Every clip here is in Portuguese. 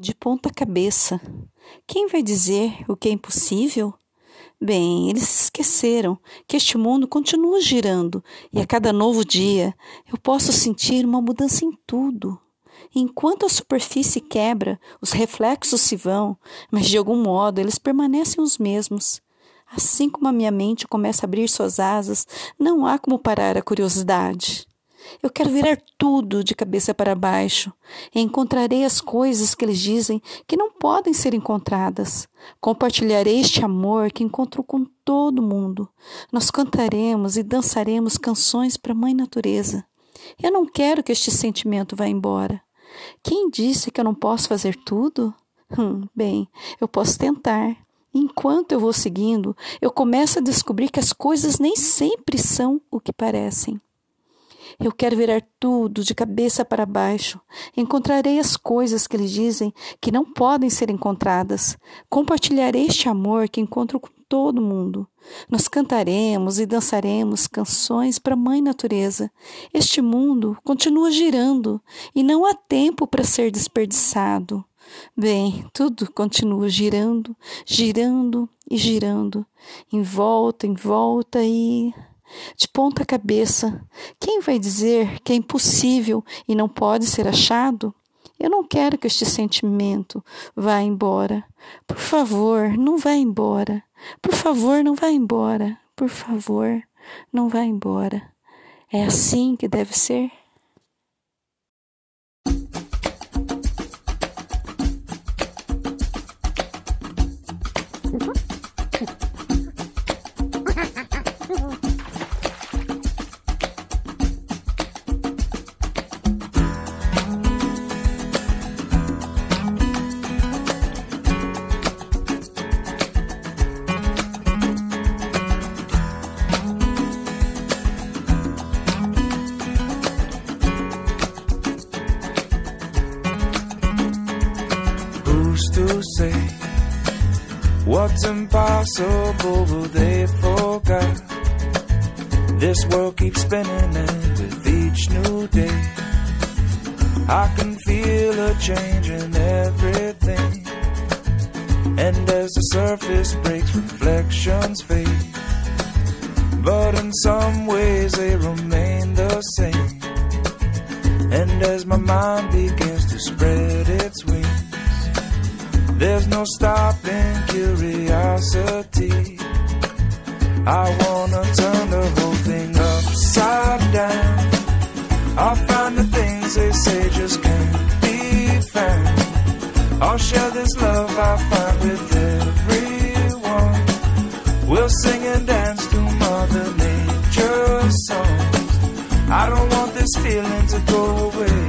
de ponta cabeça. Quem vai dizer o que é impossível? Bem, eles esqueceram que este mundo continua girando e a cada novo dia eu posso sentir uma mudança em tudo. Enquanto a superfície quebra, os reflexos se vão, mas de algum modo eles permanecem os mesmos. Assim como a minha mente começa a abrir suas asas, não há como parar a curiosidade. Eu quero virar tudo de cabeça para baixo e encontrarei as coisas que eles dizem que não podem ser encontradas. Compartilharei este amor que encontro com todo mundo. Nós cantaremos e dançaremos canções para a Mãe Natureza. Eu não quero que este sentimento vá embora. Quem disse que eu não posso fazer tudo? Bem, eu posso tentar. Enquanto eu vou seguindo, eu começo a descobrir que as coisas nem sempre são o que parecem. Eu quero virar tudo de cabeça para baixo. Encontrarei as coisas que eles dizem que não podem ser encontradas. Compartilharei este amor que encontro com todo mundo. Nós cantaremos e dançaremos canções para a Mãe Natureza. Este mundo continua girando e não há tempo para ser desperdiçado. Bem, tudo continua girando, girando e girando, em volta e... de ponta cabeça. Quem vai dizer que é impossível e não pode ser achado? Eu não quero que este sentimento vá embora. Por favor, não vá embora. Por favor, não vá embora. Por favor, não vá embora. É assim que deve ser? To say what's impossible, but they forgot. This world keeps spinning, and with each new day, I can feel a change in everything. And as the surface breaks, reflections fade, but in some ways they remain the same. And as my mind begins to spread its wings, there's no stopping curiosity. I wanna turn the whole thing upside down. I'll find the things they say just can't be found. I'll share this love I find with everyone. We'll sing and dance to Mother Nature's songs. I don't want this feeling to go away.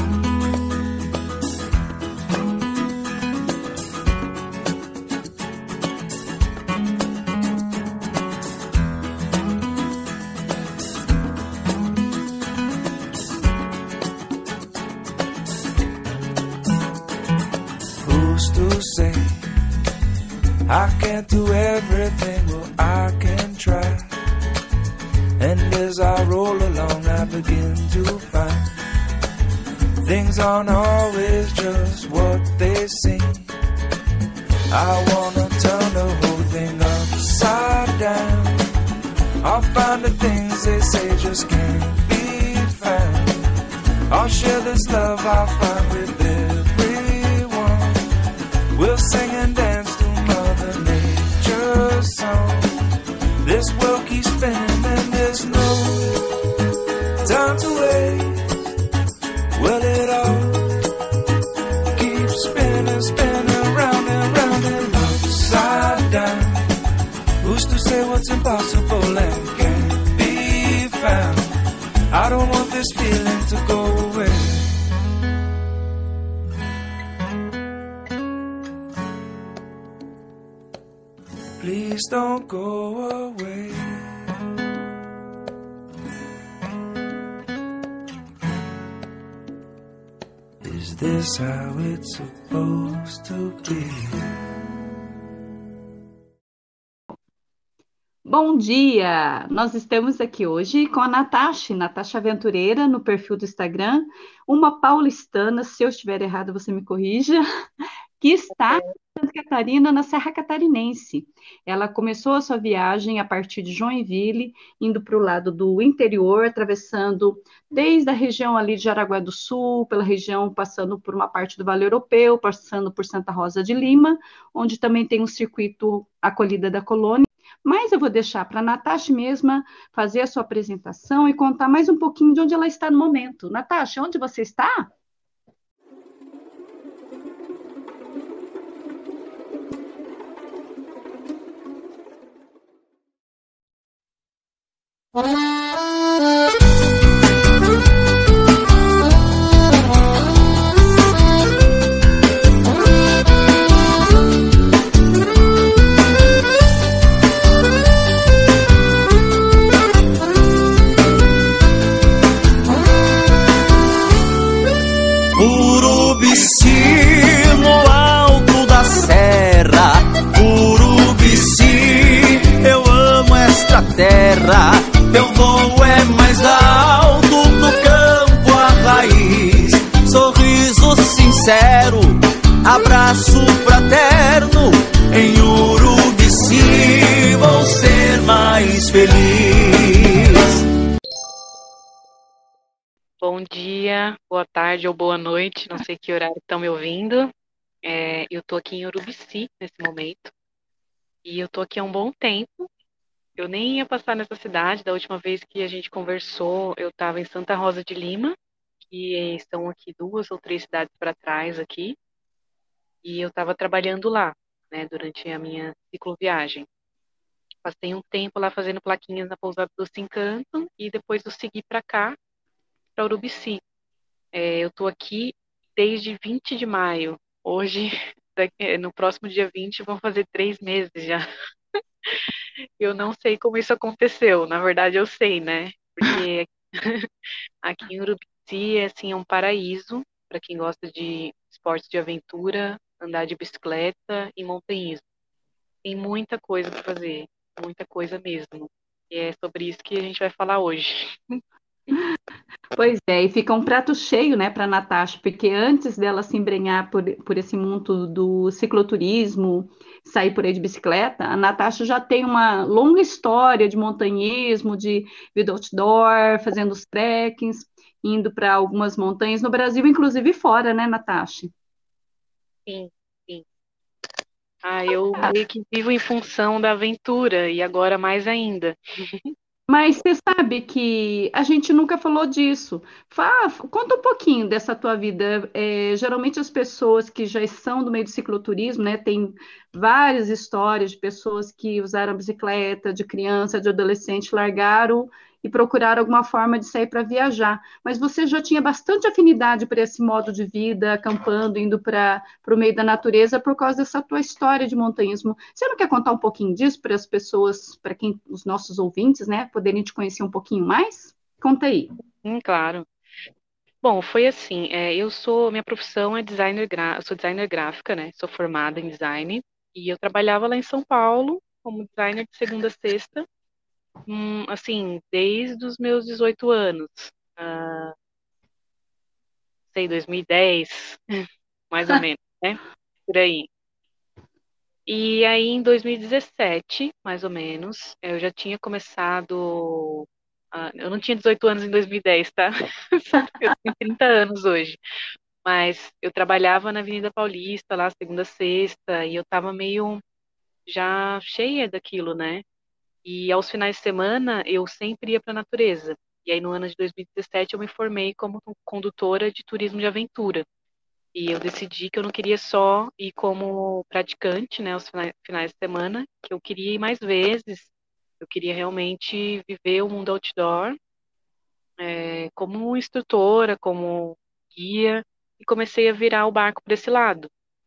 To say I can't do everything, well I can try. And as I roll along I begin to find things aren't always just what they seem. I wanna turn the whole thing upside down. I'll find the things they say just can't be found. I'll share this love I find with everyone. We'll sing and dance to Mother Nature's song. This world keeps spinning and there's no time to waste. Well, it all keeps spinning, spinning round and round and upside down. Who's to say what's impossible and can't be found? I don't want this feeling to go away. Please don't go away. Is this how it's supposed to be? Bom dia! Nós estamos aqui hoje com a Natasha Aventureira, no perfil do Instagram, uma paulistana, se eu estiver errado, você me corrija, que está em Santa Catarina, na Serra Catarinense. Ela começou a sua viagem a partir de Joinville, indo para o lado do interior, atravessando desde a região ali de Jaraguá do Sul, pela região, passando por uma parte do Vale Europeu, passando por Santa Rosa de Lima, onde também tem um circuito Acolhida da Colônia. Mas eu vou deixar para a Natasha mesma fazer a sua apresentação e contar mais um pouquinho de onde ela está no momento. Natasha, onde você está? Urubici no alto da serra, Urubici, eu amo esta terra. Meu voo é mais alto do campo à raiz. Sorriso sincero, abraço fraterno. Em Urubici vou ser mais feliz. Bom dia, boa tarde ou boa noite, não sei que horário estão me ouvindo. Eu estou aqui em Urubici nesse momento e eu estou aqui há um bom tempo. Eu nem ia passar nessa cidade, da última vez que a gente conversou, eu estava em Santa Rosa de Lima, que estão aqui 2 ou 3 cidades para trás aqui, e eu estava trabalhando lá, né, durante a minha cicloviagem. Passei um tempo lá fazendo plaquinhas na pousada do Encanto e depois eu segui para cá, para Urubici. Eu estou aqui desde 20 de maio. Hoje, no próximo dia 20, vão fazer 3 meses já. Eu não sei como isso aconteceu. Na verdade, eu sei, né? Porque aqui em Urubici assim, é um paraíso para quem gosta de esportes de aventura, andar de bicicleta e montanhismo. Tem muita coisa para fazer, muita coisa mesmo. E é sobre isso que a gente vai falar hoje. Pois é, e fica um prato cheio, né, para a Natasha, porque antes dela se embrenhar por esse mundo do cicloturismo, sair por aí de bicicleta, a Natasha já tem uma longa história de montanhismo, de vida outdoor, fazendo os trekkings, indo para algumas montanhas no Brasil, inclusive fora, né, Natasha? Sim, sim. Eu meio que vivo em função da aventura e agora mais ainda. Mas você sabe que a gente nunca falou disso. Conta um pouquinho dessa tua vida. Geralmente as pessoas que já são do meio do cicloturismo, né, tem várias histórias de pessoas que usaram a bicicleta, de criança, de adolescente, largaram e procuraram alguma forma de sair para viajar. Mas você já tinha bastante afinidade para esse modo de vida, acampando, indo para o meio da natureza, por causa dessa tua história de montanhismo. Você não quer contar um pouquinho disso para as pessoas, para quem, os nossos ouvintes, né, poderem te conhecer um pouquinho mais? Conta aí. Claro. Bom, foi assim, minha profissão é eu sou designer gráfica, né? Sou formada em design e eu trabalhava lá em São Paulo como designer de segunda a sexta, assim, desde os meus 18 anos, ah, sei, 2010, mais ou menos, né? Por aí. E aí, em 2017, mais ou menos, eu já tinha começado. Eu não tinha 18 anos em 2010, tá? Só porque eu tenho 30 anos hoje. Mas eu trabalhava na Avenida Paulista, lá, segunda a sexta, e eu tava meio já cheia daquilo, né? E aos finais de semana, eu sempre ia pra natureza. E aí, no ano de 2017, eu me formei como condutora de turismo de aventura. E eu decidi que eu não queria só ir como praticante, né, aos finais de semana, que eu queria ir mais vezes. Eu queria realmente viver o mundo outdoor, como instrutora, como guia, e comecei a virar o barco para esse lado.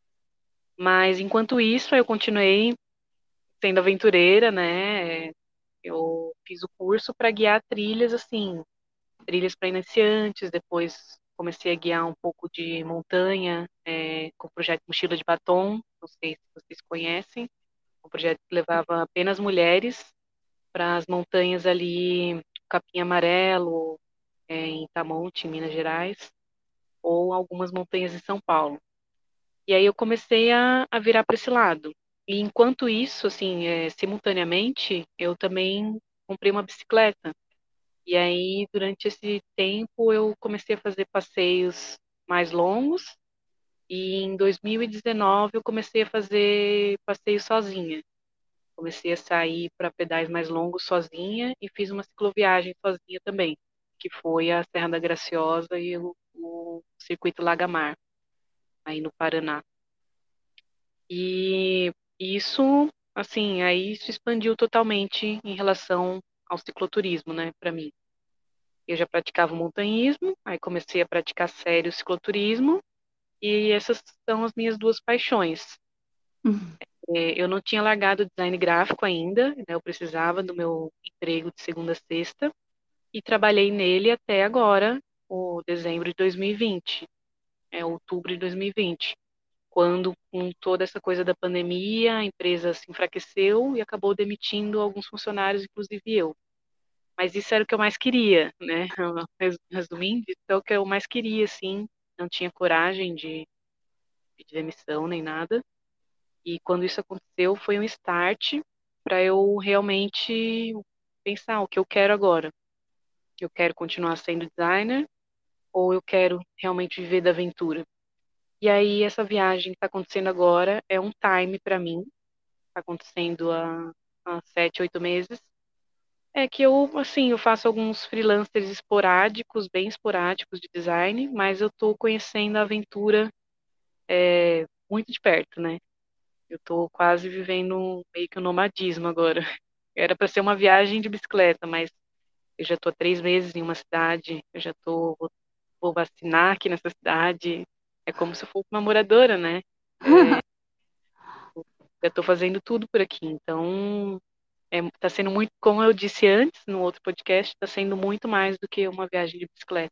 Mas enquanto isso, eu continuei sendo aventureira, né? Eu fiz o curso para guiar trilhas, assim, trilhas para iniciantes, depois comecei a guiar um pouco de montanha, com o projeto Mochila de Batom, não sei se vocês conhecem, um projeto que levava apenas mulheres, para as montanhas ali, Capim Amarelo, em Itamonte, em Minas Gerais, ou algumas montanhas em São Paulo. E aí eu comecei a virar para esse lado. E enquanto isso, assim, simultaneamente, eu também comprei uma bicicleta. E aí, durante esse tempo, eu comecei a fazer passeios mais longos. E em 2019, eu comecei a fazer passeios sozinha. Comecei a sair para pedais mais longos sozinha e fiz uma cicloviagem sozinha também, que foi a Serra da Graciosa e o Circuito Lagamar, aí no Paraná. E isso, assim, aí isso expandiu totalmente em relação ao cicloturismo, né, para mim. Eu já praticava o montanhismo, aí comecei a praticar sério o cicloturismo, e essas são as minhas duas paixões. Eu não tinha largado o design gráfico ainda, né, eu precisava do meu emprego de segunda a sexta, e trabalhei nele até agora, o dezembro de 2020, outubro de 2020, quando com toda essa coisa da pandemia, a empresa se enfraqueceu e acabou demitindo alguns funcionários, inclusive eu. Mas isso era o que eu mais queria, né? Resumindo, isso é o que eu mais queria, assim. Não tinha coragem de pedir demissão nem nada. E quando isso aconteceu, foi um start para eu realmente pensar o que eu quero agora. Eu quero continuar sendo designer ou eu quero realmente viver da aventura? E aí essa viagem que está acontecendo agora é um time para mim, está acontecendo há 7, 8 meses. É que eu, assim, eu faço alguns freelancers esporádicos, bem esporádicos de design, mas eu estou conhecendo a aventura muito de perto, né? Eu estou quase vivendo meio que um nomadismo agora. Era para ser uma viagem de bicicleta, mas eu já estou há 3 meses em uma cidade, eu já vou vacinar aqui nessa cidade. É como se eu fosse uma moradora, né? Eu estou fazendo tudo por aqui. Então, tá sendo muito, como eu disse antes, no outro podcast, está sendo muito mais do que uma viagem de bicicleta.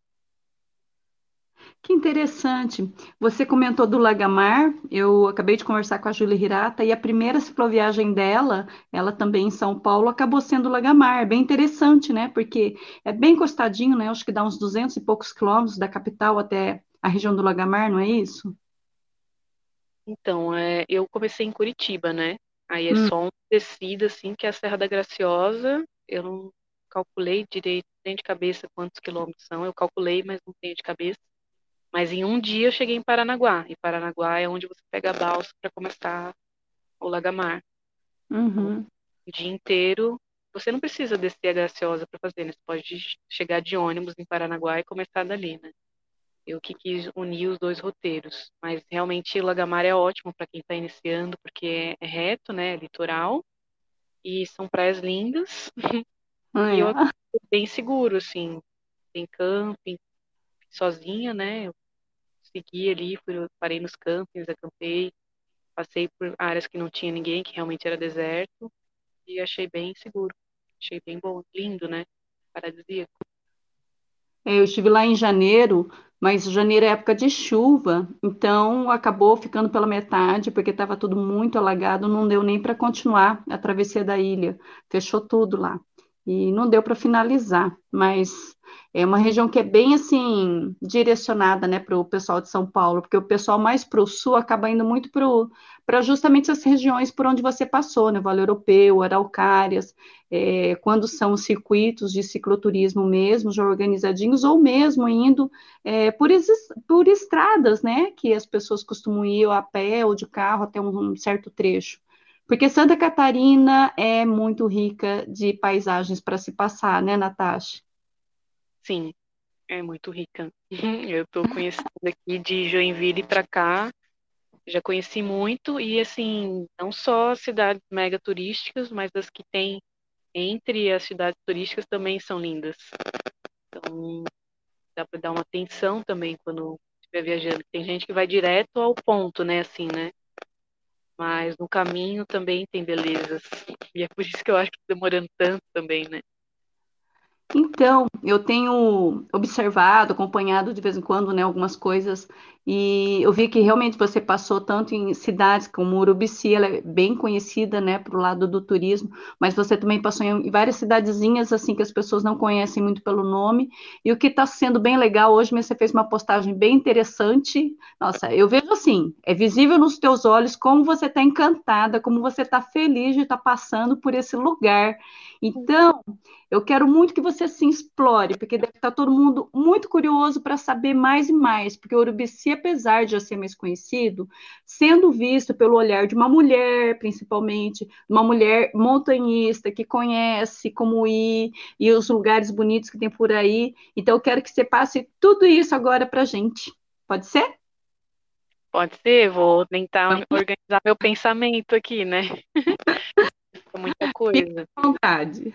Que interessante. Você comentou do Lagamar, eu acabei de conversar com a Júlia Hirata e a primeira cicloviagem dela, ela também em São Paulo, acabou sendo o Lagamar. Bem interessante, né? Porque é bem encostadinho, né? Acho que dá uns 200 e poucos quilômetros da capital até a região do Lagamar, não é isso? Então, eu comecei em Curitiba, né? Aí é Hum, só uma descida, assim, que é a Serra da Graciosa. Eu não calculei direito, nem de cabeça quantos quilômetros são. Eu calculei, mas não tenho de cabeça. Mas em um dia eu cheguei em Paranaguá. E Paranaguá é onde você pega a balsa para começar o Lagamar. Então, uhum. o dia inteiro. Você não precisa descer a Graciosa para fazer, né? Você pode chegar de ônibus em Paranaguá e começar dali, né? Eu que quis unir os dois roteiros. Mas realmente o Lagamar é ótimo para quem está iniciando, porque é reto, né? É litoral. E são praias lindas. E eu É. bem seguro, assim. Tem camping, sozinha, né? Eu segui ali, parei nos campings, acampei. Passei por áreas que não tinha ninguém, que realmente era deserto. E achei bem seguro. Achei bem bom. Lindo, né? Paradisíaco. Eu estive lá em janeiro, mas janeiro é época de chuva, então acabou ficando pela metade, porque estava tudo muito alagado, não deu nem para continuar a travessia da ilha, fechou tudo lá. E não deu para finalizar, mas é uma região que é bem assim direcionada, né, para o pessoal de São Paulo, porque o pessoal mais para o sul acaba indo muito para justamente as regiões por onde você passou, né, Vale Europeu, Araucárias, quando são circuitos de cicloturismo mesmo, já organizadinhos, ou mesmo indo por estradas, né, que as pessoas costumam ir a pé ou de carro até um certo trecho. Porque Santa Catarina é muito rica de paisagens para se passar, né, Natasha? Sim, é muito rica. Eu tô conhecendo aqui de Joinville para cá. Já conheci muito e, assim, não só cidades mega turísticas, mas as que tem entre as cidades turísticas também são lindas. Então, dá para dar uma atenção também quando estiver viajando. Tem gente que vai direto ao ponto, né, assim, né? Mas no caminho também tem belezas. E é por isso que eu acho que tá demorando tanto também, né? Então, eu tenho observado, acompanhado de vez em quando, né, algumas coisas E eu vi que realmente você passou tanto em cidades como Urubici, ela é bem conhecida, né, para o lado do turismo, mas você também passou em várias cidadezinhas assim que as pessoas não conhecem muito pelo nome. E o que está sendo bem legal hoje, você fez uma postagem bem interessante. Nossa, eu vejo assim, é visível nos teus olhos como você está encantada, como você está feliz de estar passando por esse lugar. Então, eu quero muito que você se explore, porque deve estar todo mundo muito curioso para saber mais e mais, porque o Urubici, apesar de já ser mais conhecido, sendo visto pelo olhar de uma mulher, principalmente, uma mulher montanhista que conhece como ir e os lugares bonitos que tem por aí. Então, eu quero que você passe tudo isso agora para a gente. Pode ser? Pode ser, vou tentar organizar meu pensamento aqui, né? É muita coisa. À vontade.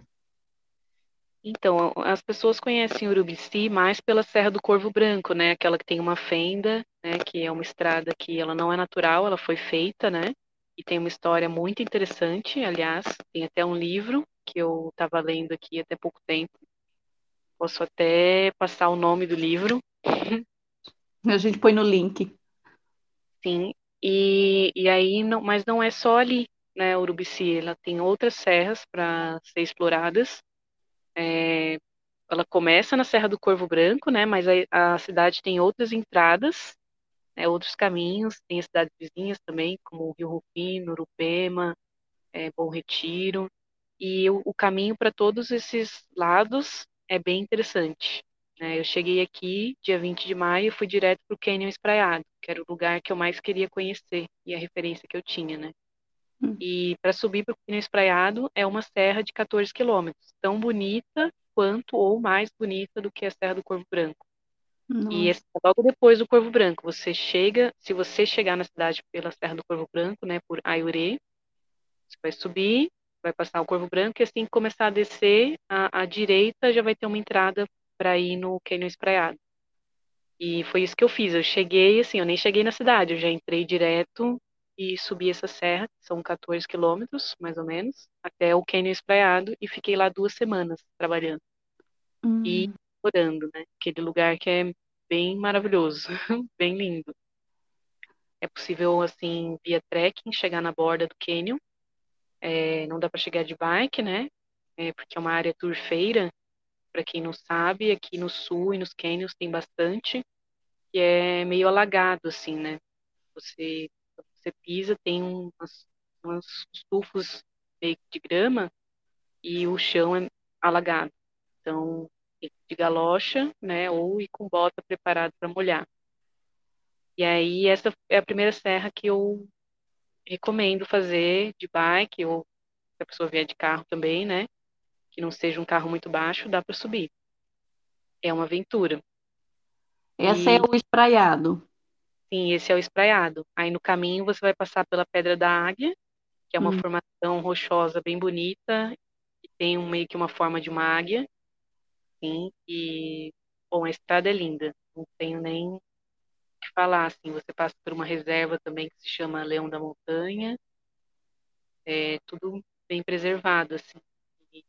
Então, as pessoas conhecem Urubici mais pela Serra do Corvo Branco, né? Aquela que tem uma fenda, né? Que é uma estrada que ela não é natural, ela foi feita, né? E tem uma história muito interessante, aliás, tem até um livro que eu estava lendo aqui até pouco tempo. Posso até passar o nome do livro, A gente põe no link. sim. E aí, não, mas não é só ali, né? Urubici, ela tem outras serras para ser exploradas. Ela começa na Serra do Corvo Branco, né? Mas a cidade tem outras entradas, né, outros caminhos. Tem as cidades vizinhas também, como o Rio Rufino, Urupema, Bom Retiro. E o caminho para todos esses lados é bem interessante, né? Eu cheguei aqui dia 20 de maio e fui direto para o Cânion Espraiado, que era o lugar que eu mais queria conhecer e a referência que eu tinha, né? E para subir para o Cânion Espraiado é uma serra de 14 quilômetros, tão bonita quanto ou mais bonita do que a Serra do Corvo Branco. E Nossa. logo depois do Corvo Branco, você chega, se você chegar na cidade pela Serra do Corvo Branco, né, por Aiurê, você vai subir, vai passar o Corvo Branco e assim que começar a descer, à direita já vai ter uma entrada para ir no Cânion Espraiado. E foi isso que eu fiz. Eu cheguei, assim, eu nem cheguei na cidade, eu já entrei direto e subi essa serra, que são 14 quilômetros, mais ou menos, até o Cânion Espraiado e fiquei lá 2 semanas trabalhando e Hum. explorando, né? Aquele lugar que é bem maravilhoso, bem lindo. É possível, assim, via trekking, chegar na borda do cânion. Não dá para chegar de bike, né? Porque é uma área turfeira. Para quem não sabe, aqui no sul e nos cânions tem bastante, que é meio alagado, assim, né? Você pisa, tem uns tufos meio que de grama e o chão é alagado. Então, tem que ir de galocha, né? Ou ir com bota preparada para molhar. E aí, essa é a primeira serra que eu recomendo fazer de bike, ou se a pessoa vier de carro também, né? Que não seja um carro muito baixo, dá para subir. É uma aventura. Essa é E o espraiado. sim, esse é o espraiado. Aí no caminho você vai passar pela Pedra da Águia, que é uma Hum. formação rochosa bem bonita, que tem meio que uma forma de uma águia, sim. E bom, a estrada é linda. Não tenho nem o que falar, assim. Você passa por uma reserva também que se chama Leão da Montanha. É tudo bem preservado, assim. E,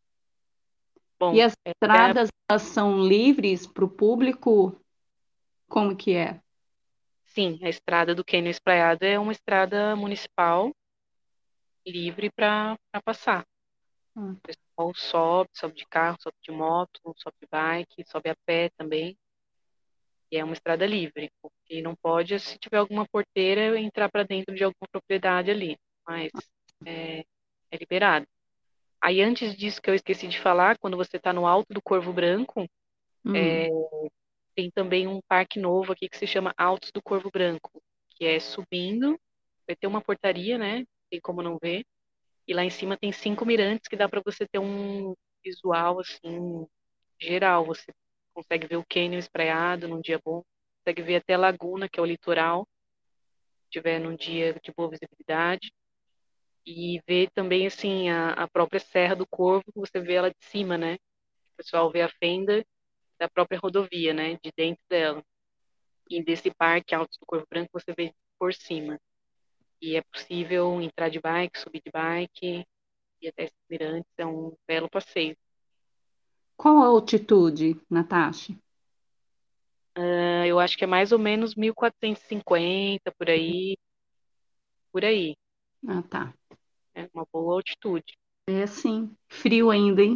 E bom, as estradas, elas são livres para o público? Como que é? sim, a estrada do Cânion Espraiado é uma estrada municipal livre para passar. Hum. O pessoal sobe de carro, sobe de moto, sobe de bike, sobe a pé também. E é uma estrada livre. O que não pode é se tiver alguma porteira entrar para dentro de alguma propriedade ali. Mas é, é liberado. Aí antes disso que eu esqueci de falar, quando você está no alto do Corvo Branco, Hum. tem também um parque novo aqui que se chama Altos do Corvo Branco, que é subindo, vai ter uma portaria, né? Tem como não ver. E lá em cima tem 5 mirantes que dá para você ter um visual assim geral. Você consegue ver o cânion espraiado num dia bom, consegue ver até a laguna, que é o litoral, se tiver num dia de boa visibilidade. E ver também assim a própria Serra do Corvo, você vê ela de cima, né? O pessoal vê a fenda da própria rodovia, né? De dentro dela. E desse parque Altos do Corvo Branco você vê por cima. E é possível entrar de bike, subir de bike, e até esses mirantes é um belo passeio. Qual a altitude, Natasha? Eu acho que é mais ou menos 1450 por aí, por aí. Ah, tá. É uma boa altitude. É assim, frio ainda, hein?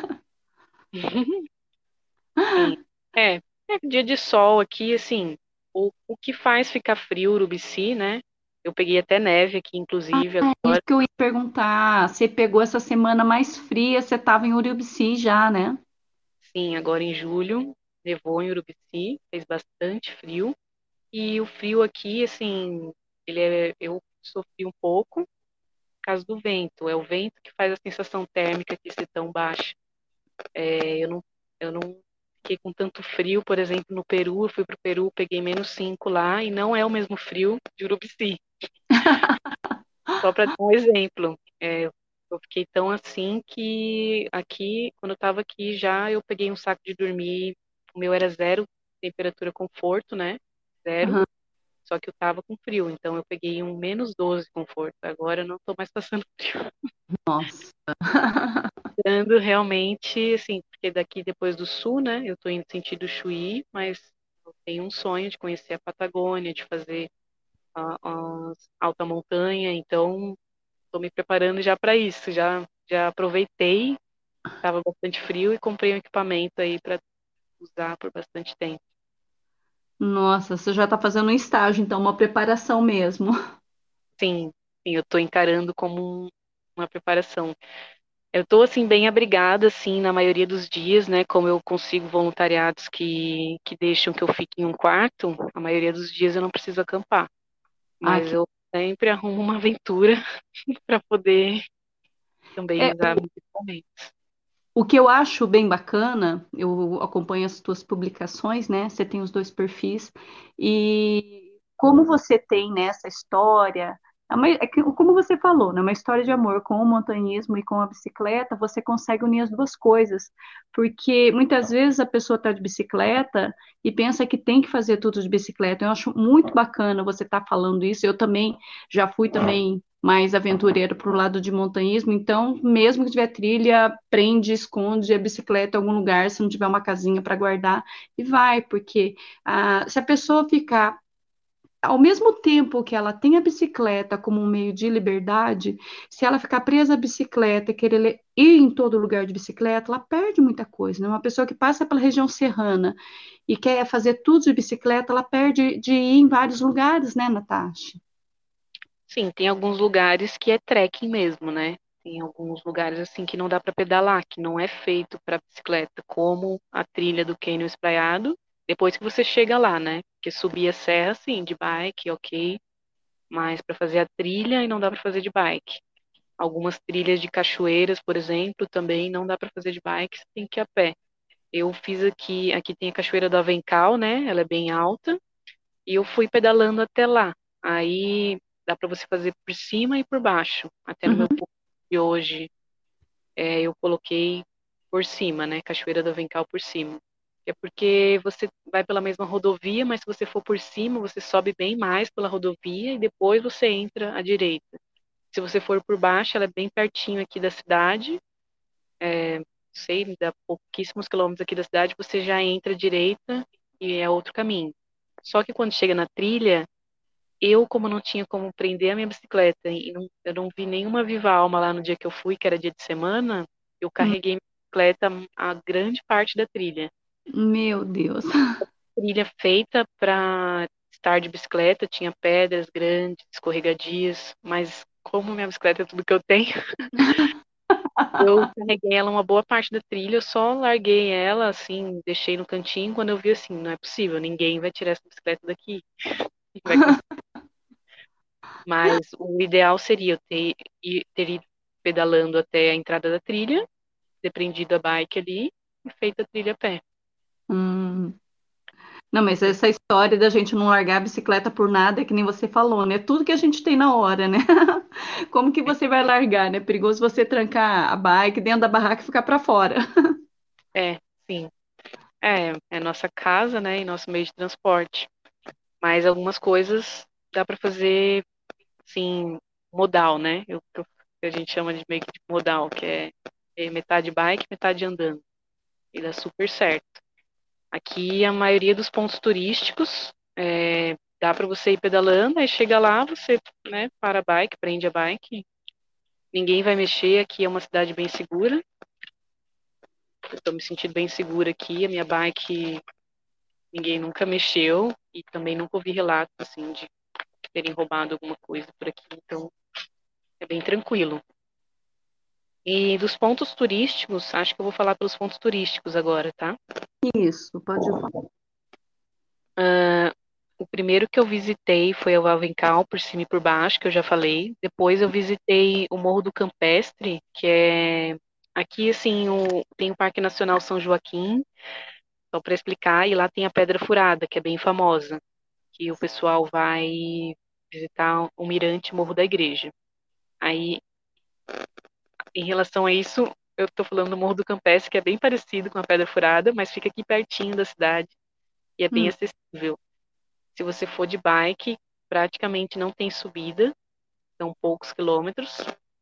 Sim. É, é dia de sol aqui, assim, o que faz ficar frio Urubici, né? Eu peguei até neve aqui, inclusive, É isso agora. que eu ia perguntar. Você pegou essa semana mais fria, você estava em Urubici já, né? Sim, agora em julho, nevou em Urubici, fez bastante frio. E o frio aqui, assim, eu sofri um pouco por causa do vento. É o vento que faz a sensação térmica aqui ser tão baixa. Eu não fiquei com tanto frio, por exemplo, no Peru. Eu fui pro Peru, peguei -5 lá e não é o mesmo frio de Urubici. Só para dar um exemplo. Eu fiquei tão assim que aqui, quando eu estava aqui já, eu peguei um saco de dormir. O meu era zero temperatura conforto, né? Zero. Aham. Só que eu tava com frio, então eu peguei um -12 conforto. Agora eu não tô mais passando frio. Nossa. Ando realmente, assim, porque daqui depois do sul, né? Eu tô indo sentido Chuí, mas eu tenho um sonho de conhecer a Patagônia, de fazer a alta montanha, então tô me preparando já para isso. Já aproveitei, tava bastante frio e comprei um equipamento aí para usar por bastante tempo. Nossa, você já está fazendo um estágio, então, uma preparação mesmo. Sim, sim, eu tô encarando como uma preparação. Eu tô, assim, bem abrigada, assim, na maioria dos dias, né? Como eu consigo voluntariados que deixam que eu fique em um quarto, a maioria dos dias eu não preciso acampar. Ah, Mas eu sempre arrumo uma aventura para poder também é, usar principalmente. o que eu acho bem bacana, eu acompanho as tuas publicações, né? Você tem os dois perfis, e como você tem nessa história, como você falou, né? Uma história de amor com o montanhismo e com a bicicleta, você consegue unir as duas coisas, porque muitas vezes a pessoa está de bicicleta e pensa que tem que fazer tudo de bicicleta. Eu acho muito bacana você estar falando isso. Eu também já fui também mais aventureiro para o lado de montanhismo, então, mesmo que tiver trilha, prende, esconde a bicicleta em algum lugar, se não tiver uma casinha para guardar, e vai, porque se a pessoa ficar, ao mesmo tempo que ela tem a bicicleta como um meio de liberdade, se ela ficar presa à bicicleta e querer ir em todo lugar de bicicleta, ela perde muita coisa, né? Uma pessoa que passa pela região serrana e quer fazer tudo de bicicleta, ela perde de ir em vários lugares, né, Natasha? Sim, tem alguns lugares que é trekking mesmo, né? Tem alguns lugares assim que não dá para pedalar, que não é feito para bicicleta, como a trilha do Cânion Espraiado, depois que você chega lá, né? Porque subir a serra, sim, de bike, ok, mas para fazer a trilha e não dá para fazer de bike. Algumas trilhas de cachoeiras, por exemplo, também não dá para fazer de bike, você tem que ir a pé. Eu fiz aqui tem a Cachoeira do Avencal, né? Ela é bem alta, e eu fui pedalando até lá. Aí dá para você fazer por cima e por baixo. Até no Uhum. meu post de hoje, eu coloquei por cima, né? Cachoeira do Avencal por cima. É porque você vai pela mesma rodovia, mas se você for por cima, você sobe bem mais pela rodovia e depois você entra à direita. Se você for por baixo, ela é bem pertinho aqui da cidade. Sei, dá pouquíssimos quilômetros aqui da cidade, você já entra à direita e é outro caminho. Só que quando chega na trilha, como não tinha como prender a minha bicicleta e eu não vi nenhuma viva alma lá no dia que eu fui, que era dia de semana, eu carreguei minha bicicleta a grande parte da trilha. Meu Deus. Trilha feita para estar de bicicleta, tinha pedras grandes, escorregadias, mas como minha bicicleta é tudo que eu tenho, eu carreguei ela uma boa parte da trilha, eu só larguei ela, assim, deixei no cantinho, quando eu vi assim, não é possível, ninguém vai tirar essa bicicleta daqui. Vai Mas o ideal seria eu ter ido pedalando até a entrada da trilha, ter prendido a bike ali e feito a trilha a pé. Hum. Não, mas essa história da gente não largar a bicicleta por nada, é que nem você falou, né? Tudo que a gente tem na hora, né? Como que você vai largar, né? Perigoso você trancar a bike dentro da barraca e ficar para fora. Sim. É nossa casa, né, e nosso meio de transporte. Mas algumas coisas dá para fazer, assim, modal, né? Que a gente chama de meio que de modal, que é metade bike, metade andando. E dá super certo. Aqui a maioria dos pontos turísticos dá para você ir pedalando, aí chega lá, você, né, para a bike, prende a bike, ninguém vai mexer, aqui é uma cidade bem segura, eu estou me sentindo bem segura aqui, a minha bike ninguém nunca mexeu e também nunca ouvi relatos assim de terem roubado alguma coisa por aqui, então é bem tranquilo. E dos pontos turísticos, acho que eu vou falar pelos pontos turísticos agora, tá? Isso, pode falar. O primeiro que eu visitei foi o Avencal, por cima e por baixo, que eu já falei. Depois eu visitei o Morro do Campestre, que é aqui, assim, tem o Parque Nacional São Joaquim, só para explicar, e lá tem a Pedra Furada, que é bem famosa, que o pessoal vai visitar o Mirante Morro da Igreja. Aí, em relação a isso, eu estou falando do Morro do Campestre, que é bem parecido com a Pedra Furada, mas fica aqui pertinho da cidade e é bem Hum. acessível. Se você for de bike, praticamente não tem subida, são poucos quilômetros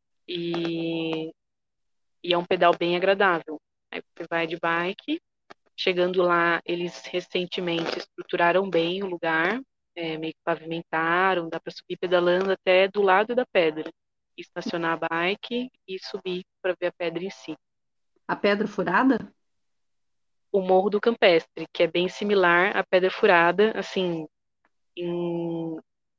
e, é um pedal bem agradável. Aí você vai de bike, chegando lá, eles recentemente estruturaram bem o lugar, meio que pavimentaram, dá para subir pedalando até do lado da pedra, estacionar a bike e subir para ver a pedra em si. A Pedra Furada? O Morro do Campestre, que é bem similar à Pedra Furada, assim, em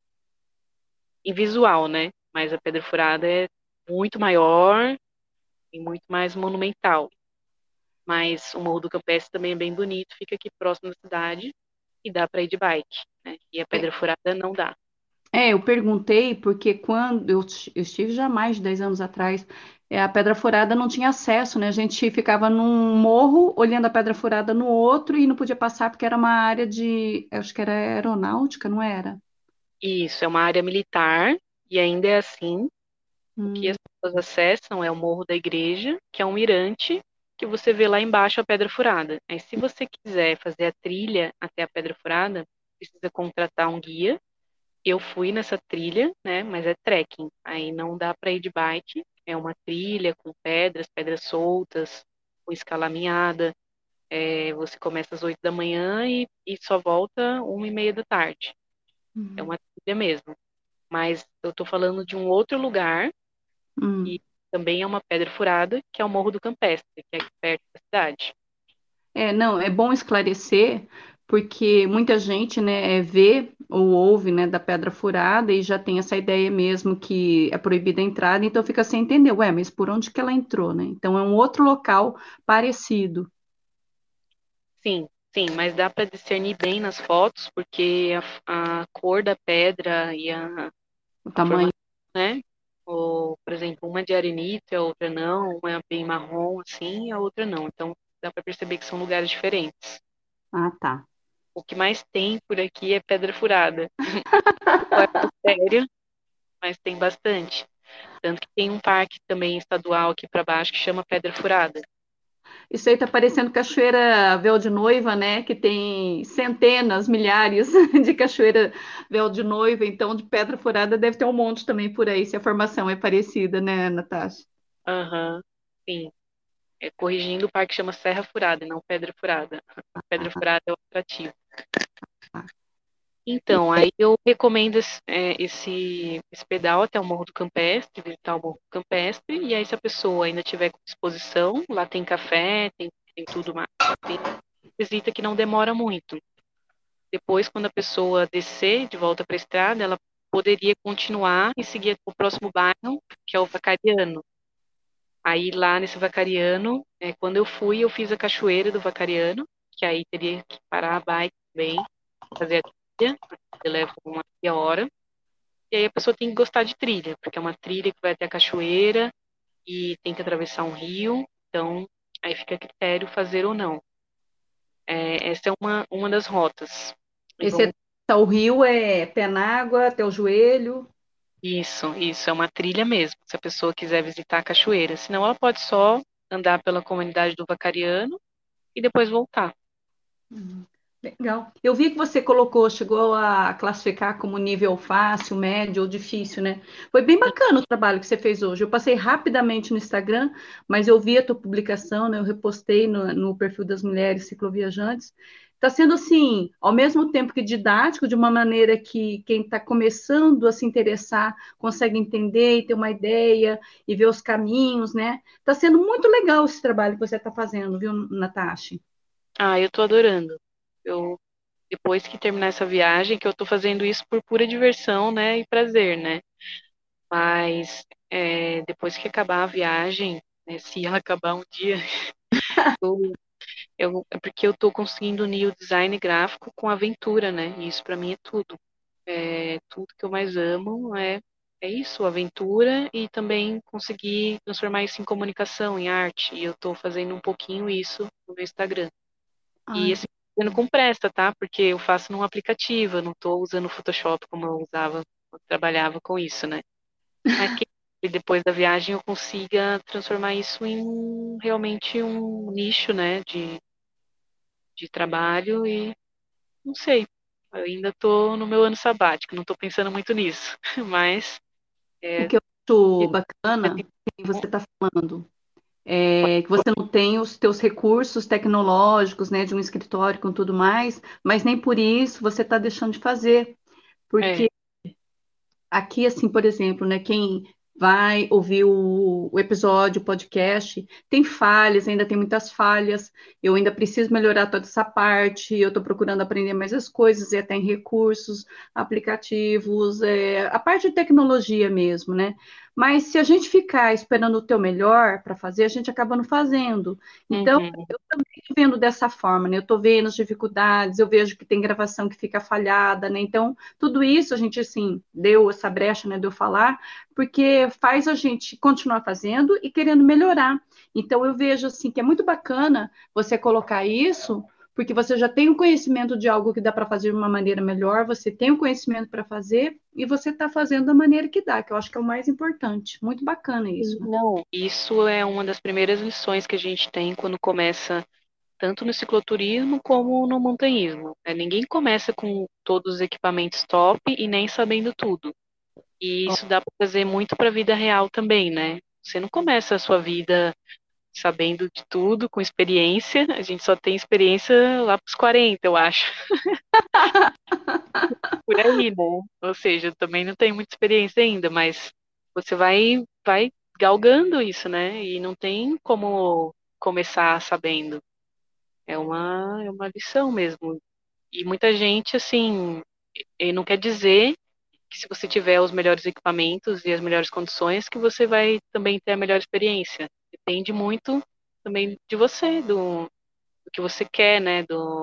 visual, né? Mas a Pedra Furada é muito maior e muito mais monumental. Mas o Morro do Campestre também é bem bonito, fica aqui próximo da cidade e dá para ir de bike, né? E a Pedra Furada não dá. Eu perguntei porque quando eu estive já há mais de 10 anos atrás, a Pedra Furada não tinha acesso, né? A gente ficava num morro olhando a Pedra Furada no outro e não podia passar porque era uma área de, acho que era aeronáutica, não era? Isso, é uma área militar e ainda é assim. O que Hum, as pessoas acessam é o Morro da Igreja, que é um mirante que você vê lá embaixo a Pedra Furada. Aí, se você quiser fazer a trilha até a Pedra Furada, precisa contratar um guia. Eu fui nessa trilha, né? Mas é trekking. Aí não dá para ir de bike. É uma trilha com pedras, pedras soltas, com escalaminhada. Você começa às 8 da manhã e, só volta 1h30 da tarde. É hum, uma trilha mesmo. Mas eu tô falando de um outro lugar hum. que também é uma pedra furada, que é o Morro do Campestre, que é aqui perto da cidade. Não, é bom esclarecer, porque muita gente, né, vê ou ouve, né, da Pedra Furada e já tem essa ideia mesmo que é proibida a entrada, então fica sem entender, ué, mas por onde que ela entrou, né? Então é um outro local parecido, Sim, sim, mas dá para discernir bem nas fotos, porque a cor da pedra e o a tamanho. formação, né? Ou, por exemplo, uma de arenito, a outra não, uma é bem marrom assim, a outra não. Então dá para perceber que são lugares diferentes. Ah, tá. O que mais tem por aqui é pedra furada. Não é muito sério, mas tem bastante. Tanto que tem um parque também estadual aqui para baixo que chama Pedra Furada. Isso aí tá parecendo cachoeira véu de noiva, né? Que tem centenas, milhares de cachoeira véu de noiva, então de Pedra Furada deve ter um monte também por aí, se a formação é parecida, né, Natasha? Aham, sim. Corrigindo, o parque chama Serra Furada e não Pedra Furada. Pedra Furada é o atrativo. Então, aí eu recomendo esse pedal até o Morro do Campestre, visitar o Morro do Campestre, e aí se a pessoa ainda tiver com disposição, lá tem café, tem tudo mais, tem visita que não demora muito. Depois, quando a pessoa descer de volta para a estrada, ela poderia continuar e seguir o próximo bairro, que é o Vacariano. Aí lá nesse Vacariano, quando eu fui, eu fiz a cachoeira do Vacariano, que aí teria que parar a bike também, fazer a trilha, porque leva uma meia hora. E aí a pessoa tem que gostar de trilha, porque é uma trilha que vai até a cachoeira e tem que atravessar um rio, então aí fica a critério fazer ou não. Essa é uma das rotas. E Esse vamos. tá, o rio é pé na água até o joelho. Isso, é uma trilha mesmo, se a pessoa quiser visitar a cachoeira. Senão ela pode só andar pela comunidade do Vacariano e depois voltar. Legal. Eu vi que você colocou, chegou a classificar como nível fácil, médio ou difícil, né? Foi bem bacana o trabalho que você fez hoje. Eu passei rapidamente no Instagram, mas eu vi a tua publicação, né? Eu repostei no perfil das mulheres cicloviajantes. está sendo assim, ao mesmo tempo que didático, de uma maneira que quem está começando a se interessar consegue entender e ter uma ideia e ver os caminhos, né? Está sendo muito legal esse trabalho que você está fazendo, viu, Natasha? Ah, eu tô adorando. Eu, depois que terminar essa viagem, que eu tô fazendo isso por pura diversão, né, e prazer, né? Mas depois que acabar a viagem, né, se ela acabar um dia, eu, é porque eu tô conseguindo unir o design gráfico com aventura, né? E isso pra mim é tudo. É, tudo que eu mais amo é isso, aventura e também conseguir transformar isso em comunicação, em arte. E eu tô fazendo um pouquinho isso no meu Instagram. E Ai, assim, fazendo com pressa, tá? Porque eu faço num aplicativo, eu não tô usando o Photoshop como eu usava quando eu trabalhava com isso, né? Mas que depois da viagem eu consiga transformar isso em realmente um nicho, né, de trabalho e não sei. Eu ainda tô no meu ano sabático, não tô pensando muito nisso, mas o é, que eu acho bacana, que você está falando, é que você não tem os teus recursos tecnológicos, né, de um escritório com tudo mais, mas nem por isso você está deixando de fazer, é, porque aqui, assim, por exemplo, né, quem vai ouvir o episódio, o podcast, tem falhas, ainda tem muitas falhas, eu ainda preciso melhorar toda essa parte, eu estou procurando aprender mais as coisas, e até em recursos, aplicativos, a parte de tecnologia mesmo, né? Mas se a gente ficar esperando o teu melhor para fazer, a gente acaba não fazendo. Então, uhum, eu também estou vendo dessa forma, né? Eu estou vendo as dificuldades, eu vejo que tem gravação que fica falhada, né? Então, tudo isso a gente, assim, deu essa brecha, né, de eu falar, porque faz a gente continuar fazendo e querendo melhorar. Então, eu vejo, assim, que é muito bacana você colocar isso, porque você já tem o conhecimento de algo que dá para fazer de uma maneira melhor, você tem o conhecimento para fazer e você está fazendo da maneira que dá, que eu acho que é o mais importante. Muito bacana isso, né? não, isso é uma das primeiras lições que a gente tem quando começa tanto no cicloturismo como no montanhismo. Né? Ninguém começa com todos os equipamentos top e nem sabendo tudo. E Ó, isso dá para trazer muito para a vida real também, né? Você não começa a sua vida sabendo de tudo, com experiência. A gente só tem experiência lá para os 40, eu acho. Por aí, né? Ou seja, eu também não tenho muita experiência ainda, mas você vai galgando isso, né? E não tem como começar sabendo. É uma lição mesmo. E muita gente, assim, e não quer dizer que se você tiver os melhores equipamentos e as melhores condições, que você vai também ter a melhor experiência. Depende muito também de você, do que você quer, né?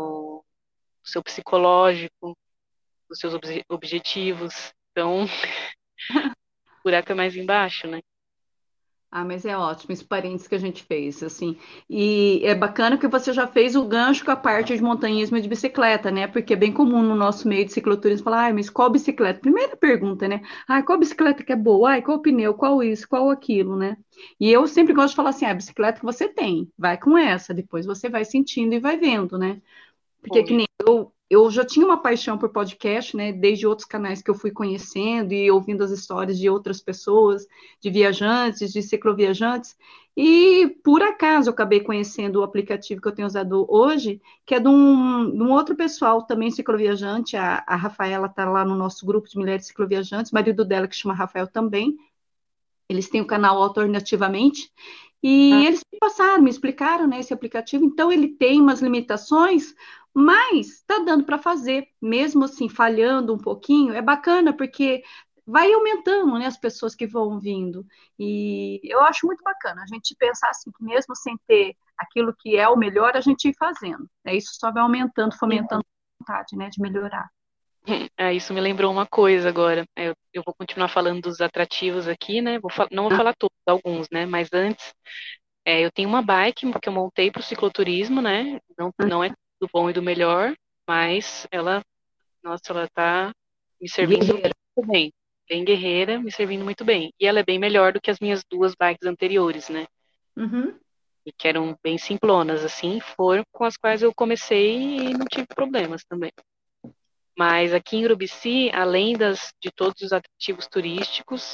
Do seu psicológico, dos seus objetivos. Então, o buraco é mais embaixo, né? ah, mas é ótimo, esse parênteses que a gente fez, assim. E é bacana que você já fez o gancho com a parte de montanhismo e de bicicleta, né? Porque é bem comum no nosso meio de cicloturismo falar, ai, mas qual bicicleta? Primeira pergunta, né? Ai, qual bicicleta que é boa? Ai, qual pneu? Qual isso? Qual aquilo, né? E eu sempre gosto de falar assim, ah, a bicicleta que você tem, vai com essa, depois você vai sentindo e vai vendo, né? Porque que Foi. nem eu já tinha uma paixão por podcast, né? Desde outros canais que eu fui conhecendo e ouvindo as histórias de outras pessoas, de viajantes, de cicloviajantes. E por acaso eu acabei conhecendo o aplicativo que eu tenho usado hoje, que é de um outro pessoal também cicloviajante. A Rafaela está lá no nosso grupo de mulheres cicloviajantes, marido dela que chama Rafael também. Eles têm o canal Alternativamente. Ah, E eles me passaram, me explicaram, né, esse aplicativo. Então, ele tem umas limitações, mas está dando para fazer, mesmo assim, falhando um pouquinho. É bacana, porque vai aumentando, né, as pessoas que vão vindo. E eu acho muito bacana a gente pensar assim, que mesmo sem ter aquilo que é o melhor, a gente ir fazendo. Né? Isso só vai aumentando, fomentando a vontade, né, de melhorar. isso me lembrou uma coisa agora. Eu vou continuar falando dos atrativos aqui, né? Não vou falar todos, alguns, né? Mas antes, eu tenho uma bike que eu montei para o cicloturismo, né? Não é do bom e do melhor, mas nossa, ela tá me servindo Guerreira. muito bem. Bem guerreira, me servindo muito bem. E ela é bem melhor do que as minhas duas bikes anteriores, né? Uhum. E que eram bem simplonas, assim, foram com as quais eu comecei e não tive problemas também. Mas aqui em Urubici, além de todos os atrativos turísticos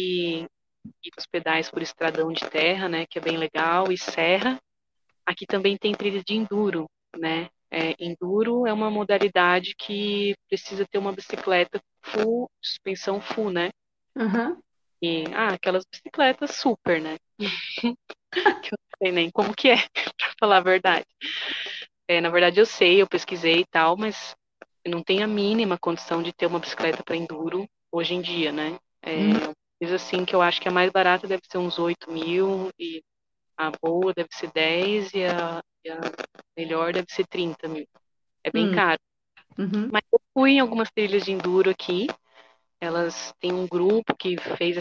e dos pedais por estradão de terra, né, que é bem legal, e serra, aqui também tem trilha de enduro, né? Enduro é uma modalidade que precisa ter uma bicicleta full, suspensão full, né? Aham. E, aquelas bicicletas super, né? Que eu não sei nem como que é, pra falar a verdade. Na verdade, eu sei, eu pesquisei e tal, mas eu não tenho a mínima condição de ter uma bicicleta para enduro hoje em dia, né? Uhum. Uma coisa assim que eu acho que a mais barata deve ser uns 8.000 e a boa deve ser 10 e a melhor deve ser 30.000. É bem Uhum. caro. Uhum. Mas eu fui em algumas trilhas de enduro aqui. Elas têm um grupo que fez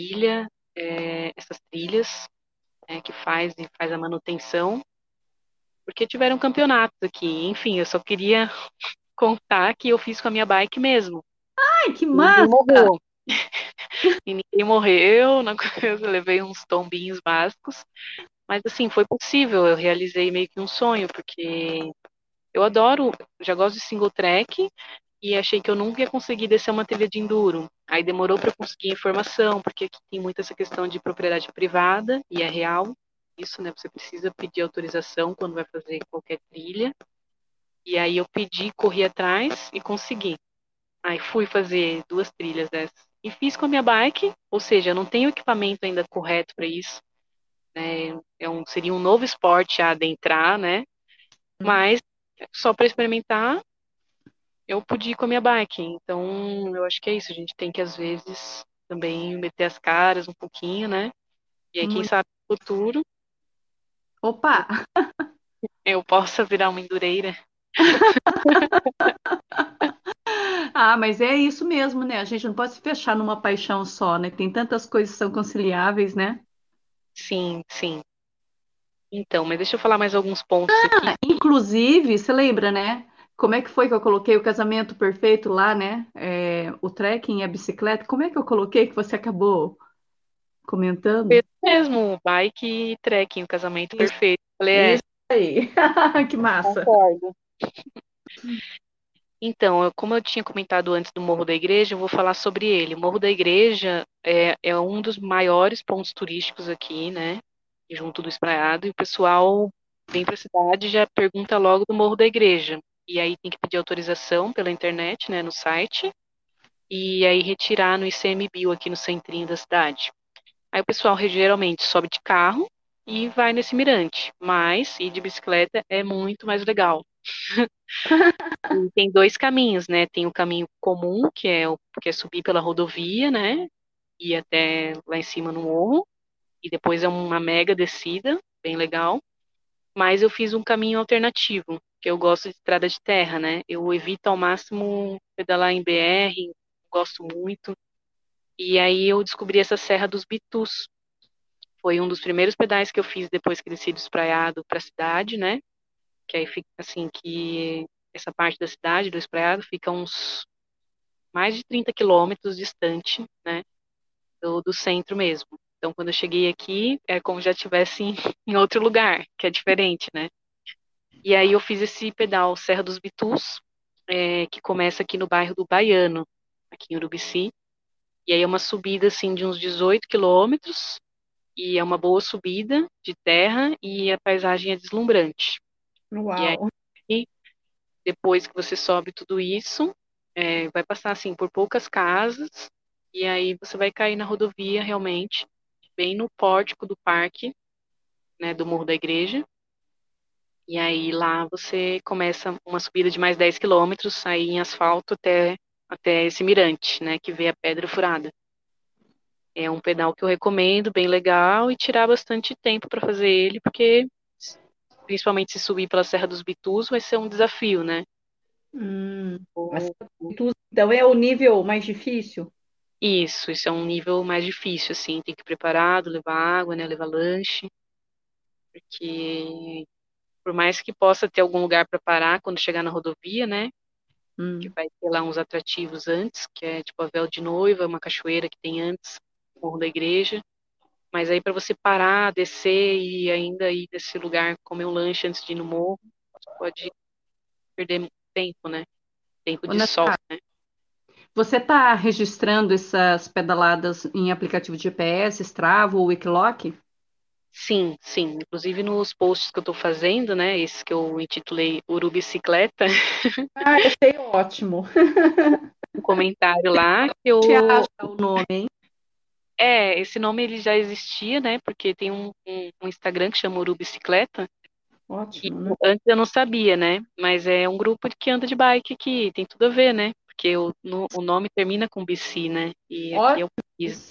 essas trilhas, que faz a manutenção, porque tiveram campeonatos aqui. Enfim, eu só queria contar que eu fiz com a minha bike mesmo. Ai, que Ninguém massa! morreu. E ninguém morreu, na coisa, eu levei uns tombinhos básicos. Mas assim, foi possível, eu realizei meio que um sonho, porque eu adoro, já gosto de single track e achei que eu nunca ia conseguir descer uma trilha de enduro. Aí demorou para conseguir informação, porque aqui tem muito essa questão de propriedade privada e é real. Isso, né? Você precisa pedir autorização quando vai fazer qualquer trilha. E aí eu pedi, corri atrás e consegui. Aí fui fazer 2 trilhas dessas. E fiz com a minha bike, ou seja, eu não tenho equipamento ainda correto para isso, né? Seria um novo esporte a adentrar, né? Mas só para experimentar, eu pude ir com a minha bike. Então, eu acho que é isso. A gente tem que, às vezes, também meter as caras um pouquinho, né? E aí, quem Muito. sabe no futuro Opa! eu possa virar uma endureira. Ah, mas é isso mesmo, né? A gente não pode se fechar numa paixão só, né? Tem tantas coisas que são conciliáveis, né? Sim, sim. Então, mas deixa eu falar mais alguns pontos aqui. Inclusive, você lembra, né? Como é que foi que eu coloquei o casamento perfeito lá, né? O trekking e a bicicleta. Como é que eu coloquei que você acabou comentando? Fez mesmo, bike e trekking, o casamento Isso, perfeito. Falei, isso aí. Que massa. concordo. Então, como eu tinha comentado antes do Morro da Igreja, eu vou falar sobre ele. O Morro da Igreja é um dos maiores pontos turísticos aqui, né? Junto do Espraiado, e o pessoal vem para a cidade e já pergunta logo do Morro da Igreja. E aí tem que pedir autorização pela internet, né, no site, e aí retirar no ICMBio aqui no centrinho da cidade. Aí o pessoal geralmente sobe de carro e vai nesse mirante, mas ir de bicicleta é muito mais legal. E tem 2 caminhos, né? Tem o caminho comum, que é subir pela rodovia, né? Ir até lá em cima no morro, e depois é uma mega descida, bem legal. Mas eu fiz um caminho alternativo, que eu gosto de estrada de terra, né? Eu evito ao máximo pedalar em BR, gosto muito. E aí eu descobri essa Serra dos Bitus. Foi um dos primeiros pedais que eu fiz depois que desci do Espraiado para a cidade, né? Que aí fica assim que essa parte da cidade do Espraiado fica uns mais de 30 quilômetros distante, né, do centro mesmo. Então, quando eu cheguei aqui, é como se já estivesse em outro lugar, que é diferente, né? E aí eu fiz esse pedal Serra dos Bitus, que começa aqui no bairro do Baiano, aqui em Urubici. E aí é uma subida, assim, de uns 18 quilômetros, e é uma boa subida de terra, e a paisagem é deslumbrante. E aí, Uau. depois que você sobe tudo isso, vai passar assim por poucas casas e aí você vai cair na rodovia realmente, bem no pórtico do parque, né, do Morro da Igreja. E aí lá você começa uma subida de mais 10 quilômetros, aí em asfalto até esse mirante, né, que vê a Pedra Furada. É um pedal que eu recomendo, bem legal, e tirar bastante tempo para fazer ele, porque principalmente se subir pela Serra dos Bitus vai ser um desafio, né? Mas então é o nível mais difícil? Isso é um nível mais difícil, assim, tem que ir preparado, levar água, né, levar lanche, porque por mais que possa ter algum lugar para parar quando chegar na rodovia, né, que Hum. vai ter lá uns atrativos antes, que é tipo a Véu de Noiva, uma cachoeira que tem antes, o Morro da Igreja, mas aí para você parar, descer e ainda ir desse lugar comer um lanche antes de ir no morro, você pode perder muito tempo, né, tempo Ô, de sol, Natália, né. você está registrando essas pedaladas em aplicativo de GPS, Strava ou Wikiloc? Sim, sim. Inclusive nos posts que eu tô fazendo, né? Esse que eu intitulei Urubicicleta, Ah, achei ótimo. um comentário lá que Te eu. acha o nome, hein? Esse nome ele já existia, né? Porque tem um Instagram que chama Urubicicleta. E Ótimo, né? antes eu não sabia, né? Mas é um grupo que anda de bike aqui, tem tudo a ver, né? Porque o nome termina com BC, né? E aqui Ótimo. é o país.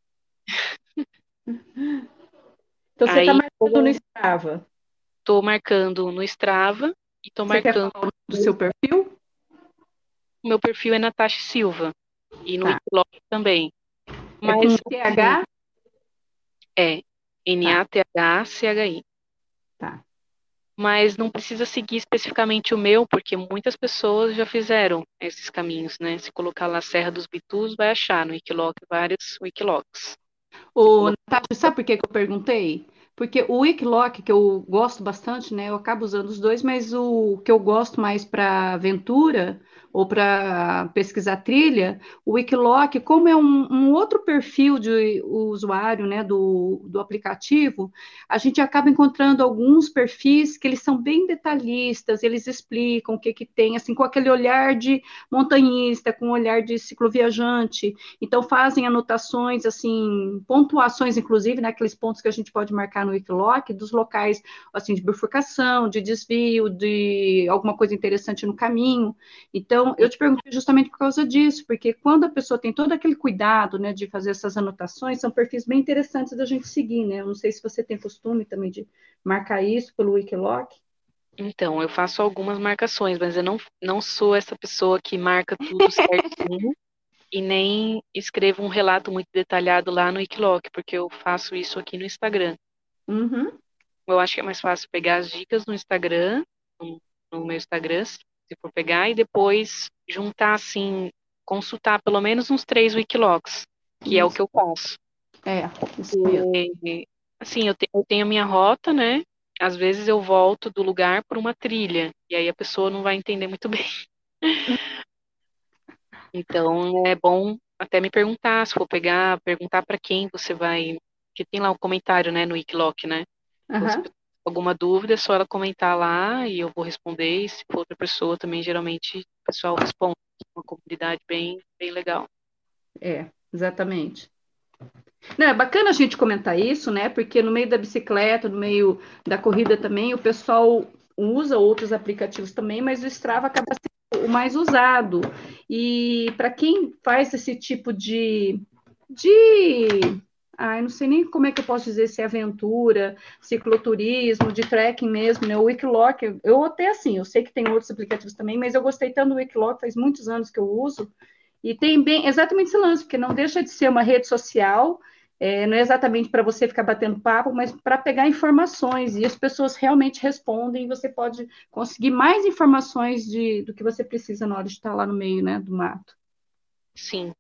Então você está Aí marcando no Strava. tô marcando no Strava e tô Você quer marcando. falar o nome do seu perfil? O meu perfil é Natasha Silva. E no Tá. Wikiloc também. É com Mas, assim, TH? é Tá, Nathchi. tá. Mas não precisa seguir especificamente o meu, porque muitas pessoas já fizeram esses caminhos, né? Se colocar lá Serra dos Bitus, vai achar no Wikiloc vários Wikilocs. Se Ô, colocar... Natasha, sabe por que que eu perguntei? Porque o Wikiloc, que eu gosto bastante, né? Eu acabo usando os dois, mas o que eu gosto mais para aventura ou para pesquisar trilha, o Wikiloc, como é um outro perfil de usuário, né, do aplicativo, a gente acaba encontrando alguns perfis que eles são bem detalhistas, eles explicam o que que tem, assim, com aquele olhar de montanhista, com o olhar de cicloviajante. Então, fazem anotações, assim, pontuações, inclusive, naqueles pontos que a gente pode marcar no Wikiloc, dos locais, assim, de bifurcação, de desvio, de alguma coisa interessante no caminho. Então, eu te perguntei justamente por causa disso, porque quando a pessoa tem todo aquele cuidado, né, de fazer essas anotações, são perfis bem interessantes da gente seguir, né? Eu não sei se você tem costume também de marcar isso pelo Wikiloc. Então, eu faço algumas marcações, mas eu não sou essa pessoa que marca tudo certinho e nem escrevo um relato muito detalhado lá no Wikiloc, porque eu faço isso aqui no Instagram. Uhum, Eu acho que é mais fácil pegar as dicas no Instagram, no meu Instagram, se for pegar, e depois juntar assim, consultar pelo menos uns 3 Wikilocs, que é o isso, que eu faço. isso mesmo. E, assim, eu tenho a minha rota, né? Às vezes eu volto do lugar por uma trilha, e aí a pessoa não vai entender muito bem. Então é bom até me perguntar, se for pegar, perguntar para quem você vai, que tem lá o comentário, né, no Wikiloc, né? Então, se Aham. alguma dúvida, é só ela comentar lá e eu vou responder. E se for outra pessoa também, geralmente o pessoal responde. Uma comunidade bem, bem legal. Exatamente. Não, é bacana a gente comentar isso, né? Porque no meio da bicicleta, no meio da corrida também, o pessoal usa outros aplicativos também, mas o Strava acaba sendo o mais usado. E para quem faz esse tipo de, eu não sei nem como é que eu posso dizer, se é aventura, cicloturismo, de trekking mesmo, né? O Wikiloc, eu até assim, eu sei que tem outros aplicativos também, mas eu gostei tanto do Wikiloc, faz muitos anos que eu uso. E tem bem exatamente esse lance, porque não deixa de ser uma rede social, não é exatamente para você ficar batendo papo, mas para pegar informações, e as pessoas realmente respondem, e você pode conseguir mais informações do que você precisa na hora de estar lá no meio, né, do mato. Sim.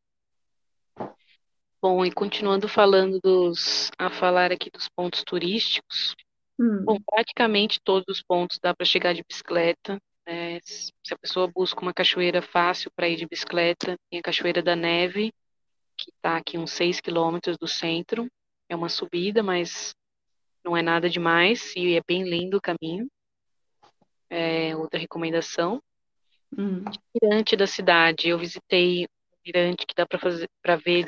Bom, e continuando falando a falar aqui dos pontos turísticos. Bom, Hum, praticamente todos os pontos dá para chegar de bicicleta. Né? Se a pessoa busca uma cachoeira fácil para ir de bicicleta, tem a Cachoeira da Neve, que está aqui uns 6 quilômetros do centro. É uma subida, mas não é nada demais e é bem lindo o caminho. É outra recomendação. hum, Mirante da cidade, eu visitei um mirante que dá para ver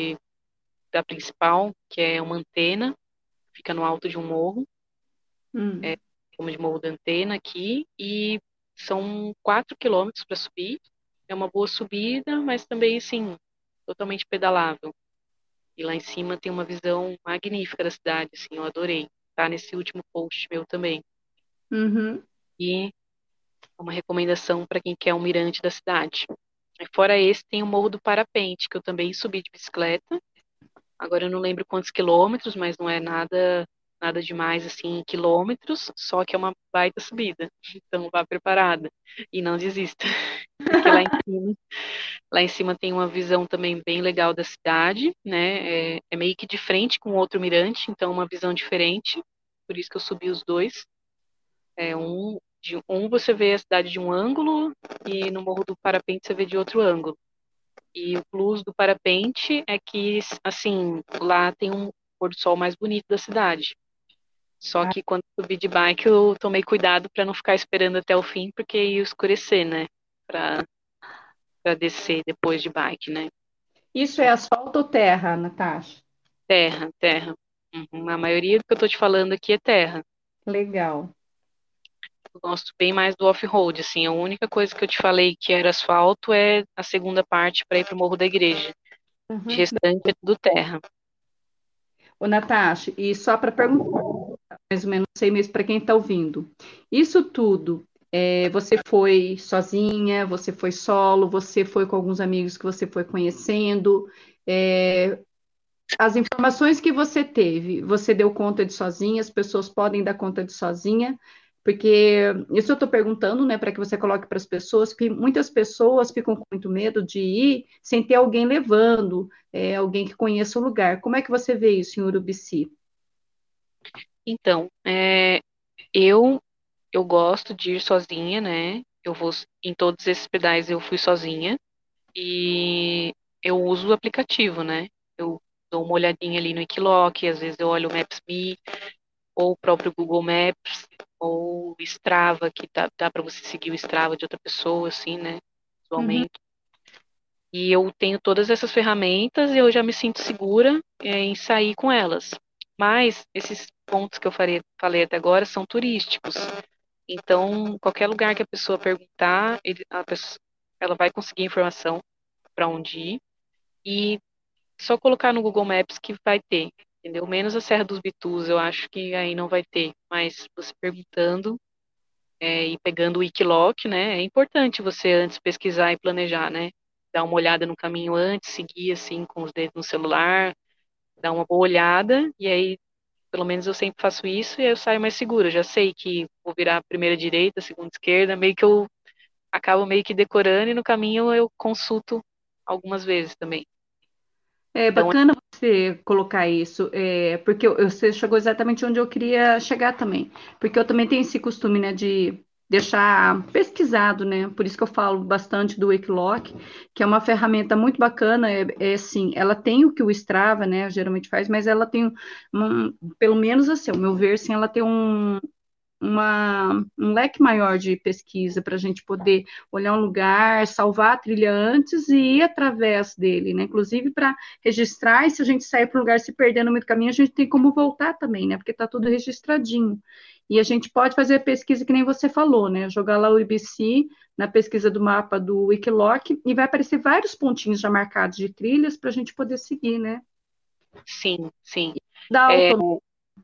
da principal, que é uma antena, fica no alto de um morro, hum, como de Morro da Antena aqui, e são 4 quilômetros para subir. É uma boa subida, mas também, assim, totalmente pedalável. E lá em cima tem uma visão magnífica da cidade, assim, eu adorei. Tá nesse último post meu também. uhum, E é uma recomendação para quem quer um mirante da cidade. E fora esse, tem o Morro do Parapente, que eu também subi de bicicleta. Agora eu não lembro quantos quilômetros, mas não é nada demais assim em quilômetros, só que é uma baita subida. Então vá preparada e não desista, porque lá em cima tem uma visão também bem legal da cidade, né? É meio que de frente com outro mirante, então uma visão diferente. Por isso que eu subi os dois. De um você vê a cidade de um ângulo e no Morro do Parapente você vê de outro ângulo. E o plus do parapente é que, assim, lá tem um pôr do sol mais bonito da cidade. Só Ah, que quando eu subi de bike, eu tomei cuidado para não ficar esperando até o fim, porque ia escurecer, né? Pra, pra descer depois de bike, né? isso é asfalto ou terra, Natasha? Terra, terra. Uhum. A maioria do que eu tô te falando aqui é terra. Legal. Eu gosto bem mais do off-road, assim. A única coisa que eu te falei que era asfalto é a segunda parte para ir pro Morro da Igreja. De Uhum. restante é tudo terra. Ô, Natasha, e só para perguntar, mais ou menos, sei mesmo para quem está ouvindo. Isso tudo, você foi sozinha, você foi solo, você foi com alguns amigos que você foi conhecendo? É, as informações que você teve, você deu conta de sozinha, as pessoas podem dar conta de sozinha, porque isso eu estou perguntando, né, para que você coloque para as pessoas, que muitas pessoas ficam com muito medo de ir sem ter alguém levando, alguém que conheça o lugar. Como é que você vê isso em Urubici? Então, eu eu gosto de ir sozinha, né? Eu vou em todos esses pedais eu fui sozinha e eu uso o aplicativo, né? Eu dou uma olhadinha ali no Wikiloc, às vezes eu olho o Maps.me ou o próprio Google Maps ou o Strava, que dá para você seguir o Strava de outra pessoa, assim, né? Uhum. Visualmente. E eu tenho todas essas ferramentas e eu já me sinto segura, em sair com elas. Mas esses pontos que eu falei até agora são turísticos. Então, qualquer lugar que a pessoa perguntar, ela vai conseguir informação para onde ir e só colocar no Google Maps que vai ter, entendeu? Menos a Serra dos Bitus, eu acho que aí não vai ter, mas você perguntando, e pegando o Wikiloc, né? É importante você antes pesquisar e planejar, né? Dar uma olhada no caminho antes, seguir assim com os dedos no celular, dar uma boa olhada e aí pelo menos eu sempre faço isso e aí eu saio mais segura. Já sei que vou virar primeira direita, segunda esquerda, meio que eu acabo meio que decorando e no caminho eu consulto algumas vezes também. É Então, bacana você colocar isso, porque você chegou exatamente onde eu queria chegar também. Porque eu também tenho esse costume, né, de deixar pesquisado, né? Por isso que eu falo bastante do Wikiloc, que é uma ferramenta muito bacana. Assim, ela tem o que o Strava, né, geralmente faz, mas ela tem pelo menos assim, ao meu ver, assim, ela tem um leque maior de pesquisa para a gente poder olhar um lugar, salvar a trilha antes e ir através dele, né? Inclusive para registrar, e se a gente sair para um lugar se perder no meio do caminho, a gente tem como voltar também, né? Porque está tudo registradinho. E a gente pode fazer a pesquisa que nem você falou, né? Jogar lá o IBC na pesquisa do mapa do Wikiloc e vai aparecer vários pontinhos já marcados de trilhas para a gente poder seguir, né? sim, sim. Da É, autonomia,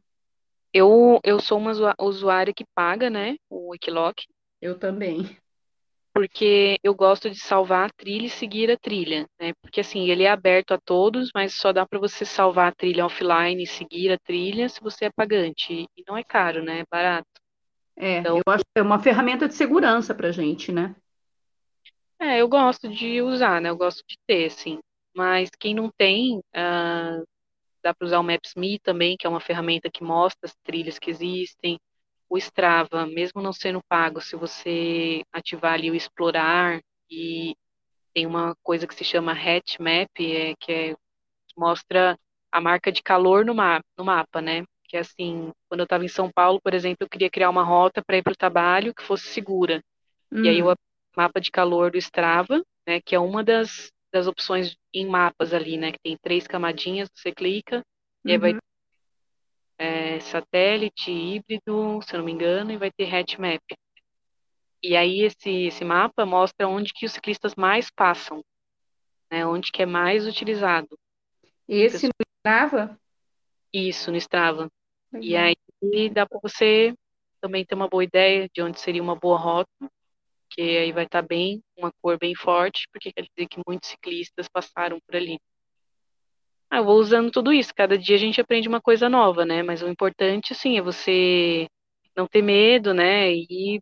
eu sou uma usuária que paga, né, o Wikiloc, eu também. porque eu gosto de salvar a trilha e seguir a trilha, né? Porque assim, ele é aberto a todos, mas só dá para você salvar a trilha offline e seguir a trilha se você é pagante. E não é caro, né? É barato. Eu Então, acho que é uma ferramenta de segurança para a gente, né? eu gosto de usar, né? Eu gosto de ter, assim. Mas quem não tem, dá para usar o Maps.me também, que é uma ferramenta que mostra as trilhas que existem. O Strava, mesmo não sendo pago, se você ativar ali o explorar e tem uma coisa que se chama Hatch Map, mostra a marca de calor no mapa, né? Que é assim, quando eu estava em São Paulo, por exemplo, eu queria criar uma rota para ir para o trabalho que fosse segura. E aí o Hum, mapa de calor do Strava, né, que é uma das opções em mapas ali, né, que tem três camadinhas, você clica, e aí vai uhum. satélite, híbrido, se eu não me engano, e vai ter hatch map. E aí esse mapa mostra onde que os ciclistas mais passam, né, onde que é mais utilizado. Esse Pessoal, no Strava? isso no Strava. E Legal. aí dá para você também ter uma boa ideia de onde seria uma boa rota, que aí vai estar bem, uma cor bem forte, porque quer dizer que muitos ciclistas passaram por ali. Eu vou usando tudo isso, cada dia a gente aprende uma coisa nova, né? Mas o importante, assim, é você não ter medo, né? E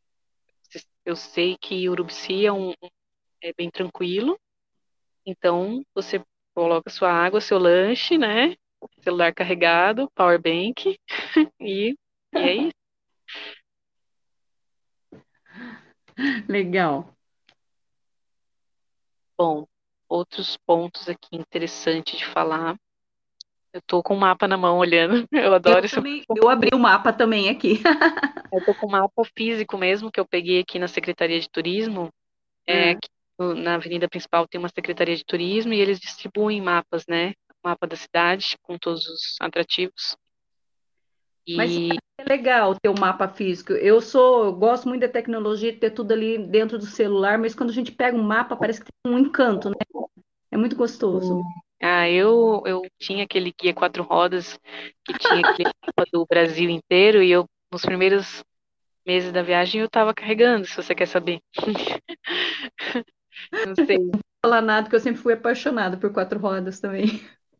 eu sei que Urubici é bem tranquilo, então você coloca sua água, seu lanche, né? Celular carregado, power bank e, e é isso. Legal. Bom, outros pontos aqui interessantes de falar. Eu tô com o mapa na mão olhando. Eu adoro esse. Eu abri o mapa também aqui. Eu tô com o mapa físico mesmo, que eu peguei aqui na Secretaria de Turismo. Ah, Aqui na Avenida Principal tem uma Secretaria de Turismo e eles distribuem mapas, né? Mapa da cidade com todos os atrativos. mas E é legal ter o mapa físico. Eu gosto muito da tecnologia, de ter tudo ali dentro do celular, mas quando a gente pega um mapa, parece que tem um encanto, né? É muito gostoso. eu tinha aquele guia quatro rodas que tinha aquele mapa do Brasil inteiro e eu nos primeiros meses da viagem eu tava carregando, se você quer saber. Não sei. Falar nada, que eu sempre fui apaixonada por quatro rodas também.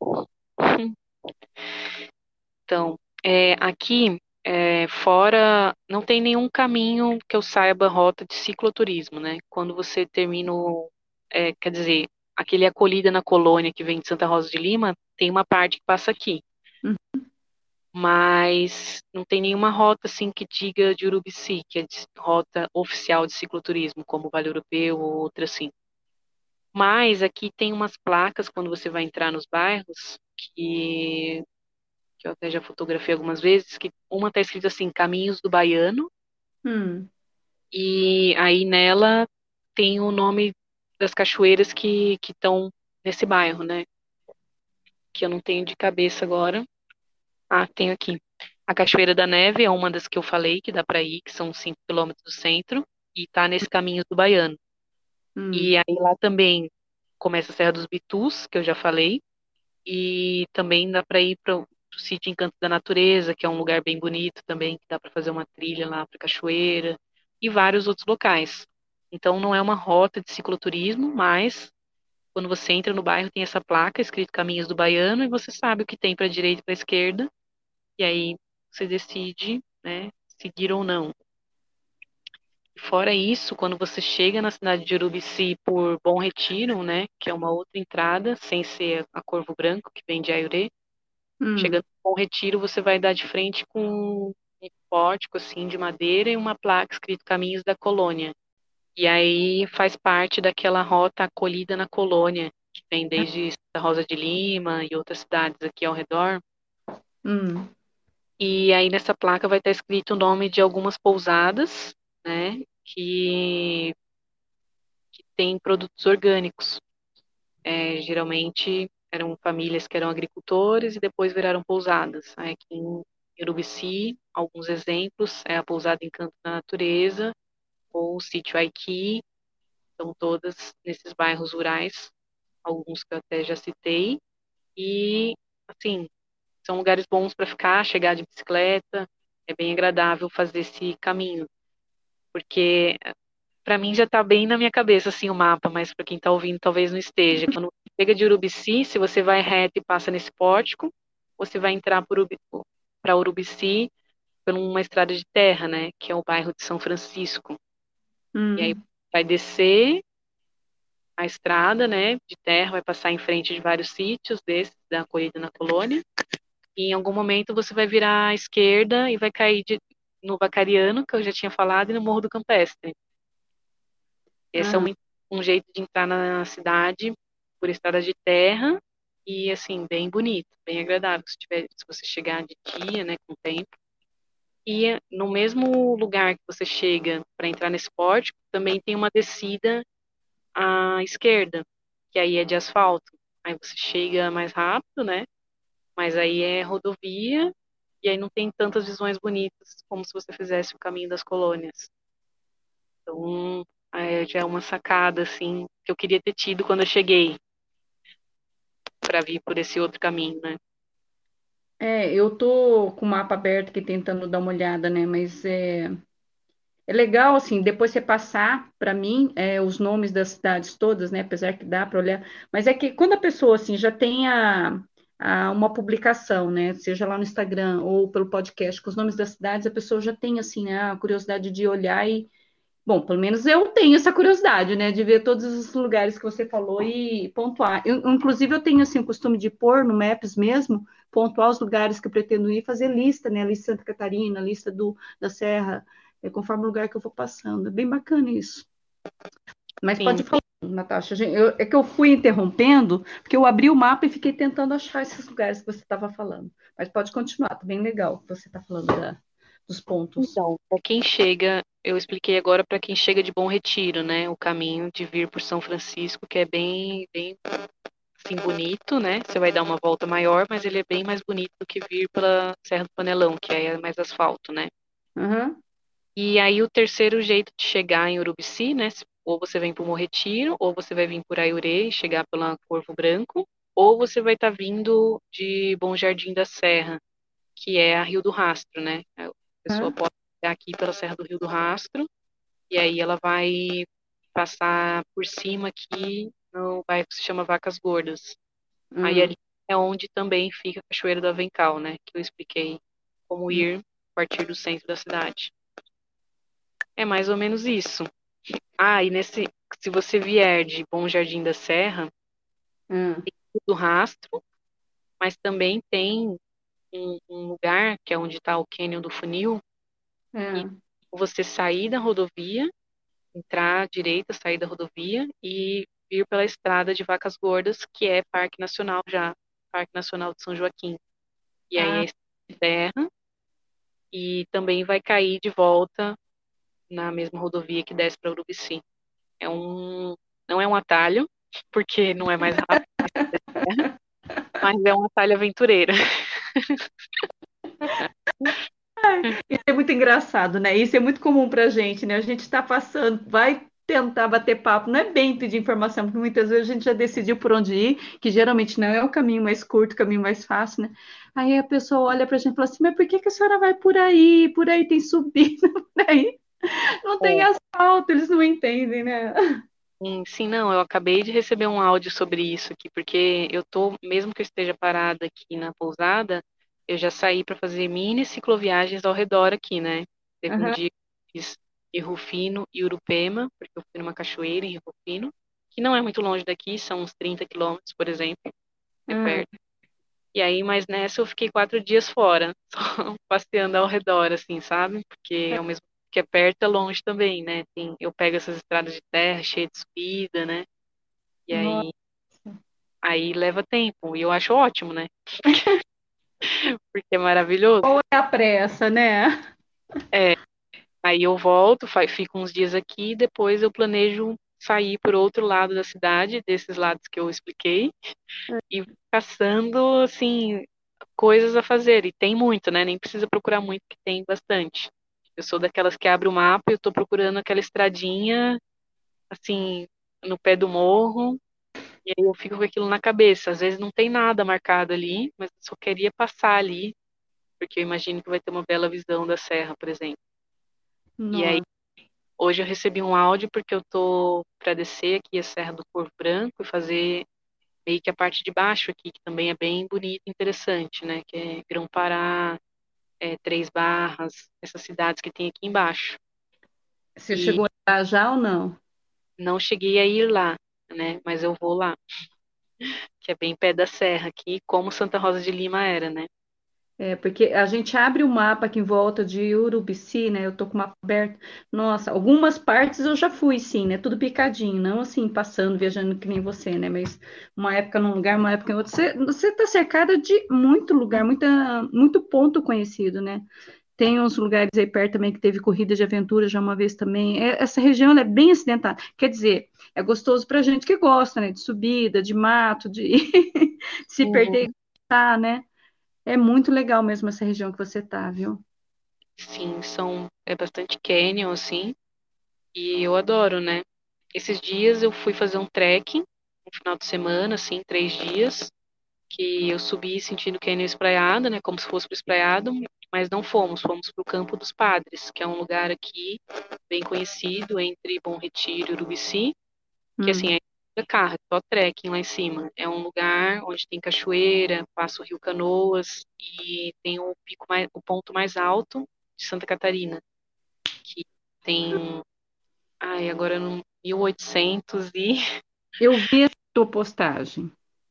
Então, aqui fora não tem nenhum caminho que eu saiba rota de cicloturismo, né? Quando você termina, quer dizer, aquele Acolhida na Colônia que vem de Santa Rosa de Lima, tem uma parte que passa aqui, Hum. mas não tem nenhuma rota assim que diga de Urubici, que é rota oficial de cicloturismo, como o Vale Europeu ou outra assim. Mas aqui tem umas placas quando você vai entrar nos bairros que eu até já fotografei algumas vezes, que uma está escrito assim, Caminhos do Baiano, Hum. e aí nela tem o nome das cachoeiras que estão nesse bairro, né? Que eu não tenho de cabeça agora. Ah, tenho aqui. A Cachoeira da Neve é uma das que eu falei, que dá para ir, que são 5 quilômetros do centro, e tá nesse Caminhos do Baiano. Hum. E aí lá também começa a Serra dos Bitus, que eu já falei, e também dá para ir para o sítio Encanto da Natureza, que é um lugar bem bonito também, que dá para fazer uma trilha lá para cachoeira e vários outros locais. Então não é uma rota de cicloturismo, mas quando você entra no bairro tem essa placa escrito Caminhos do Baiano e você sabe o que tem para direita e para esquerda e aí você decide, né, seguir ou não. Fora isso, quando você chega na cidade de Urubici por Bom Retiro, né, que é uma outra entrada, sem ser a Corvo Branco, que vem de Aiurê, Hum. chegando no Bom Retiro, você vai dar de frente com um pórtico assim de madeira e uma placa escrito Caminhos da Colônia. E aí faz parte daquela rota acolhida na Colônia, que vem desde Santa Rosa de Lima e outras cidades aqui ao redor. Hum. E aí nessa placa vai estar escrito o nome de algumas pousadas, né, que tem produtos orgânicos. Geralmente eram famílias que eram agricultores e depois viraram pousadas. Aí aqui em Urubici, alguns exemplos, é a pousada Encanto da Natureza ou o sítio Aiki, estão todas nesses bairros rurais, alguns que eu até já citei. E, assim, são lugares bons para ficar, chegar de bicicleta, é bem agradável fazer esse caminho, porque para mim já está bem na minha cabeça assim o mapa, mas para quem está ouvindo talvez não esteja. Quando você chega de Urubici, se você vai reto e passa nesse pórtico, você vai entrar para Urubici por uma estrada de terra, né, que é o bairro de São Francisco. E aí Hum. vai descer a estrada, né, de terra, vai passar em frente de vários sítios desses da Acolhida na Colônia. E em algum momento você vai virar à esquerda e vai cair no Vacariano, que eu já tinha falado, e no Morro do Campestre. Esse é Ah. um jeito de entrar na cidade por estrada de terra e, assim, bem bonito, bem agradável, se você chegar de dia, né, com tempo. E no mesmo lugar que você chega para entrar nesse pórtico, também tem uma descida à esquerda, que aí é de asfalto. Aí você chega mais rápido, né? Mas aí é rodovia e aí não tem tantas visões bonitas como se você fizesse o caminho das colônias. Então, já é uma sacada, assim, que eu queria ter tido quando eu cheguei para vir por esse outro caminho, né? Eu tô com o mapa aberto aqui tentando dar uma olhada, né? Mas é legal, assim, depois você passar para mim os nomes das cidades todas, né? Apesar que dá para olhar. Mas é que quando a pessoa, assim, já tem uma publicação, né? Seja lá no Instagram ou pelo podcast com os nomes das cidades, a pessoa já tem, assim, né, a curiosidade de olhar e bom, pelo menos eu tenho essa curiosidade, né, de ver todos os lugares que você falou e pontuar. Inclusive, eu tenho, assim, o costume de pôr no Maps mesmo, pontuar os lugares que eu pretendo ir, fazer lista, né, lista de Santa Catarina, lista da Serra, conforme o lugar que eu vou passando. É bem bacana isso. Mas Sim, pode falar. Natasha, é que eu fui interrompendo, porque eu abri o mapa e fiquei tentando achar esses lugares que você estava falando. Mas pode continuar, tá bem legal o que você está falando dos pontos. Então, para quem chega, eu expliquei agora para quem chega de Bom Retiro, né? O caminho de vir por São Francisco, que é bem assim, bonito, né? Você vai dar uma volta maior, mas ele é bem mais bonito do que vir pela Serra do Panelão, que aí é mais asfalto, né? Aham, E aí o terceiro jeito de chegar em Urubici, né? Ou você vem por Bom Retiro, ou você vai vir por Aiurê e chegar pela Corvo Branco, ou você vai estar vindo de Bom Jardim da Serra, que é a Rio do Rastro, né? A pessoa aham, pode chegar aqui pela Serra do Rio do Rastro, e aí ela vai passar por cima aqui no bairro que se chama Vacas Gordas. Aí aham, ali é onde também fica a Cachoeira do Avencal, né? Que eu expliquei como ir a partir do centro da cidade. É mais ou menos isso. Ah, e se você vier de Bom Jardim da Serra, aham, do Rastro, mas também tem um lugar que é onde está o Cânion do Funil, e aham. você sair da rodovia, entrar à direita, sair da rodovia e vir pela estrada de Vacas Gordas, que é Parque Nacional já, Parque Nacional de São Joaquim. E aí Ah, é terra e também vai cair de volta na mesma rodovia que desce para Urubici. É um, não é um atalho, porque não é mais rápido, mas é um atalho aventureiro. isso é muito engraçado, né? Isso é muito comum pra gente, né? A gente está passando, vai tentar bater papo, não é bem pedir informação, porque muitas vezes a gente já decidiu por onde ir, que geralmente não é o caminho mais curto, o caminho mais fácil, né? Aí a pessoa olha pra gente e fala assim, mas por que que a senhora vai por aí? Por aí tem subida, por aí não tem É, asfalto, eles não entendem, né? sim, não, eu acabei de receber um áudio sobre isso aqui, porque eu tô, mesmo que eu esteja parada aqui na pousada, eu já saí para fazer mini cicloviagens ao redor aqui, né? Teve um Aham, dia que eu fiz em Rufino e Urupema, porque eu fui numa cachoeira em Rufino, que não é muito longe daqui, são uns 30 quilômetros, por exemplo, é aham. perto. E aí, mas nessa eu fiquei 4 dias fora, só passeando ao redor, assim, sabe? Porque ao mesmo tempo que é perto, é longe também, né? Eu pego essas estradas de terra cheias de subida, né? E Nossa, aí leva tempo. E eu acho ótimo, né? Porque é maravilhoso. qual é a pressa, né? É, aí eu volto, fico uns dias aqui, depois eu planejo sair por outro lado da cidade, desses lados que eu expliquei, e vou caçando, assim, coisas a fazer. E tem muito, né? Nem precisa procurar muito, que tem bastante. Eu sou daquelas que abre o mapa e eu tô procurando aquela estradinha, assim, no pé do morro, e aí eu fico com aquilo na cabeça. Às vezes não tem nada marcado ali, mas eu só queria passar ali, porque eu imagino que vai ter uma bela visão da serra, por exemplo. E aí, Nossa. hoje eu recebi um áudio porque eu tô para descer aqui a Serra do Corvo Branco e fazer meio que a parte de baixo aqui, que também é bem bonita e interessante, né? Que é Grão-Pará, Três Barras, essas cidades que tem aqui embaixo. Você E chegou lá já ou não? não cheguei a ir lá, né? Mas eu vou lá, que é bem pé da serra aqui, como Santa Rosa de Lima era, né? É, porque a gente abre o mapa aqui em volta de Urubici, né? Eu tô com o mapa aberto. Nossa, algumas partes eu já fui, sim, né? Tudo picadinho, não assim, passando, viajando que nem você, né? Mas uma época num lugar, uma época em outro. Você tá cercada de muito lugar, muito ponto conhecido, né? Tem uns lugares aí perto também que teve corrida de aventura já uma vez também. Essa região ela é bem acidentada. Quer dizer, é gostoso pra gente que gosta, né? De subida, de mato, de se Uhum. perder, tá, né? É muito legal mesmo essa região que você tá, viu? Sim, é bastante canyon, assim, e eu adoro, né? Esses dias eu fui fazer um trekking, um final de semana, assim, 3 dias, que eu subi sentindo canyon espraiado, né? Como se fosse pro espraiado, mas não fomos pro Campo dos Padres, que é um lugar aqui bem conhecido entre Bom Retiro e Urubici, que assim, Hum. é carro, é só trekking lá em cima. É um lugar onde tem cachoeira, passa o Rio Canoas e tem o ponto mais alto de Santa Catarina, que tem, ai, agora no 1800 e Eu vi a tua postagem,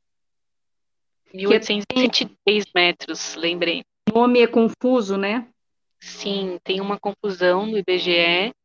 mil que é, oitocentos e vinte e três metros, lembrei. o nome é confuso, né? Sim, tem uma confusão no IBGE,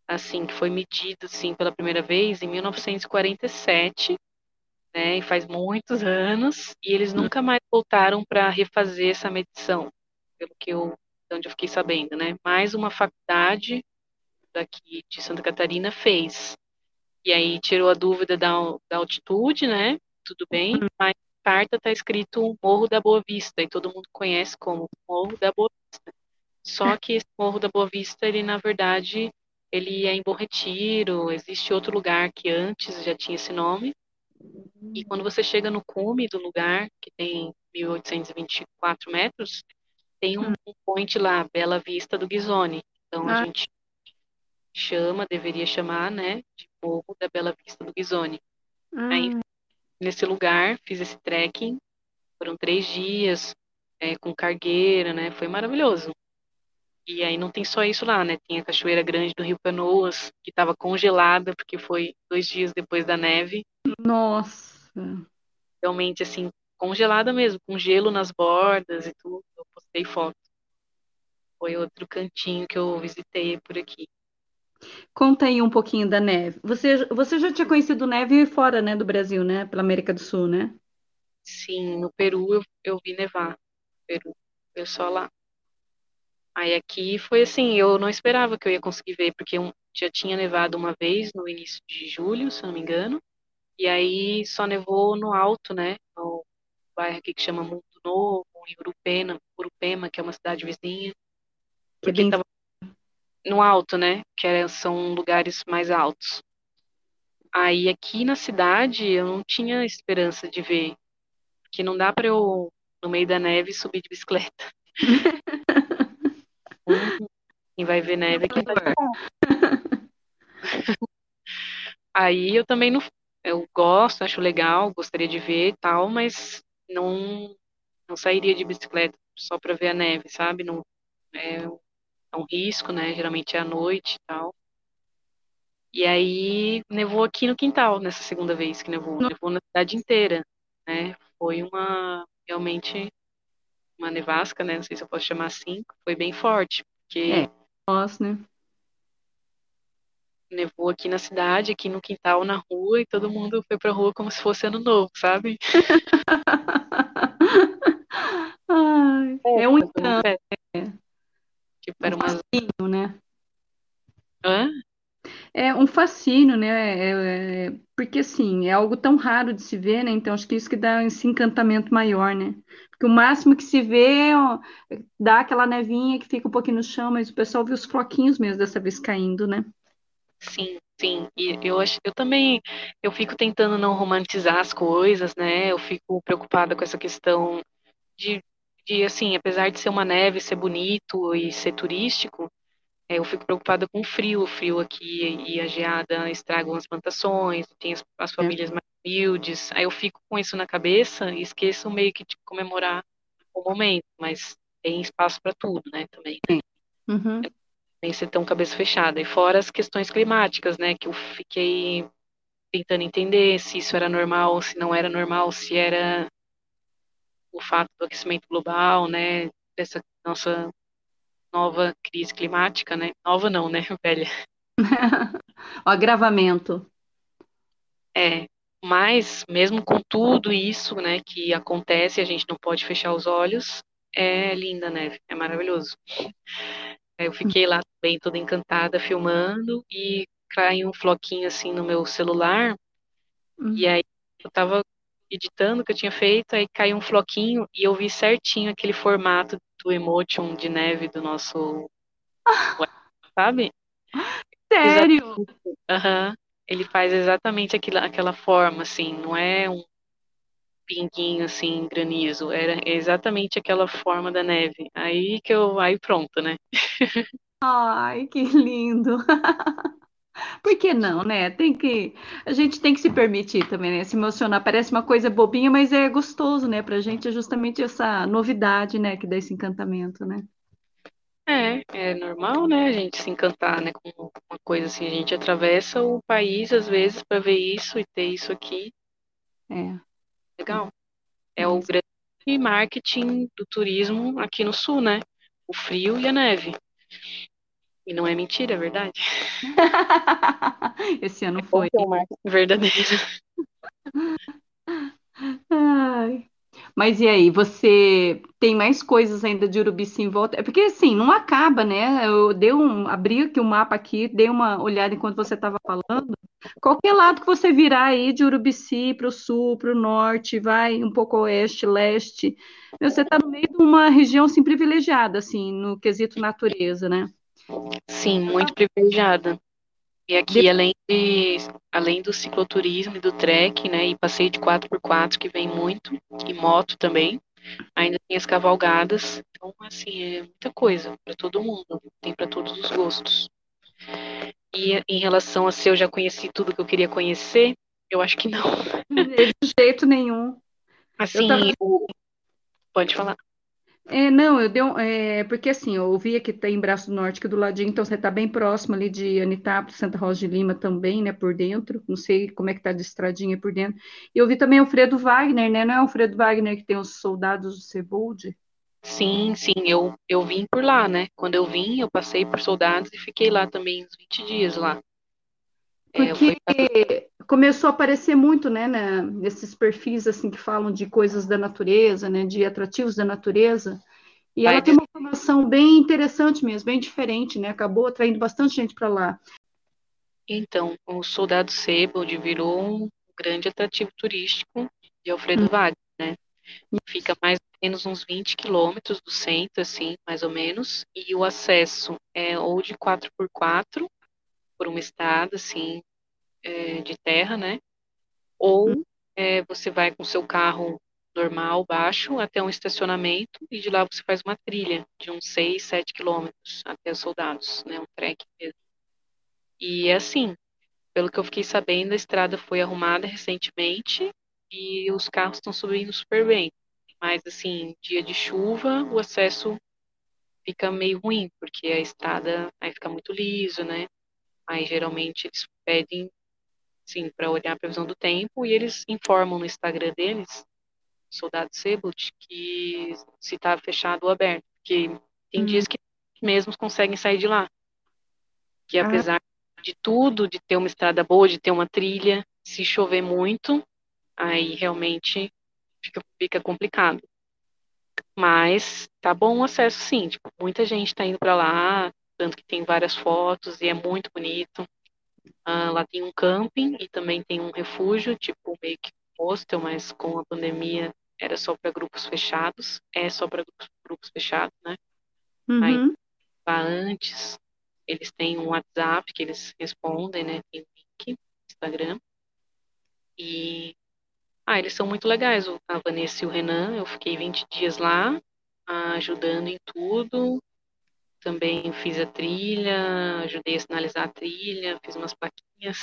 assim, que foi medido, assim, pela primeira vez em 1947, né, e faz muitos anos, e eles nunca mais voltaram para refazer essa medição, pelo que eu, de onde eu fiquei sabendo, né? Mais uma faculdade daqui de Santa Catarina fez. E aí tirou a dúvida da altitude, né? Tudo bem, mas na carta está escrito Morro da Boa Vista, e todo mundo conhece como Morro da Boa Vista. Só que esse Morro da Boa Vista, ele na verdade, ele é em Bom Retiro, existe outro lugar que antes já tinha esse nome, e quando você chega no cume do lugar, que tem 1.824 metros, tem um point lá, Bela Vista do Ghisoni. Então a Ah, gente deveria chamar, né, de Morro da Bela Vista do Ghisoni. Aí, ah, nesse lugar, fiz esse trekking, foram 3 dias, com cargueira, né, foi maravilhoso. E aí não tem só isso lá, né, tem a Cachoeira Grande do Rio Canoas, que estava congelada, porque foi 2 dias depois da neve, nossa. realmente, assim, congelada mesmo, com gelo nas bordas e tudo, eu postei foto. Foi outro cantinho que eu visitei por aqui. Conta aí um pouquinho da neve. Você já tinha conhecido neve fora, né, do Brasil, né? Pela América do Sul, né? Sim, no Peru eu vi nevar. No Peru, eu só lá. Aí aqui foi assim, eu não esperava que eu ia conseguir ver, porque já tinha nevado uma vez no início de julho, se eu não me engano, e aí só nevou no alto, né? No bairro aqui que chama Mundo Novo, em Urupema, que é uma cidade vizinha, Que é porque bem. estava no alto, né? São lugares mais altos. Aí aqui na cidade eu não tinha esperança de ver, porque não dá para eu, no meio da neve, subir de bicicleta. Hum, Quem vai ver neve é quem tá de bom. Aí eu também não, eu gosto, acho legal, gostaria de ver e tal, mas não, não sairia de bicicleta só para ver a neve, sabe? Não, é um risco, né? Geralmente é à noite e tal. E aí nevou aqui no quintal nessa segunda vez que nevou, nevou na cidade inteira, né? Foi realmente uma nevasca, né? Não sei se eu posso chamar assim, foi bem forte, É, porque nossa, né? nevou aqui na cidade, aqui no quintal, na rua, e todo mundo foi pra rua como se fosse ano novo, sabe? Ai, é um Festa, foi uma festa. Tipo, um era umas. fascínio, né? Hã? É um fascínio, né? Porque assim, é algo tão raro de se ver, né? Então acho que isso que dá esse encantamento maior, né? Porque o máximo que se vê, ó, dá aquela nevinha que fica um pouquinho no chão, mas o pessoal vê os floquinhos mesmo dessa vez caindo, né? Sim, sim. E eu também, eu fico tentando não romantizar as coisas, né? Eu fico preocupada com essa questão de, assim, apesar de ser uma neve, ser bonito e ser turístico, eu fico preocupada com o frio. O frio aqui e a geada estragam as plantações, tem as É. famílias mais humildes. Aí eu fico com isso na cabeça e esqueço meio que de comemorar o momento, mas tem espaço para tudo, né, também, né? Uhum. Nem ser tão cabeça fechada. E fora as questões climáticas, né, que eu fiquei tentando entender se isso era normal, se não era normal, se era o fato do aquecimento global, né, dessa nossa nova crise climática, né? Nova não, né, velha? O agravamento. É, mas mesmo com tudo isso, né, que acontece, a gente não pode fechar os olhos. É linda a neve, é maravilhoso. Aí eu fiquei lá bem toda encantada filmando e caiu um floquinho assim no meu celular e Hum. aí eu tava editando o que eu tinha feito, aí caiu um floquinho e eu vi certinho aquele formato do emotion de neve do nosso, sabe? Sério? Exatamente. Aham. Ele faz exatamente aquela forma, assim, não é um pinguinho assim, granizo, era exatamente aquela forma da neve. Aí pronto, né? Ai, que lindo. Por que não, né? A gente tem que se permitir também, né? Se emocionar. Parece uma coisa bobinha, mas é gostoso, né? Pra gente é justamente essa novidade, né? Que dá esse encantamento, né? É normal, né, a gente se encantar, né, com uma coisa assim. A gente atravessa o país às vezes para ver isso e ter isso aqui. É, Legal. É o mas grande marketing do turismo aqui no sul, né? O frio e a neve. E não é mentira, é verdade. Esse ano Bom foi. ter um marketing verdadeiro. Ai. Mas e aí, você tem mais coisas ainda de Urubici em volta? É porque assim, não acaba, né? Abri aqui o mapa aqui, dei uma olhada enquanto você estava falando. Qualquer lado que você virar aí de Urubici para o sul, para o norte, vai um pouco oeste, leste, você está no meio de uma região assim privilegiada, assim, no quesito natureza, né? Sim, muito privilegiada. E aqui, além do cicloturismo e do trek, né, e passeio de 4x4 que vem muito, e moto também, ainda tem as cavalgadas. Então, assim, é muita coisa para todo mundo, tem para todos os gostos. E em relação a se eu já conheci tudo que eu queria conhecer, eu acho que não. De jeito nenhum. Eu tava Assim, pode falar. Não, porque assim, eu ouvi que tem Braço do Norte aqui do ladinho, então você está bem próximo ali de Anitápolis, Santa Rosa de Lima também, né, por dentro, não sei como é que tá de estradinha por dentro. E eu vi também o Fredo Wagner, né, não é o Fredo Wagner que tem os soldados do Sebold? Sim, sim, eu vim por lá, né? Quando eu vim, eu passei por Soldados e fiquei lá também uns 20 dias lá. Porque começou a aparecer muito, né, nesses perfis assim que falam de coisas da natureza, né, de atrativos da natureza, e ela Vai tem uma formação bem interessante mesmo, bem diferente, né, acabou atraindo bastante gente para lá. Então, o Soldado Sebold virou um grande atrativo turístico de Alfredo Wagner, né? Fica mais ou menos uns 20 quilômetros do centro, assim, mais ou menos, e o acesso é ou de 4x4, por uma estrada, assim, de terra, né? Ou você vai com seu carro normal, baixo, até um estacionamento, e de lá você faz uma trilha de uns 6, 7 quilômetros até os Soldados, né? Um trek mesmo. E é assim, pelo que eu fiquei sabendo, a estrada foi arrumada recentemente e os carros estão subindo super bem. Mas, assim, dia de chuva, o acesso fica meio ruim, porque a estrada aí fica muito liso, né? Aí, geralmente, eles pedem, sim, para olhar a previsão do tempo e eles informam no Instagram deles, Soldado Sebult, que se está fechado ou aberto. Porque tem dias que mesmos conseguem sair de lá. Que Ah, apesar de tudo, de ter uma estrada boa, de ter uma trilha, se chover muito, aí realmente fica complicado. Mas tá bom o acesso, sim. Tipo, muita gente tá indo para lá, tanto que tem várias fotos e é muito bonito. Lá tem um camping e também tem um refúgio, tipo meio que um hostel, mas com a pandemia era só para grupos fechados. É só para grupos fechados, né? Aí uhum. lá antes, eles têm um WhatsApp que eles respondem, né? Tem um link, Instagram. E eles são muito legais, a Vanessa e o Renan. Eu fiquei 20 dias lá, ajudando em tudo. Também fiz a trilha, ajudei a sinalizar a trilha, fiz umas plaquinhas.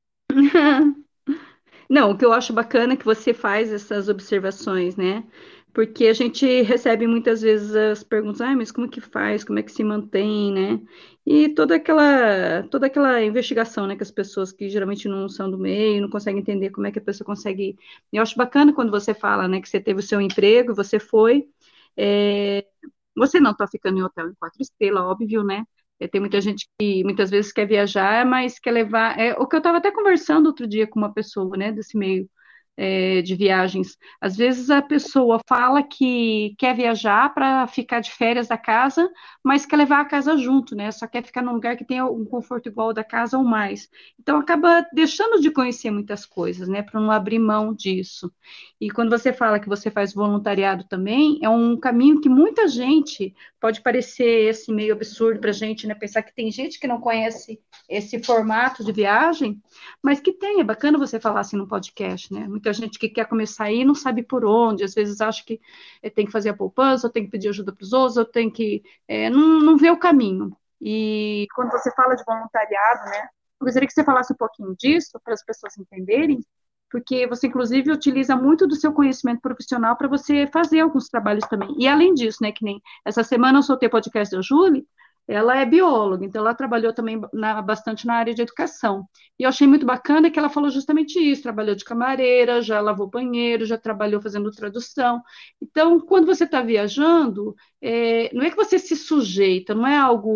Não, o que eu acho bacana é que você faz essas observações, né? Porque a gente recebe muitas vezes as perguntas, mas como que faz, como é que se mantém, né? E toda aquela investigação, né, que as pessoas que geralmente não são do meio, não conseguem entender como é que a pessoa consegue. Eu acho bacana quando você fala, né, que você teve o seu emprego, você foi. é, Você não está ficando em hotel em 4 estrelas, óbvio, né? Tem muita gente que muitas vezes quer viajar, mas quer levar. O que eu estava até conversando outro dia com uma pessoa, né, desse meio de viagens. Às vezes a pessoa fala que quer viajar para ficar de férias da casa, mas quer levar a casa junto, né? Só quer ficar num lugar que tenha um conforto igual ao da casa ou mais. Então acaba deixando de conhecer muitas coisas, né? Para não abrir mão disso. E quando você fala que você faz voluntariado também, é um caminho que muita gente pode parecer assim, meio absurdo para a gente, né? Pensar que tem gente que não conhece esse formato de viagem, mas que tem. É bacana você falar assim no podcast, né? Muita gente que quer começar aí não sabe por onde, às vezes acha que tem que fazer a poupança, ou tem que pedir ajuda para os outros, ou tem que não vê o caminho. E quando você fala de voluntariado, né? Eu gostaria que você falasse um pouquinho disso para as pessoas entenderem, porque você, inclusive, utiliza muito do seu conhecimento profissional para você fazer alguns trabalhos também. E, além disso, né, que nem essa semana eu soltei o podcast da Júlia, ela é bióloga, então ela trabalhou também bastante na área de educação. E eu achei muito bacana que ela falou justamente isso, trabalhou de camareira, já lavou banheiro, já trabalhou fazendo tradução. Então, quando você está viajando, não é que você se sujeita, não é algo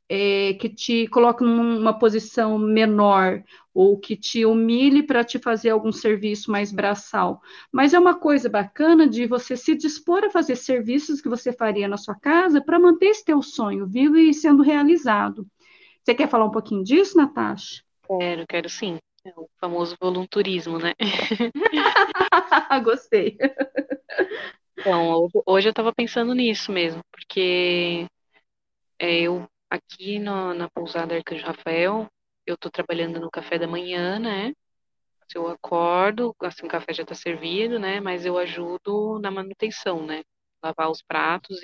que te coloque numa posição menor ou que te humilhe para te fazer algum serviço mais braçal. Mas é uma coisa bacana de você se dispor a fazer serviços que você faria na sua casa para manter esse teu sonho vivo e sendo realizado. Você quer falar um pouquinho disso, Natasha? Quero sim. É o famoso volunturismo, né? Gostei. Então, hoje eu estava pensando nisso mesmo, porque eu aqui na pousada Arcanjo Rafael, eu estou trabalhando no café da manhã, né? Se eu acordo, assim, o café já está servido, né? Mas eu ajudo na manutenção, né? Lavar os pratos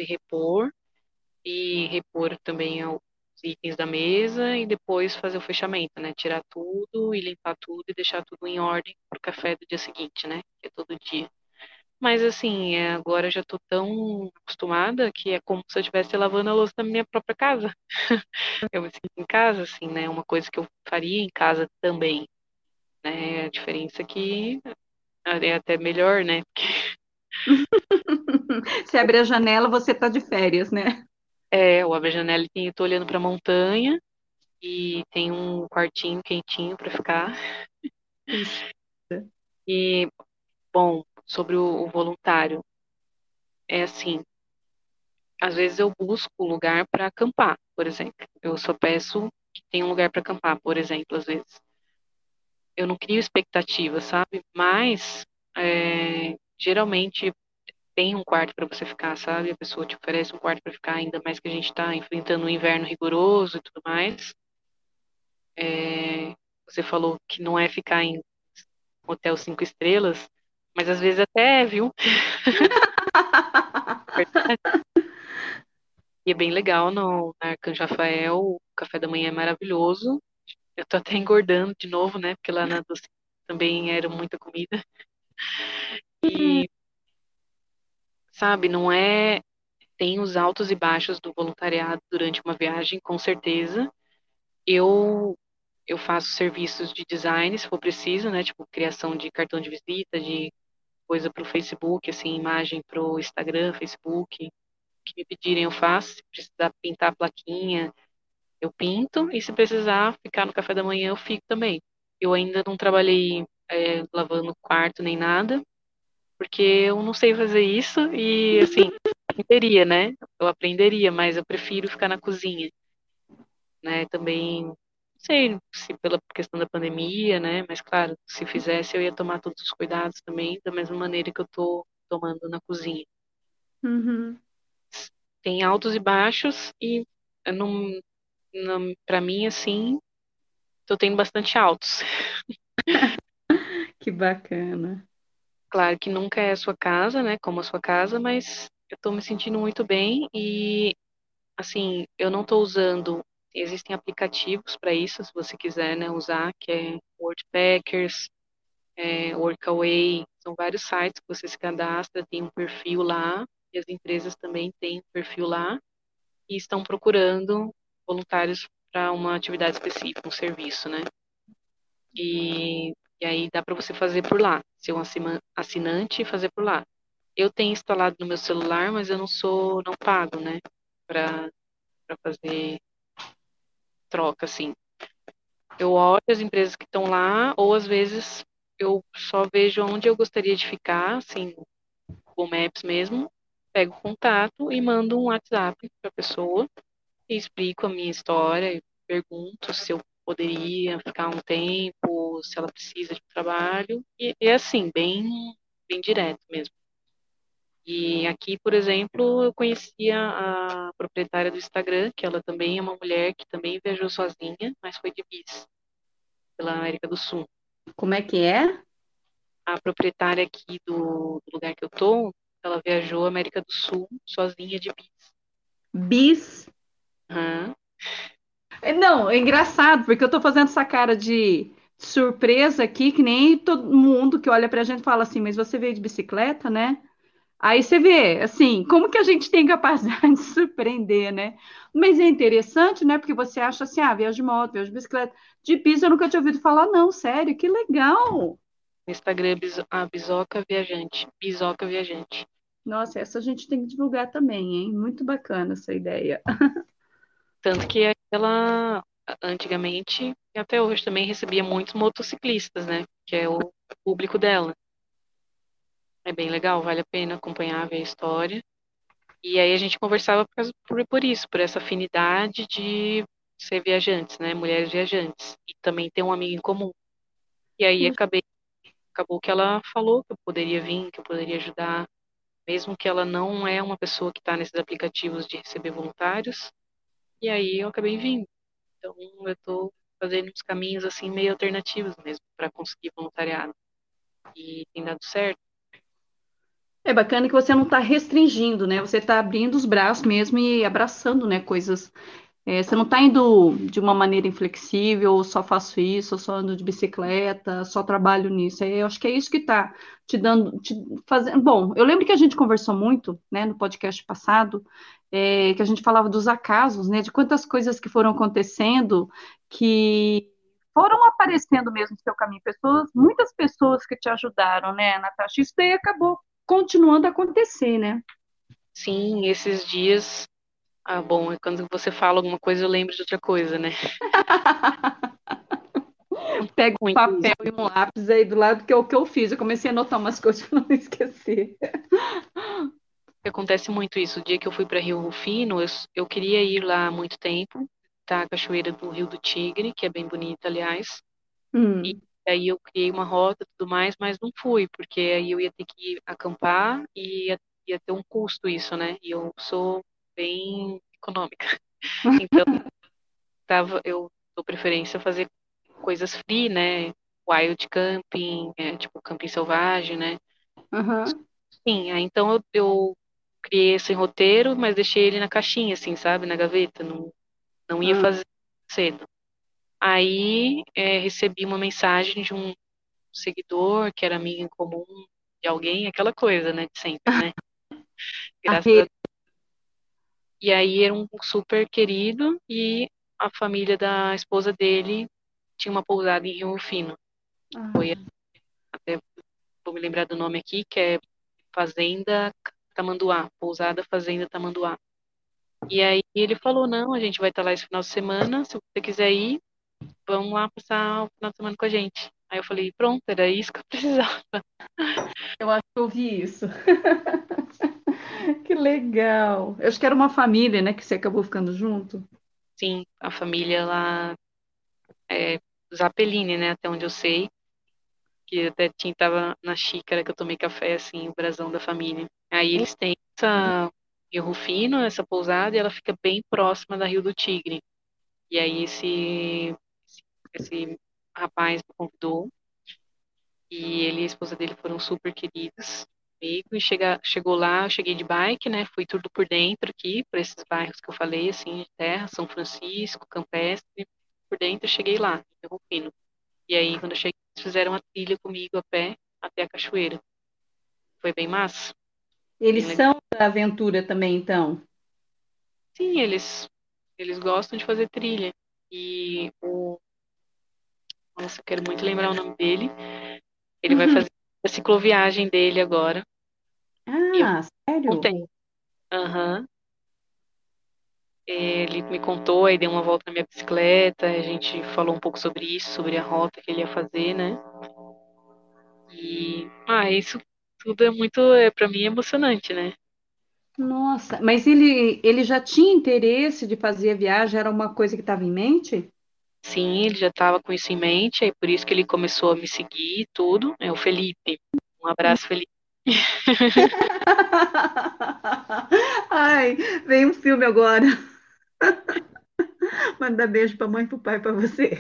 e repor também os itens da mesa e depois fazer o fechamento, né? Tirar tudo e limpar tudo e deixar tudo em ordem para o café do dia seguinte, né? Que é todo dia. Mas assim, agora eu já tô tão acostumada que é como se eu estivesse lavando a louça da minha própria casa. Eu me sinto em casa, assim, né? Uma coisa que eu faria em casa também, né? A diferença é que é até melhor, né? Você abre a janela, você está de férias, né? O Aberjanelli tem, eu tô olhando pra montanha e tem um quartinho quentinho pra ficar. Puxa. E, bom, sobre o voluntário, é assim, às vezes eu busco um lugar para acampar, por exemplo. Eu só peço que tenha um lugar para acampar, por exemplo, às vezes. Eu não crio expectativa, sabe? Mas geralmente tem um quarto para você ficar, sabe? A pessoa te oferece um quarto para ficar, ainda mais que a gente está enfrentando um inverno rigoroso e tudo mais. É, você falou que não é ficar em hotel 5 estrelas, mas às vezes até é, viu? E é bem legal na Arcanjo Rafael, o café da manhã é maravilhoso. Eu tô até engordando de novo, né? Porque lá na Doce também era muita comida. E, sabe, não é. Tem os altos e baixos do voluntariado durante uma viagem, com certeza. Eu, eu faço serviços de design, se for preciso, né? Tipo, criação de cartão de visita, de coisa para o Facebook, assim, imagem para o Instagram, Facebook. O que me pedirem eu faço. Se precisar pintar a plaquinha, eu pinto. E se precisar ficar no café da manhã, eu fico também. Eu ainda não trabalhei lavando o quarto nem nada, porque eu não sei fazer isso e, assim, aprenderia, né? Eu aprenderia, mas eu prefiro ficar na cozinha, né? Também, não sei se pela questão da pandemia, né? Mas, claro, se fizesse, eu ia tomar todos os cuidados também, da mesma maneira que eu tô tomando na cozinha. Uhum. Tem altos e baixos e eu não, para mim, assim, tô tendo bastante altos. Que bacana. Claro que nunca é a sua casa, né? Como a sua casa, mas eu tô me sentindo muito bem e assim, eu não estou usando. Existem aplicativos para isso, se você quiser, né, usar, que é Worldpackers, Workaway, são vários sites que você se cadastra, tem um perfil lá, e as empresas também têm um perfil lá, e estão procurando voluntários para uma atividade específica, um serviço, né? E aí dá para você fazer por lá, ser um assinante e fazer por lá. Eu tenho instalado no meu celular, mas eu não pago, né, para fazer troca, assim. Eu olho as empresas que estão lá, ou às vezes eu só vejo onde eu gostaria de ficar, assim, no Google Maps mesmo, pego o contato e mando um WhatsApp para a pessoa e explico a minha história, e pergunto se eu poderia ficar um tempo, se ela precisa de trabalho, e é assim, bem direto mesmo. E aqui, por exemplo, eu conhecia a proprietária do Instagram, que ela também é uma mulher que também viajou sozinha, mas foi de bis pela América do Sul. Como é que é? A proprietária aqui do lugar que eu tô, ela viajou a América do Sul sozinha de bis. Bis. Aham. Não, é engraçado, porque eu tô fazendo essa cara de surpresa aqui, que nem todo mundo que olha pra gente fala assim, mas você veio de bicicleta, né? Aí você vê, assim, como que a gente tem capacidade de surpreender, né? Mas é interessante, né? Porque você acha assim, ah, viajo de moto, viajo de bicicleta. De piso eu nunca tinha ouvido falar, não, sério, que legal. No Instagram é a Bisoca Viajante. Bisoca Viajante. Nossa, essa a gente tem que divulgar também, hein? Muito bacana essa ideia. Tanto que ela, antigamente, e até hoje também, recebia muitos motociclistas, né? Que é o público dela. É bem legal, vale a pena acompanhar, ver a história. E aí a gente conversava por isso, por essa afinidade de ser viajantes, né? Mulheres viajantes. E também ter um amigo em comum. E aí acabou que ela falou que eu poderia vir, que eu poderia ajudar, mesmo que ela não é uma pessoa que está nesses aplicativos de receber voluntários. E aí eu acabei vindo. Então eu estou fazendo uns caminhos assim meio alternativos mesmo para conseguir voluntariado. E tem dado certo. É bacana que você não está restringindo, né? Você está abrindo os braços mesmo e abraçando, né? Coisas. Você não está indo de uma maneira inflexível, ou só faço isso, ou só ando de bicicleta, só trabalho nisso. Eu acho que é isso que está te dando, te fazendo. Bom, eu lembro que a gente conversou muito, né, no podcast passado, que a gente falava dos acasos, né? De quantas coisas que foram acontecendo que foram aparecendo mesmo no seu caminho. Muitas pessoas que te ajudaram, né, Natasha? Isso daí acabou continuando a acontecer, né? Sim, esses dias. Ah, bom, é quando você fala alguma coisa eu lembro de outra coisa, né? Pega um Muito isso. papel e um lápis aí do lado, que é o que eu fiz. Eu comecei a anotar umas coisas para não esquecer. Acontece muito isso. O dia que eu fui para Rio Rufino, eu queria ir lá há muito tempo, tá? A cachoeira do Rio do Tigre, que é bem bonita, aliás. E Hum. aí eu criei uma rota e tudo mais, mas não fui, porque aí eu ia ter que acampar e ia ter um custo isso, né? E eu sou bem econômica. Então, eu dou preferência a fazer coisas free, né? Wild camping, tipo camping selvagem, né? Aham. Sim, aí então eu criei esse roteiro, mas deixei ele na caixinha, assim, sabe? Na gaveta, não ia Ah, fazer cedo. Aí recebi uma mensagem de um seguidor que era amigo em comum de alguém, aquela coisa, né? De sempre, né? a Graças a rede. Deus. E aí era um super querido e a família da esposa dele tinha uma pousada em Rio Rufino. Foi Ah, até vou me lembrar do nome aqui, que é Fazenda Tamanduá, Pousada Fazenda Tamanduá. E aí ele falou, não, a gente vai estar lá esse final de semana, se você quiser ir, vamos lá passar o final de semana com a gente. Aí eu falei, pronto, era isso que eu precisava. eu acho que eu ouvi isso. Que legal. Eu acho que era uma família, né, que você acabou ficando junto. Sim, a família lá é Zappellini, né, até onde eu sei, que até tava na xícara que eu tomei café, assim, o brasão da família. Aí eles têm essa Rio Rufino, essa pousada, e ela fica bem próxima da Rio do Tigre. E aí esse rapaz me convidou, e ele e a esposa dele foram super queridos comigo, e chegou lá, eu cheguei de bike, né, fui tudo por dentro aqui, por esses bairros que eu falei, assim, de terra, São Francisco, Campestre, por dentro eu cheguei lá, em Rufino. E aí, quando eu cheguei, eles fizeram uma trilha comigo a pé até a cachoeira. Foi bem massa, Eles bem legal. são da aventura também, então. Sim, eles gostam de fazer trilha. E nossa, eu quero muito lembrar o nome dele. Ele vai Uhum. fazer a cicloviagem dele agora. E eu Ah, sério? contei. Aham. Ele me contou, aí deu uma volta na minha bicicleta, a gente falou um pouco sobre isso, sobre a rota que ele ia fazer, né? E, isso tudo é muito, para mim, emocionante, né? Nossa, mas ele já tinha interesse de fazer a viagem? Era uma coisa que estava em mente? Sim, ele já estava com isso em mente, aí por isso que ele começou a me seguir e tudo. É o Felipe. Um abraço, Felipe. Ai, veio um filme agora. Manda beijo para mãe, para o pai, para você.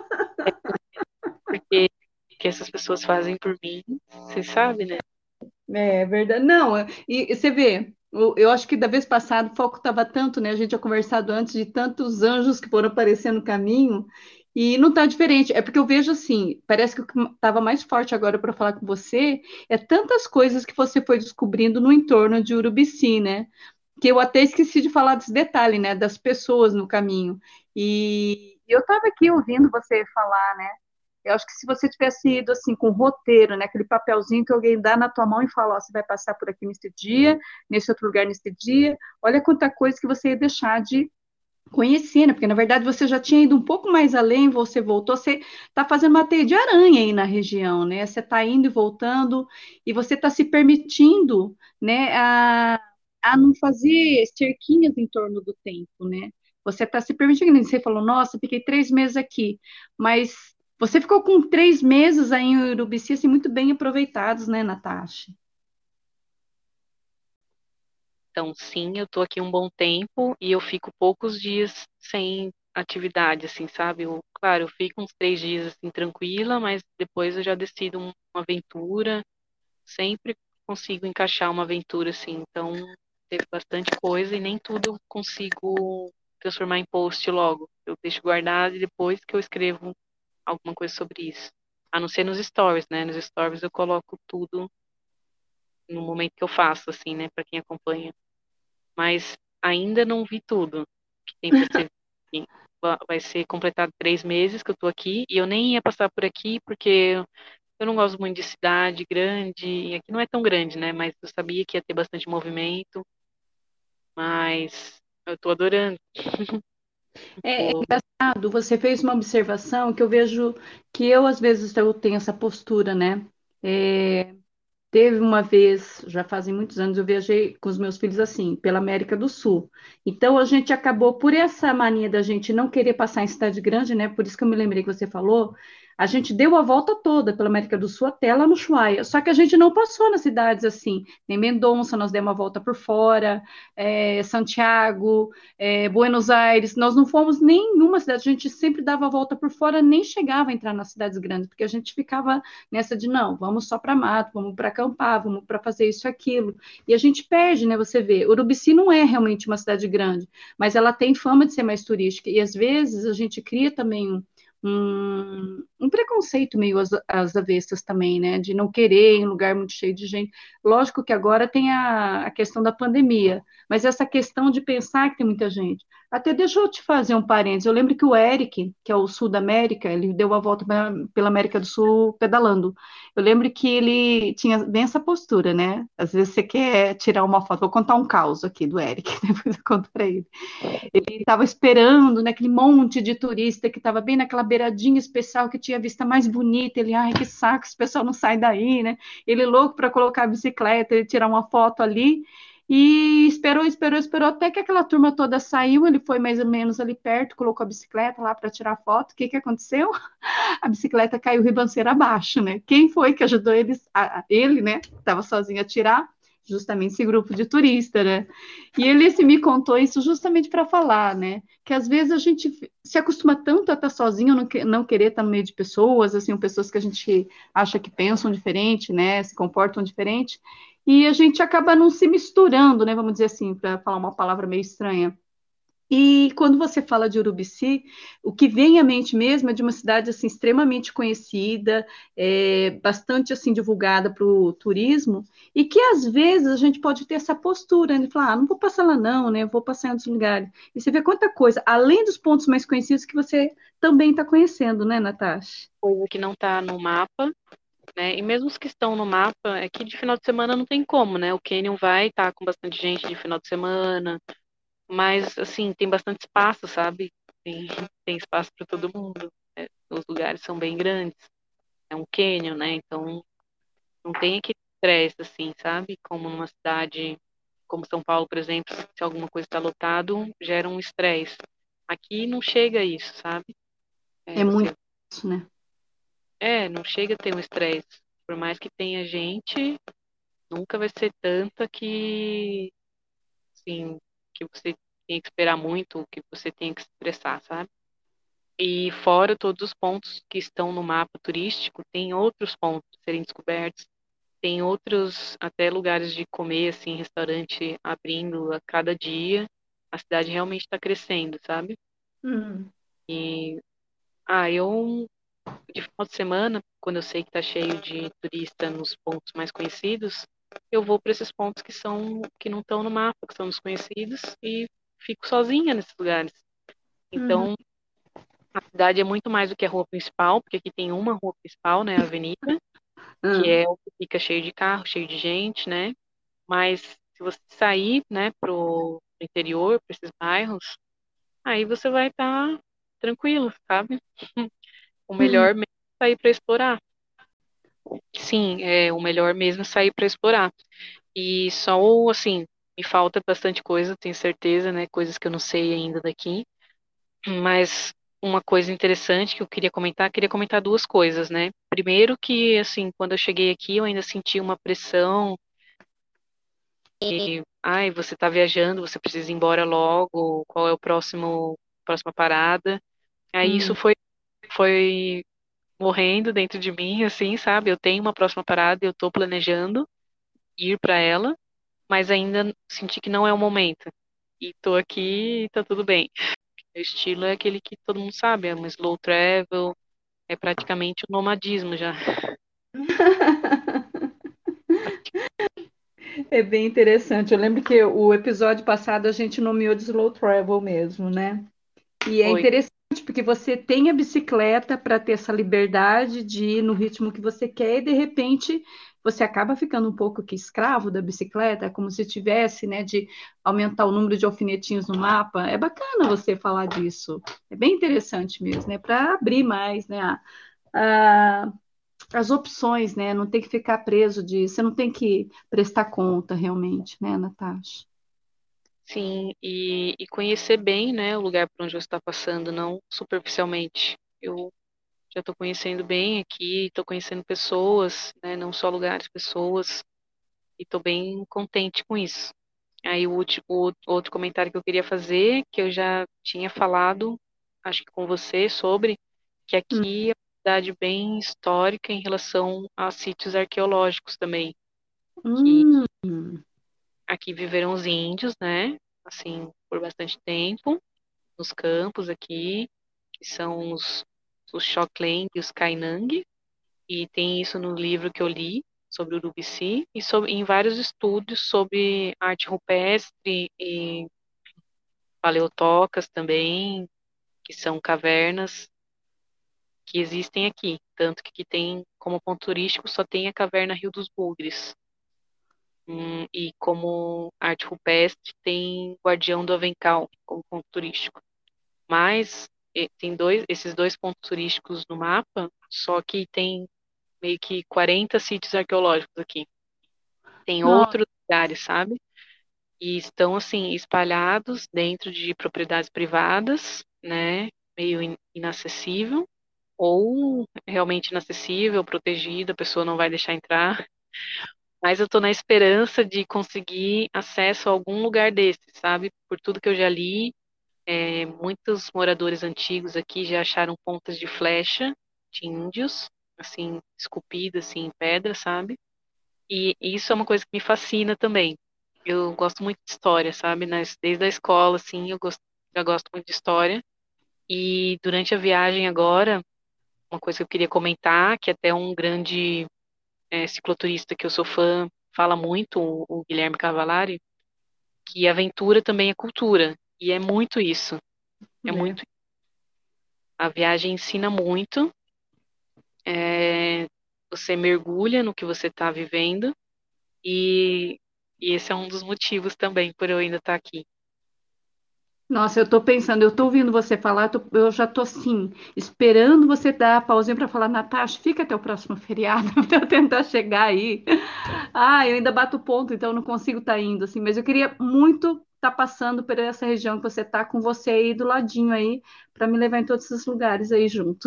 Porque o que essas pessoas fazem por mim, você sabe, né? É verdade. Não, e você vê, eu acho que da vez passada o foco estava tanto, né? A gente tinha conversado antes de tantos anjos que foram aparecendo no caminho, e não está diferente. É porque eu vejo assim, parece que o que estava mais forte agora para falar com você é tantas coisas que você foi descobrindo no entorno de Urubici, né? Que eu até esqueci de falar desse detalhe, né? Das pessoas no caminho. E eu estava aqui ouvindo você falar, né? Eu acho que se você tivesse ido assim com roteiro, né, aquele papelzinho que alguém dá na tua mão e fala, ó, você vai passar por aqui nesse dia, nesse outro lugar nesse dia, olha quanta coisa que você ia deixar de conhecia, né? Porque na verdade você já tinha ido um pouco mais além, você voltou, você está fazendo uma teia de aranha aí na região, né? Você está indo e voltando, e você está se permitindo, né, a não fazer cerquinhas em torno do tempo, né? Você está se permitindo, você falou, nossa, fiquei 3 meses aqui, mas você ficou com 3 meses aí em Urubici, assim, muito bem aproveitados, né, Natasha? Então, sim, eu tô aqui um bom tempo e eu fico poucos dias sem atividade, assim, sabe? Claro, eu fico uns 3 dias, assim, tranquila, mas depois eu já decido uma aventura. Sempre consigo encaixar uma aventura, assim. Então, teve bastante coisa e nem tudo eu consigo transformar em post logo. Eu deixo guardado e depois que eu escrevo alguma coisa sobre isso. A não ser nos stories, né? Nos stories eu coloco tudo no momento que eu faço, assim, né? Para quem acompanha. Mas ainda não vi tudo que tem para ser visto. Vai ser completado 3 meses que eu tô aqui e eu nem ia passar por aqui porque eu não gosto muito de cidade grande. E aqui não é tão grande, né? Mas eu sabia que ia ter bastante movimento. Mas eu tô adorando. É Tô- engraçado, você fez uma observação que eu vejo que eu, às vezes, eu tenho essa postura, né? É, teve uma vez, já fazem muitos anos, eu viajei com os meus filhos assim, pela América do Sul. Então a gente acabou, por essa mania da gente não querer passar em cidade grande, né? Por isso que eu me lembrei que você falou, a gente deu a volta toda pela América do Sul até lá no Ushuaia. Só que a gente não passou nas cidades assim, nem Mendonça, nós demos a volta por fora, Santiago, Buenos Aires, nós não fomos nem em nenhuma cidade, a gente sempre dava a volta por fora, nem chegava a entrar nas cidades grandes, porque a gente ficava nessa de não, vamos só para mato, vamos para acampar, vamos para fazer isso e aquilo. E a gente perde, né? Você vê, Urubici não é realmente uma cidade grande, mas ela tem fama de ser mais turística. E às vezes a gente cria também um preconceito meio às avessas também, né? De não querer em um lugar muito cheio de gente. Lógico que agora tem a questão da pandemia, mas essa questão de pensar que tem muita gente. Até deixa eu te fazer um parênteses. Eu lembro que o Eric, que é o sul da América, ele deu a volta pela América do Sul pedalando. Eu lembro que ele tinha bem essa postura, né? Às vezes você quer tirar uma foto. Vou contar um caos aqui do Eric, depois eu conto para ele. Ele estava esperando naquele monte de turista que estava bem naquela beiradinha especial que tinha a vista mais bonita. Ele, ai, que saco, esse pessoal não sai daí, né? Ele louco para colocar a bicicleta, ele tirar uma foto ali. E esperou, esperou, esperou até que aquela turma toda saiu. Ele foi mais ou menos ali perto, colocou a bicicleta lá para tirar foto. O que que aconteceu? A bicicleta caiu ribanceira abaixo, né? Quem foi que ajudou eles? Ele, né? Estava sozinho a tirar, justamente esse grupo de turista, né? E ele se me contou isso justamente para falar, né? Que às vezes a gente se acostuma tanto a estar sozinho, não querer estar no meio de pessoas, assim, pessoas que a gente acha que pensam diferente, né? Se comportam diferente, e a gente acaba não se misturando, né? Vamos dizer assim, para falar uma palavra meio estranha. E quando você fala de Urubici, o que vem à mente mesmo é de uma cidade assim extremamente conhecida, bastante assim divulgada para o turismo, e que às vezes a gente pode ter essa postura né, de falar, não vou passar lá não, né? Vou passar em outros lugares. E você vê quanta coisa, além dos pontos mais conhecidos que você também está conhecendo, né, Natasha? Coisa que não tá no mapa, né? E mesmo os que estão no mapa, é que de final de semana não tem como, né? O Canyon vai estar com bastante gente de final de semana, mas assim, tem bastante espaço, sabe? Tem, tem espaço para todo mundo. Os lugares são bem grandes. É um Canyon, né? Então não tem aquele estresse, assim, sabe? Como numa cidade como São Paulo, por exemplo, se alguma coisa está lotado, gera um estresse. Aqui não chega a isso, sabe? É muito Você isso, né? não chega a ter um estresse. Por mais que tenha gente, nunca vai ser tanta que, assim, que você tem que esperar muito, que você tem que se estressar, sabe? E fora todos os pontos que estão no mapa turístico, tem outros pontos a serem descobertos, tem outros até lugares de comer, assim, restaurante abrindo a cada dia. A cidade realmente está crescendo, sabe? Hum. E eu de final de semana, quando eu sei que está cheio de turista nos pontos mais conhecidos, eu vou para esses pontos que não estão no mapa, que são desconhecidos e fico sozinha nesses lugares. Uhum. Então, a cidade é muito mais do que a rua principal, porque aqui tem uma rua principal, né, a avenida, que Hum. é o que fica cheio de carro, cheio de gente, né? Mas se você sair, né, pro interior, para esses bairros, aí você vai estar tranquilo, sabe? O Hum. melhor mesmo é sair para explorar. Sim, o melhor mesmo é sair para explorar. E só, assim, me falta bastante coisa, tenho certeza, né? Coisas que eu não sei ainda daqui. Mas uma coisa interessante que eu queria comentar duas coisas, né? Primeiro que, assim, quando eu cheguei aqui, eu ainda senti uma pressão e, ai, você tá viajando, você precisa ir embora logo, qual é o próxima parada? Aí isso Hum. foi morrendo dentro de mim, assim, sabe? Eu tenho uma próxima parada, eu tô planejando ir para ela, mas ainda senti que não é o momento. E tô aqui e tá tudo bem. Meu estilo é aquele que todo mundo sabe, é um slow travel, é praticamente o nomadismo já. É bem interessante. Eu lembro que o episódio passado a gente nomeou de slow travel mesmo, né? E é Foi. interessante porque você tem a bicicleta para ter essa liberdade de ir no ritmo que você quer e de repente você acaba ficando um pouco que escravo da bicicleta, como se tivesse, né, de aumentar o número de alfinetinhos no mapa. É bacana você falar disso. É bem interessante mesmo, né, para abrir mais, né, a- as opções, né, não tem que ficar preso de, você não tem que prestar conta realmente, né, Natasha? Sim, e conhecer bem, né, o lugar por onde você está passando, não superficialmente. Eu já estou conhecendo bem aqui, estou conhecendo pessoas, né, não só lugares, pessoas, e estou bem contente com isso. Aí o outro comentário que eu queria fazer, que eu já tinha falado, acho que com você, sobre que aqui é uma cidade bem histórica em relação a sítios arqueológicos também, que Hum, aqui viveram os índios, né? Assim, por bastante tempo, nos campos aqui, que são os Xoklen e os Kainang, e tem isso no livro que eu li sobre o Urubici e em vários estudos sobre arte rupestre e paleotocas também, que são cavernas que existem aqui. Tanto que aqui tem, como ponto turístico, só tem a caverna Rio dos Bugres. E como arte rupestre tem Guardião do Avencal como ponto turístico. Mas tem esses dois pontos turísticos no mapa, só que tem meio que 40 sítios arqueológicos aqui. Tem nossa, outros lugares, sabe? E estão assim espalhados dentro de propriedades privadas, né? Meio inacessível ou realmente inacessível, protegido, a pessoa não vai deixar entrar. Mas eu tô na esperança de conseguir acesso a algum lugar desse, sabe? Por tudo que eu já li, muitos moradores antigos aqui já acharam pontas de flecha de índios, assim, esculpidas assim, em pedra, sabe? E isso é uma coisa que me fascina também. Eu gosto muito de história, sabe? Desde a escola, assim, já gosto muito de história. E durante a viagem agora, uma coisa que eu queria comentar, que até um grande cicloturista que eu sou fã fala muito, o Guilherme Cavalari, que aventura também é cultura. E é muito isso. É é. muito. A viagem ensina muito. Você mergulha no que você está vivendo. E, e esse é um dos motivos também por eu ainda estar aqui. Nossa, eu tô pensando, eu tô ouvindo você falar, eu já tô assim, esperando você dar a pausinha para falar, Natasha, fica até o próximo feriado para eu tentar chegar aí. Ah, eu ainda bato ponto, então eu não consigo estar indo assim, mas eu queria muito estar passando por essa região que você tá com você aí do ladinho aí, para me levar em todos esses lugares aí junto.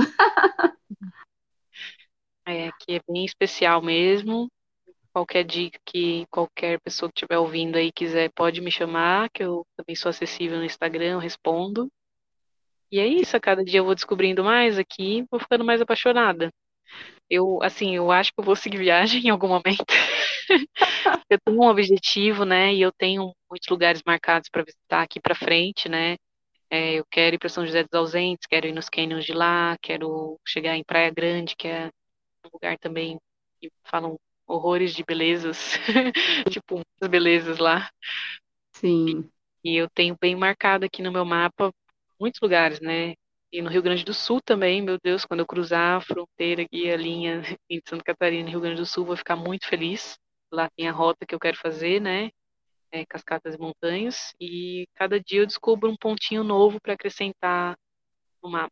Aqui é bem especial mesmo. Qualquer dica que qualquer pessoa que estiver ouvindo aí quiser, pode me chamar, que eu também sou acessível no Instagram, eu respondo. E é isso, a cada dia eu vou descobrindo mais aqui, vou ficando mais apaixonada. Eu acho que eu vou seguir viagem em algum momento. Eu tenho um objetivo, né? E eu tenho muitos lugares marcados para visitar aqui para frente, né? Eu quero ir para São José dos Ausentes, quero ir nos canyons de lá, quero chegar em Praia Grande, que é um lugar também que falam horrores de belezas, tipo, muitas belezas lá. Sim. E eu tenho bem marcado aqui no meu mapa muitos lugares, né? E no Rio Grande do Sul também, meu Deus, quando eu cruzar a fronteira aqui, a linha entre Santa Catarina e Rio Grande do Sul, vou ficar muito feliz. Lá tem a rota que eu quero fazer, né? cascatas e montanhas, e cada dia eu descubro um pontinho novo para acrescentar no mapa.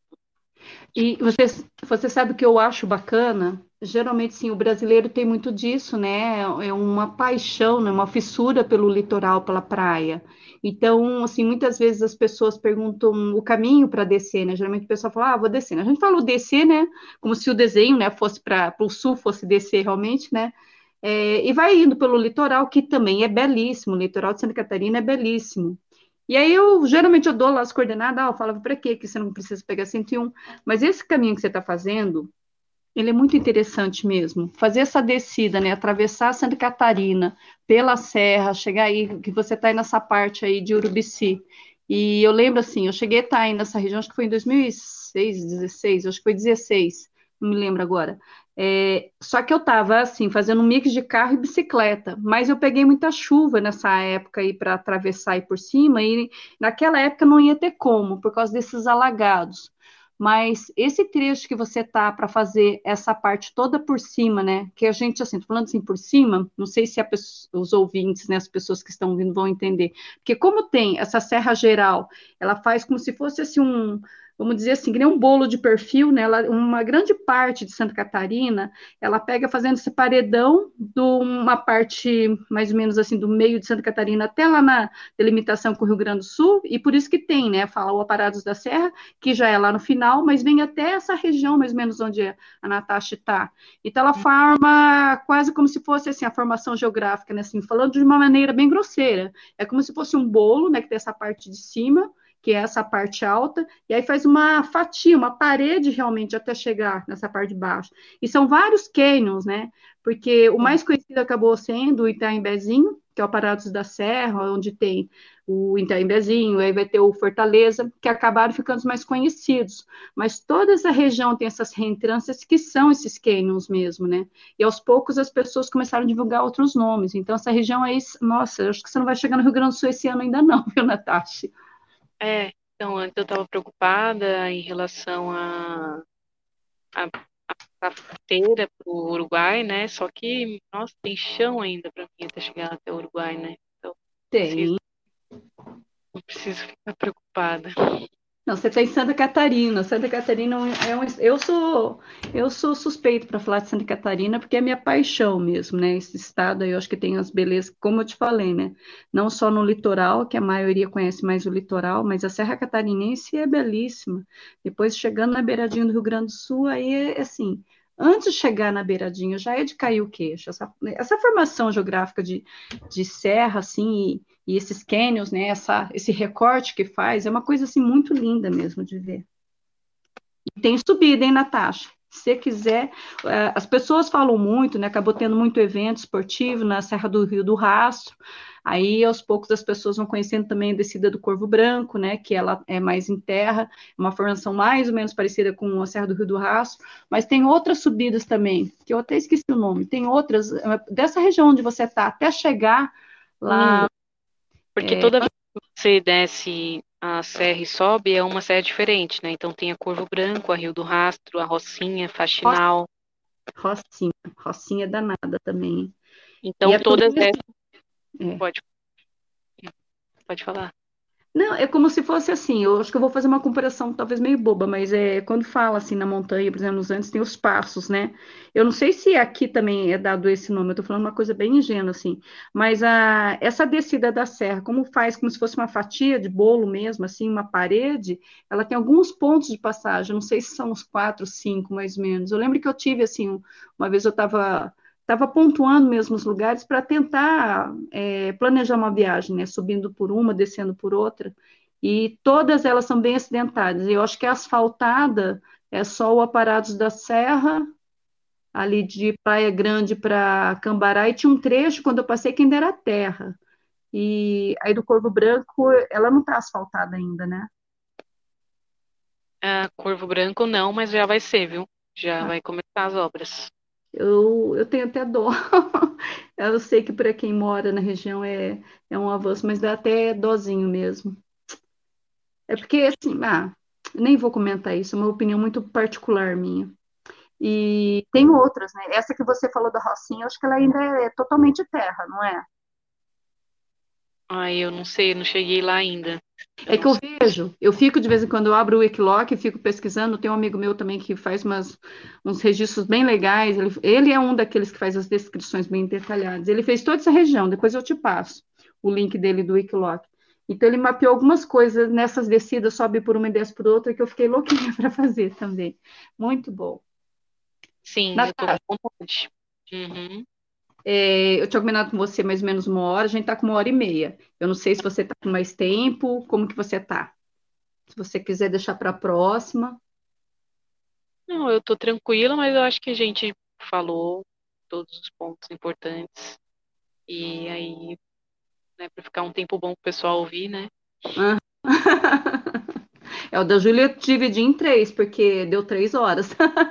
E você sabe o que eu acho bacana? Geralmente, sim, o brasileiro tem muito disso, né? É uma paixão, né? Uma fissura pelo litoral, pela praia. Então, assim, muitas vezes as pessoas perguntam o caminho para descer, né? Geralmente o pessoal fala, vou descer, né? A gente fala o descer, né? Como se o desenho, né, fosse para o sul, fosse descer realmente, né? E vai indo pelo litoral, que também é belíssimo. O litoral de Santa Catarina é belíssimo. E aí geralmente eu dou lá as coordenadas, eu falava para quê? Que você não precisa pegar 101. Mas esse caminho que você está fazendo, ele é muito interessante mesmo. Fazer essa descida, né? Atravessar Santa Catarina pela serra, chegar aí, que você está aí nessa parte aí de Urubici. E eu lembro assim, eu cheguei a estar aí nessa região, acho que foi em 2006, 16, acho que foi 16, não me lembro agora. Só que eu estava assim, fazendo um mix de carro e bicicleta, mas eu peguei muita chuva nessa época aí para atravessar aí por cima, e naquela época não ia ter como, por causa desses alagados. Mas esse trecho que você tá para fazer essa parte toda por cima, né? Que a gente, assim, tô falando assim por cima, não sei se os ouvintes, né, as pessoas que estão ouvindo vão entender. Porque como tem essa serra geral, ela faz como se fosse assim vamos dizer assim, que nem um bolo de perfil, né? Uma grande parte de Santa Catarina, ela pega fazendo esse paredão de uma parte mais ou menos assim do meio de Santa Catarina até lá na delimitação com o Rio Grande do Sul, e por isso que tem, né? Fala o Aparados da Serra, que já é lá no final, mas vem até essa região, mais ou menos onde a Natasha está. Então, ela forma quase como se fosse assim, a formação geográfica, né? Assim, falando de uma maneira bem grosseira. É como se fosse um bolo, né? Que tem essa parte de cima, que é essa parte alta, e aí faz uma fatia, uma parede realmente até chegar nessa parte de baixo. E são vários canyons, né? Porque o mais conhecido acabou sendo o Itaimbezinho, que é o Aparados da Serra, onde tem o Itaimbezinho, aí vai ter o Fortaleza, que acabaram ficando os mais conhecidos. Mas toda essa região tem essas reentrâncias que são esses canyons mesmo, né? E aos poucos as pessoas começaram a divulgar outros nomes. Então essa região aí, nossa, eu acho que você não vai chegar no Rio Grande do Sul esse ano ainda não, viu, Natasha? Então antes eu estava preocupada em relação a, a fronteira para o Uruguai, né? Só que, nossa, tem chão ainda para mim até chegar até o Uruguai, né? Então Tem. não preciso ficar preocupada. Não, você está em Santa Catarina. Santa Catarina eu sou suspeito para falar de Santa Catarina porque é minha paixão mesmo, né? Esse estado aí eu acho que tem as belezas, como eu te falei, né? Não só no litoral, que a maioria conhece mais o litoral, mas a Serra Catarinense é belíssima. Depois chegando na beiradinha do Rio Grande do Sul, aí é assim, antes de chegar na beiradinha já é de cair o queixo. Essa formação geográfica de serra, assim, e esses canyons, né, esse recorte que faz, é uma coisa assim muito linda mesmo de ver. E tem subida, hein, Natasha? Se você quiser, as pessoas falam muito, né? Acabou tendo muito evento esportivo na Serra do Rio do Rastro. Aí, aos poucos, as pessoas vão conhecendo também a descida do Corvo Branco, né? Que ela é mais em terra, uma formação mais ou menos parecida com a Serra do Rio do Rastro. Mas tem outras subidas também, que eu até esqueci o nome. Tem outras, dessa região onde você está, até chegar lá. Porque toda vez que você desce a serra e sobe, é uma serra diferente, né? Então tem a Corvo Branco, a Rio do Rastro, a Rocinha, Faxinal. Rocinha, Rocinha danada também. E Então é tudo todas isso. essas. Pode falar. Não, é como se fosse assim, eu acho que eu vou fazer uma comparação talvez meio boba, mas quando fala assim na montanha, por exemplo, nos Andes tem os passos, né? Eu não sei se aqui também é dado esse nome, eu tô falando uma coisa bem ingênua, assim, mas essa descida da serra, como faz, como se fosse uma fatia de bolo mesmo, assim, uma parede, ela tem alguns pontos de passagem, eu não sei se são uns 4, 5, mais ou menos. Eu lembro que eu tive, assim, uma vez eu estava pontuando mesmo os lugares para tentar planejar uma viagem, né? Subindo por uma, descendo por outra, e todas elas são bem acidentadas. Eu acho que a asfaltada é só o Aparados da Serra, ali de Praia Grande para Cambará, e tinha um trecho quando eu passei que ainda era terra. E aí do Corvo Branco, ela não está asfaltada ainda, né? A Corvo Branco não, mas já vai ser, viu? Já vai começar as obras. Eu tenho até dó. Eu sei que para quem mora na região é um avanço, mas dá até dozinho mesmo. É porque, assim, nem vou comentar isso, é uma opinião muito particular minha. E tem outras, né? Essa que você falou da Rocinha, eu acho que ela ainda é totalmente terra, não é? Ai, eu não sei, não cheguei lá ainda. Eu É que não eu sei. vejo, eu fico de vez em quando, eu abro o Wikiloc e fico pesquisando. Tem um amigo meu também que faz uns registros bem legais. Ele é um daqueles que faz as descrições bem detalhadas. Ele fez toda essa região, depois eu te passo o link dele do Wikiloc. Então, ele mapeou algumas coisas nessas descidas, sobe por uma e desce por outra, que eu fiquei louquinha para fazer também. Muito bom. Sim, eu tô Natasha, com vontade. Uhum. eu tinha combinado com você mais ou menos uma hora, a gente está com uma hora e meia. Eu não sei se você está com mais tempo, como que você está? Se você quiser deixar para a próxima. Não, eu tô tranquila, mas eu acho que a gente falou todos os pontos importantes. E aí, né, pra ficar um tempo bom pro pessoal ouvir, né? Ah. É, o da Júlia eu dividi em três, porque deu 3 horas.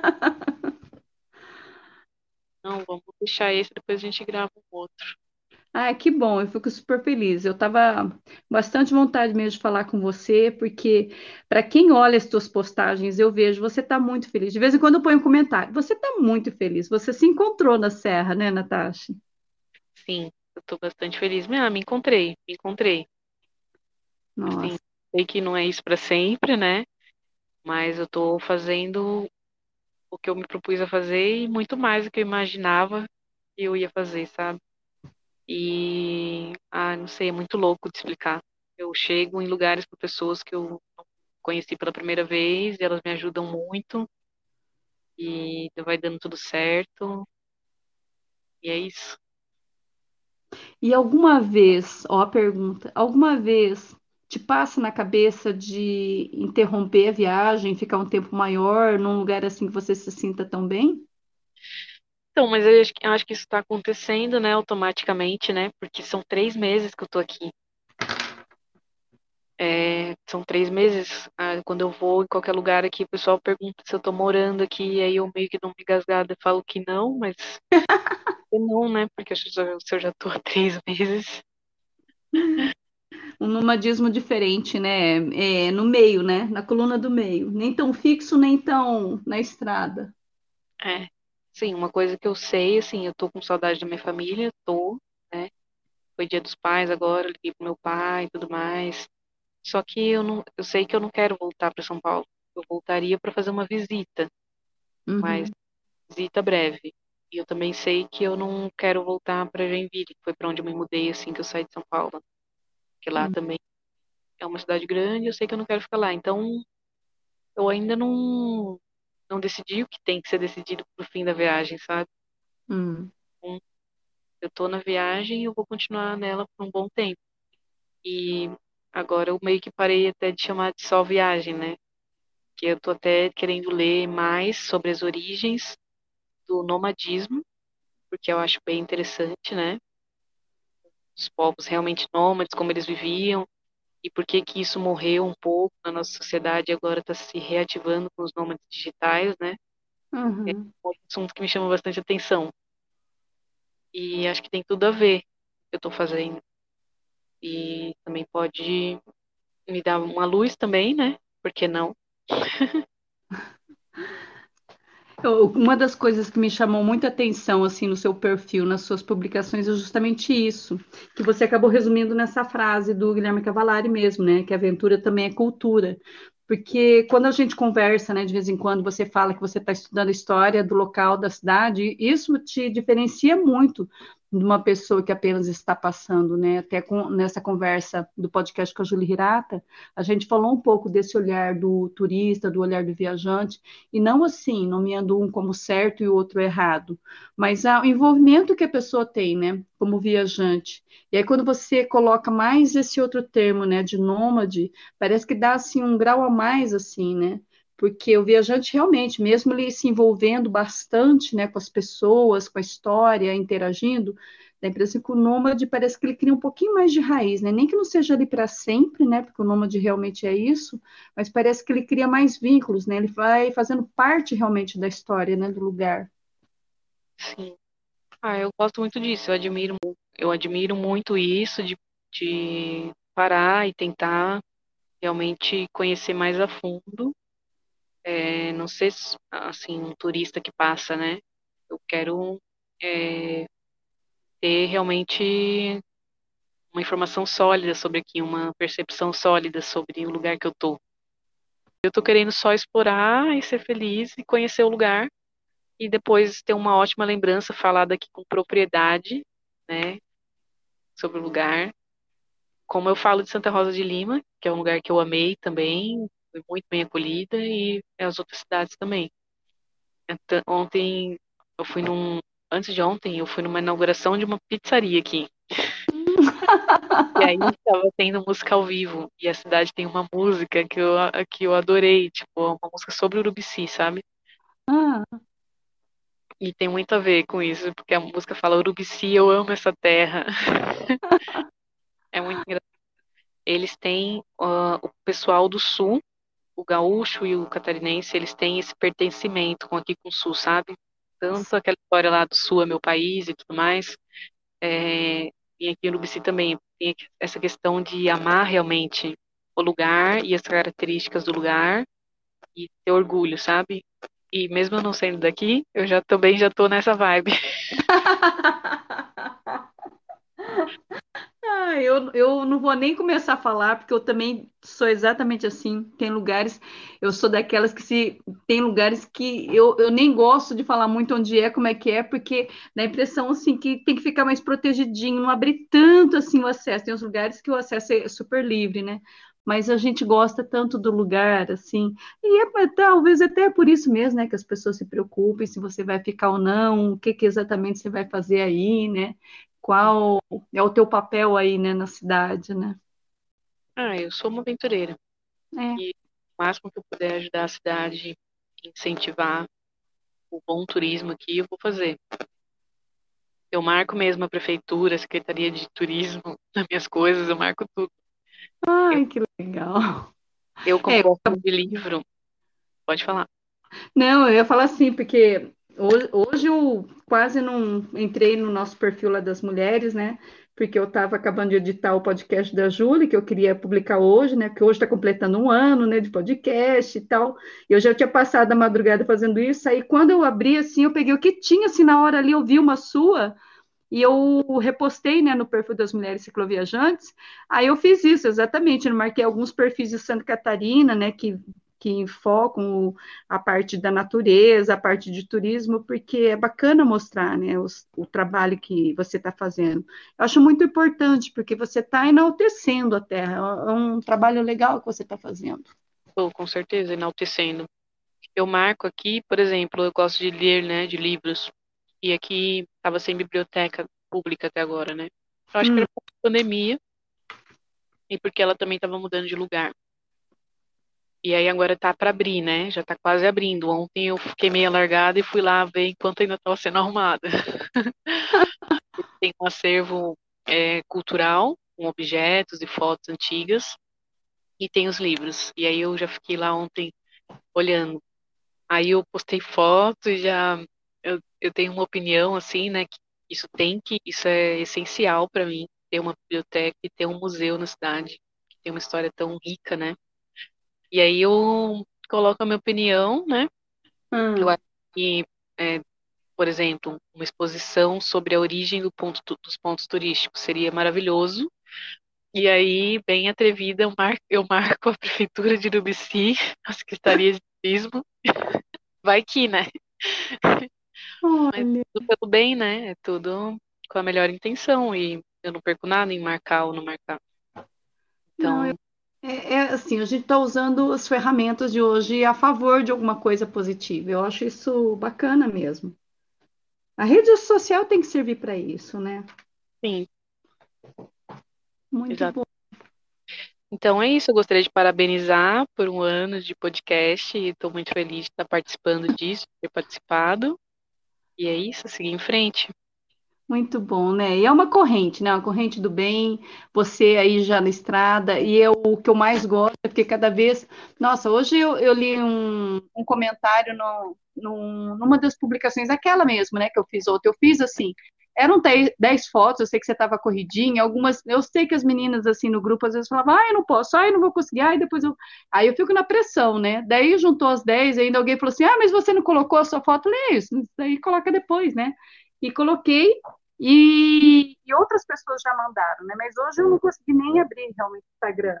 Não, vamos deixar esse, depois a gente grava um outro. Ah, que bom, eu fico super feliz. Eu tava bastante vontade mesmo de falar com você, porque para quem olha as tuas postagens, eu vejo você tá muito feliz. De vez em quando eu ponho um comentário. Você tá muito feliz. Você se encontrou na Serra, né, Natasha? Sim, eu tô bastante feliz. Ah, me encontrei, me encontrei. Assim, Nossa. sei que não é isso pra sempre, né? Mas eu tô fazendo o que eu me propus a fazer e muito mais do que eu imaginava que eu ia fazer, sabe? E, não sei, é muito louco de explicar. Eu chego em lugares com pessoas que eu conheci pela primeira vez, e elas me ajudam muito, e vai dando tudo certo, e é isso. E alguma vez, ó, a pergunta, alguma vez te passa na cabeça de interromper a viagem, ficar um tempo maior num lugar assim que você se sinta tão bem? Então, mas eu acho que isso está acontecendo, né, automaticamente, né, porque são 3 meses que eu tô aqui. São 3 meses, quando eu vou em qualquer lugar aqui, o pessoal pergunta se eu tô morando aqui, e aí eu meio que dou uma engasgada e falo que não, mas não, né, porque se eu já tô há 3 meses. Um nomadismo diferente, né? É, no meio, né? Na coluna do meio. Nem tão fixo, nem tão na estrada. É, sim, uma coisa que eu sei, assim, eu tô com saudade da minha família, tô, né? Foi Dia dos Pais agora, liguei pro meu pai e tudo mais. Só que eu sei que eu não quero voltar para São Paulo. Eu voltaria para fazer uma visita, mas Uhum, visita breve. E eu também sei que eu não quero voltar para Joinville, que foi para onde eu me mudei assim que eu saí de São Paulo, que lá uhum, também é uma cidade grande, eu sei que eu não quero ficar lá. Então, eu ainda não decidi o que tem que ser decidido pro fim da viagem, sabe? uhum. Então, eu tô na viagem e eu vou continuar nela por um bom tempo. E agora eu meio que parei até de chamar de só viagem, né? Que eu tô até querendo ler mais sobre as origens do nomadismo, porque eu acho bem interessante, né? Os povos realmente nômades, como eles viviam, e por que que isso morreu um pouco na nossa sociedade e agora está se reativando com os nômades digitais, né? Uhum. Um assunto que me chama bastante atenção. E acho que tem tudo a ver com o que eu estou fazendo. E também pode me dá uma luz também, né? Por que não? Uma das coisas que me chamou muita atenção assim no seu perfil, nas suas publicações, é justamente isso, que você acabou resumindo nessa frase do Guilherme Cavalari mesmo, né? Que aventura também é cultura. Porque quando a gente conversa, né, de vez em quando você fala que você está estudando a história do local, da cidade, isso te diferencia muito de uma pessoa que apenas está passando, né? Até nessa conversa do podcast com a Julie Hirata, a gente falou um pouco desse olhar do turista, do olhar do viajante, e não assim, nomeando um como certo e o outro errado, mas o envolvimento que a pessoa tem, né, como viajante. E aí, quando você coloca mais esse outro termo, né, de nômade, parece que dá, assim, um grau a mais, assim, né, porque o viajante realmente, mesmo ele se envolvendo bastante, né, com as pessoas, com a história, interagindo, dá a impressão que o nômade parece que ele cria um pouquinho mais de raiz, né, nem que não seja ali para sempre, né, porque o nômade realmente é isso, mas parece que ele cria mais vínculos, né? Ele vai fazendo parte realmente da história, né, do lugar. Sim. Eu gosto muito disso. Eu admiro muito isso de parar e tentar realmente conhecer mais a fundo. Não ser assim um turista que passa, né? Eu quero ter realmente uma informação sólida sobre aqui, uma percepção sólida sobre o lugar que eu tô. Eu tô querendo só explorar e ser feliz e conhecer o lugar e depois ter uma ótima lembrança falada aqui com propriedade, né, sobre o lugar. Como eu falo de Santa Rosa de Lima, que é um lugar que eu amei também, fui muito bem acolhida, e as outras cidades também. Ontem, eu fui num. Antes de ontem, eu fui numa inauguração de uma pizzaria aqui. E aí estava tendo música ao vivo. E a cidade tem uma música que eu adorei, tipo, uma música sobre Urubici, sabe? Ah, E tem muito a ver com isso, porque a música fala Urubici, eu amo essa terra. É muito engraçado. Eles têm o pessoal do sul, o gaúcho e o catarinense, eles têm esse pertencimento aqui com o sul, sabe? Tanto aquela história lá do sul é meu país e tudo mais, e aqui no Urubici também tem essa questão de amar realmente o lugar e as características do lugar e ter orgulho, sabe? E mesmo eu não sendo daqui, eu já também já tô nessa vibe. eu não vou nem começar a falar, porque eu também sou exatamente assim. Tem lugares, eu sou daquelas que se tem lugares que eu nem gosto de falar muito onde é, como é que é, porque dá a impressão assim que tem que ficar mais protegidinho, não abrir tanto assim o acesso. Tem uns lugares que o acesso é super livre, né? Mas a gente gosta tanto do lugar, assim, e talvez até por isso mesmo, né, que as pessoas se preocupem se você vai ficar ou não, o que que exatamente você vai fazer aí, né? Qual é o teu papel aí, né, na cidade, né? Ah, eu sou uma aventureira É. e o máximo que eu puder ajudar a cidade, incentivar o bom turismo aqui, eu vou fazer. Eu marco mesmo a prefeitura, a Secretaria de Turismo, nas minhas coisas, eu marco tudo. Eu, Ai, que legal. eu como É, gosto de livro, pode falar. não, eu ia falar assim, porque hoje eu quase não entrei no nosso perfil lá das mulheres, né? Porque eu estava acabando de editar o podcast da Júlia, que eu queria publicar hoje, né? Porque hoje está completando um ano, né, de podcast e tal. Eu já tinha passado a madrugada fazendo isso, aí quando eu abri, assim, eu peguei o que tinha, assim, na hora ali, eu vi uma sua, e eu repostei, né, no perfil das mulheres cicloviajantes. Aí eu fiz isso, exatamente. Eu marquei alguns perfis de Santa Catarina, né, que focam a parte da natureza, a parte de turismo, porque é bacana mostrar, né, o trabalho que você está fazendo. Eu acho muito importante, porque você está enaltecendo a terra. É um trabalho legal que você está fazendo. Estou com certeza enaltecendo. Eu marco aqui, por exemplo, eu gosto de ler, né, de livros. E aqui estava sem biblioteca pública até agora, né? Eu acho que Hum. era por pandemia e porque ela também estava mudando de lugar. E aí agora tá para abrir, né? Já tá quase abrindo. Ontem eu fiquei meio alargada e fui lá ver enquanto ainda estava sendo arrumada. Tem um acervo cultural, com objetos e fotos antigas, e tem os livros. E aí eu já fiquei lá ontem olhando. Aí eu postei foto e já eu tenho uma opinião assim, né? Que isso é essencial para mim, ter uma biblioteca e ter um museu na cidade, que tem uma história tão rica, né? E aí eu coloco a minha opinião, né? Eu Hum. acho que, é, por exemplo, uma exposição sobre a origem dos pontos turísticos seria maravilhoso. E aí, bem atrevida, eu marco a Prefeitura de Urubici, a Secretaria de Turismo. Vai que, né? Mas Olha, tudo pelo bem, né? É tudo com a melhor intenção. E eu não perco nada em marcar ou não marcar. não, Então, assim, a gente está usando as ferramentas de hoje a favor de alguma coisa positiva. Eu acho isso bacana mesmo. A rede social tem que servir para isso, né? sim, Muito exato. bom. Então é isso. Eu gostaria de parabenizar por um ano de podcast. E estou muito feliz de estar participando disso, de ter participado. E é isso, seguir em frente. Muito bom, né? E é uma corrente, né? Uma corrente do bem, você aí já na estrada, e é o que eu mais gosto, é porque cada vez. Nossa, hoje eu li um comentário numa das publicações, aquela mesmo, né, que eu fiz ontem. Eu fiz assim, eram 10 fotos, eu sei que você estava corridinha, algumas. Eu sei que as meninas, assim, no grupo, às vezes falavam, eu não posso, eu não vou conseguir, depois eu. Aí eu fico na pressão, né? Daí juntou as 10, ainda alguém falou assim, mas você não colocou a sua foto? Eu falei, isso daí coloca depois, né? E coloquei. E outras pessoas já mandaram, né? Mas hoje eu não consegui nem abrir realmente o Instagram.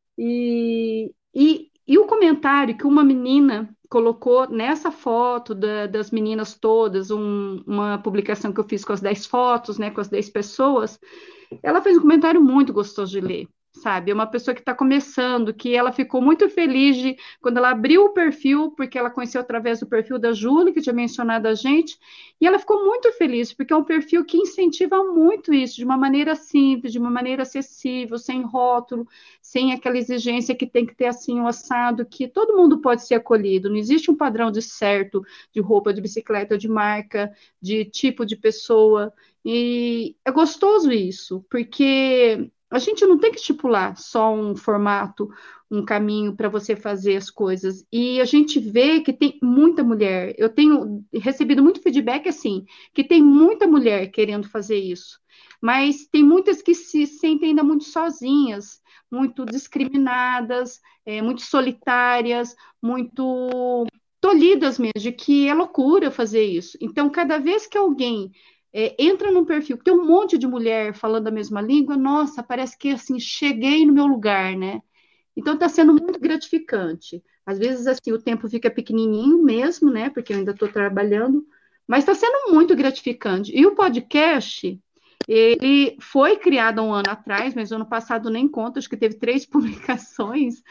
E o comentário que uma menina colocou nessa foto das meninas todas, uma publicação que eu fiz com as 10 fotos, né, com as 10 pessoas, ela fez um comentário muito gostoso de ler, sabe? É uma pessoa que está começando, que ela ficou muito feliz quando ela abriu o perfil, porque ela conheceu através do perfil da Júlia, que tinha mencionado a gente, e ela ficou muito feliz, porque é um perfil que incentiva muito isso, de uma maneira simples, de uma maneira acessível, sem rótulo, sem aquela exigência que tem que ter assim o assado, que todo mundo pode ser acolhido, não existe um padrão de certo, de roupa, de bicicleta, de marca, de tipo de pessoa, e é gostoso isso, porque a gente não tem que estipular só um formato, um caminho para você fazer as coisas. E a gente vê que tem muita mulher. Eu tenho recebido muito feedback assim, que tem muita mulher querendo fazer isso. Mas tem muitas que se sentem ainda muito sozinhas, muito discriminadas, muito solitárias, muito tolhidas mesmo, de que é loucura fazer isso. Então, cada vez que alguém entra num perfil que tem um monte de mulher falando a mesma língua, nossa, parece que assim, cheguei no meu lugar, né? Então está sendo muito gratificante. Às vezes assim, o tempo fica pequenininho mesmo, né? Porque eu ainda estou trabalhando, mas está sendo muito gratificante. E o podcast, ele foi criado há um ano atrás, mas ano passado nem conta, acho que teve 3 publicações.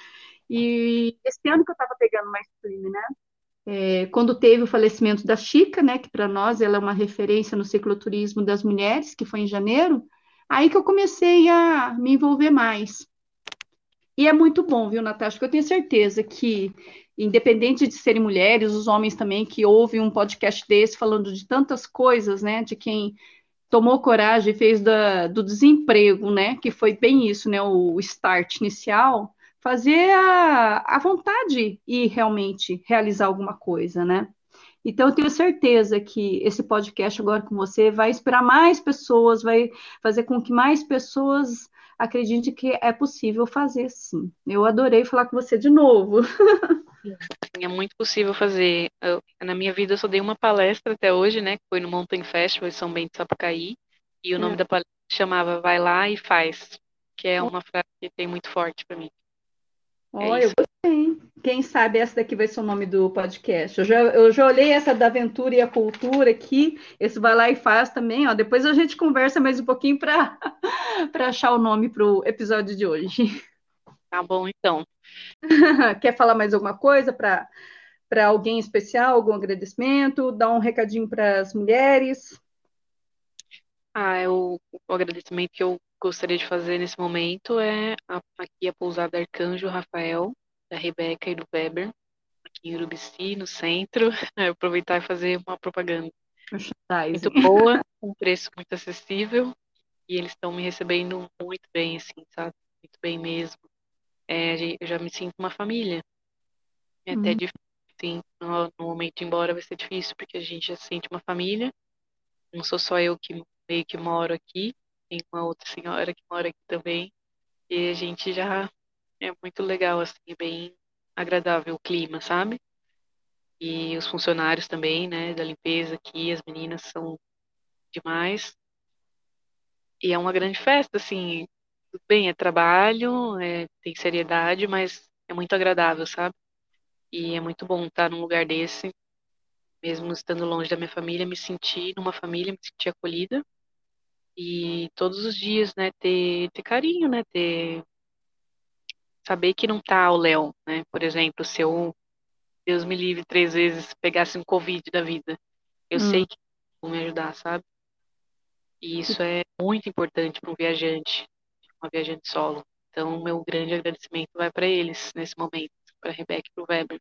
E esse ano que eu estava pegando mais firme, né? Quando teve o falecimento da Chica, né, que para nós ela é uma referência no cicloturismo das mulheres, que foi em janeiro, aí que eu comecei a me envolver mais. E é muito bom, viu, Natasha? Porque eu tenho certeza que, independente de serem mulheres, os homens também que ouvem um podcast desse falando de tantas coisas, né, de quem tomou coragem e fez do desemprego, né, que foi bem isso, né, o start inicial, fazer a vontade e realmente realizar alguma coisa, né? Então, eu tenho certeza que esse podcast agora com você vai inspirar mais pessoas, vai fazer com que mais pessoas acreditem que é possível fazer, sim. Eu adorei falar com você de novo. É muito possível fazer. Na minha vida, eu só dei uma palestra até hoje, né? Que foi no Mountain Festival em São Bento, Sapucaí. E o nome da palestra chamava Vai Lá e Faz, que é uma frase que tem muito forte para mim. Olha, eu gostei. Quem sabe essa daqui vai ser o nome do podcast. Eu já olhei essa da aventura e a cultura aqui. Esse Vai Lá e Faz também, ó. Depois a gente conversa mais um pouquinho para achar o nome para o episódio de hoje. Tá bom, então. Quer falar mais alguma coisa para alguém especial, algum agradecimento? Dar um recadinho para as mulheres? O agradecimento que eu gostaria de fazer nesse momento é aqui a pousada Arcanjo Rafael, da Rebeca e do Weber, aqui em Urubici, no centro. Aproveitar e fazer uma propaganda muito boa, com um preço muito acessível, e eles estão me recebendo muito bem, assim, sabe? Muito bem mesmo. Eu já me sinto uma família. É até difícil, assim, no momento de ir embora vai ser difícil, porque a gente já se sente uma família. Não sou só eu que meio que moro aqui, tem uma outra senhora que mora aqui também, e a gente já é muito legal, assim, é bem agradável o clima, sabe? E os funcionários também, né, da limpeza aqui, as meninas são demais. E é uma grande festa, assim, tudo bem, é trabalho, tem seriedade, mas é muito agradável, sabe? E é muito bom estar num lugar desse, mesmo estando longe da minha família, me sentir numa família, me sentir acolhida. E todos os dias, né, ter carinho, né, saber que não tá ao léu, né? Por exemplo, se eu, Deus me livre, 3 vezes pegasse um Covid da vida, eu sei que vão me ajudar, sabe? E isso é muito importante para um viajante, uma viajante solo. Então, meu grande agradecimento vai para eles nesse momento, para a Rebeca e para o Weber.